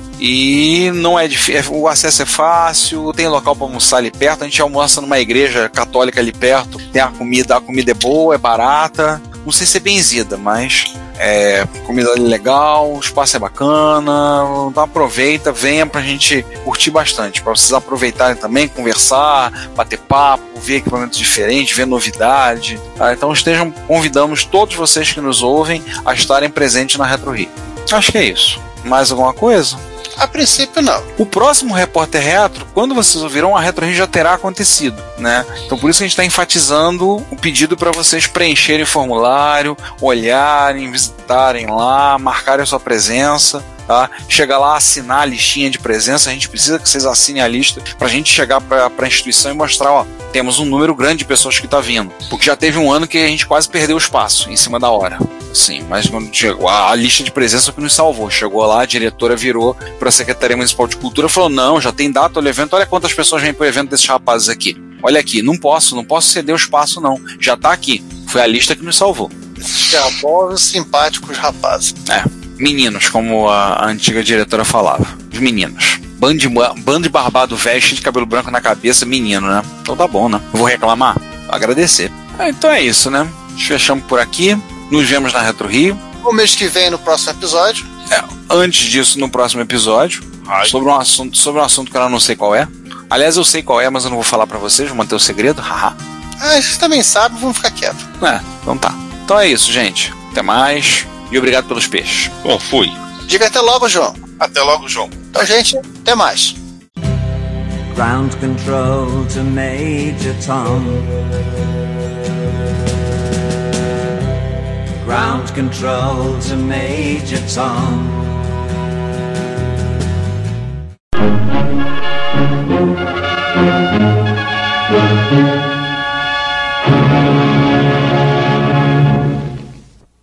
S9: e não é difícil, o acesso é fácil, tem local para almoçar ali perto, a gente almoça numa igreja católica ali perto, tem a comida, a comida é boa, é barata, não sei se é benzida, mas é, comida ali legal, o espaço é bacana, então aproveita, venha pra gente curtir bastante, para vocês aproveitarem também, conversar, bater papo, ver equipamentos diferentes, ver novidade, tá? Então estejam, convidamos todos vocês que nos ouvem a estarem presentes na Retro Rio. Acho que é isso. Mais alguma coisa?
S3: A princípio não.
S9: O próximo Repórter Retro, quando vocês ouvirão, a Retro Rio já terá acontecido, né? Então por isso que a gente está enfatizando o pedido para vocês preencherem o formulário, olharem, visitarem lá, marcarem a sua presença, tá? Chegar lá, assinar a listinha de presença. A gente precisa que vocês assinem a lista para a gente chegar para a instituição e mostrar, ó, temos um número grande de pessoas que está vindo, porque já teve um ano que a gente quase perdeu o espaço em cima da hora. Sim, mas quando chegou a, a lista de presença que nos salvou, chegou lá, a diretora virou para a Secretaria Municipal de Cultura e falou, não, já tem data do evento, olha quantas pessoas vêm para o evento desses rapazes aqui, olha aqui, não posso, não posso ceder o espaço não, já está aqui, foi a lista que nos salvou.
S3: Bons, simpáticos rapazes.
S9: É, meninos, como a, a antiga diretora falava, os meninos. Bando de, bando de barbado velho, cheio de cabelo branco na cabeça, menino, né? Então tá bom, né? Eu vou reclamar? Vou agradecer. É, então é isso, né? Fechamos por aqui. Nos vemos na Retro Rio.
S3: O mês que vem no próximo episódio.
S9: É, antes disso, no próximo episódio. Sobre um, assunto, sobre um assunto que eu não sei qual é. Aliás, eu sei qual é, mas eu não vou falar pra vocês. Vou manter o segredo. Haha.
S3: Ah, a gente também sabe, vamos ficar quieto.
S9: É, então tá. Então é isso, gente. Até mais. E obrigado pelos peixes.
S2: Bom, fui.
S3: Diga até logo, João.
S6: Até logo, João.
S3: Então, gente, até mais.
S10: Ground control to Major Tom. Ground control to Major Tom. Thank you.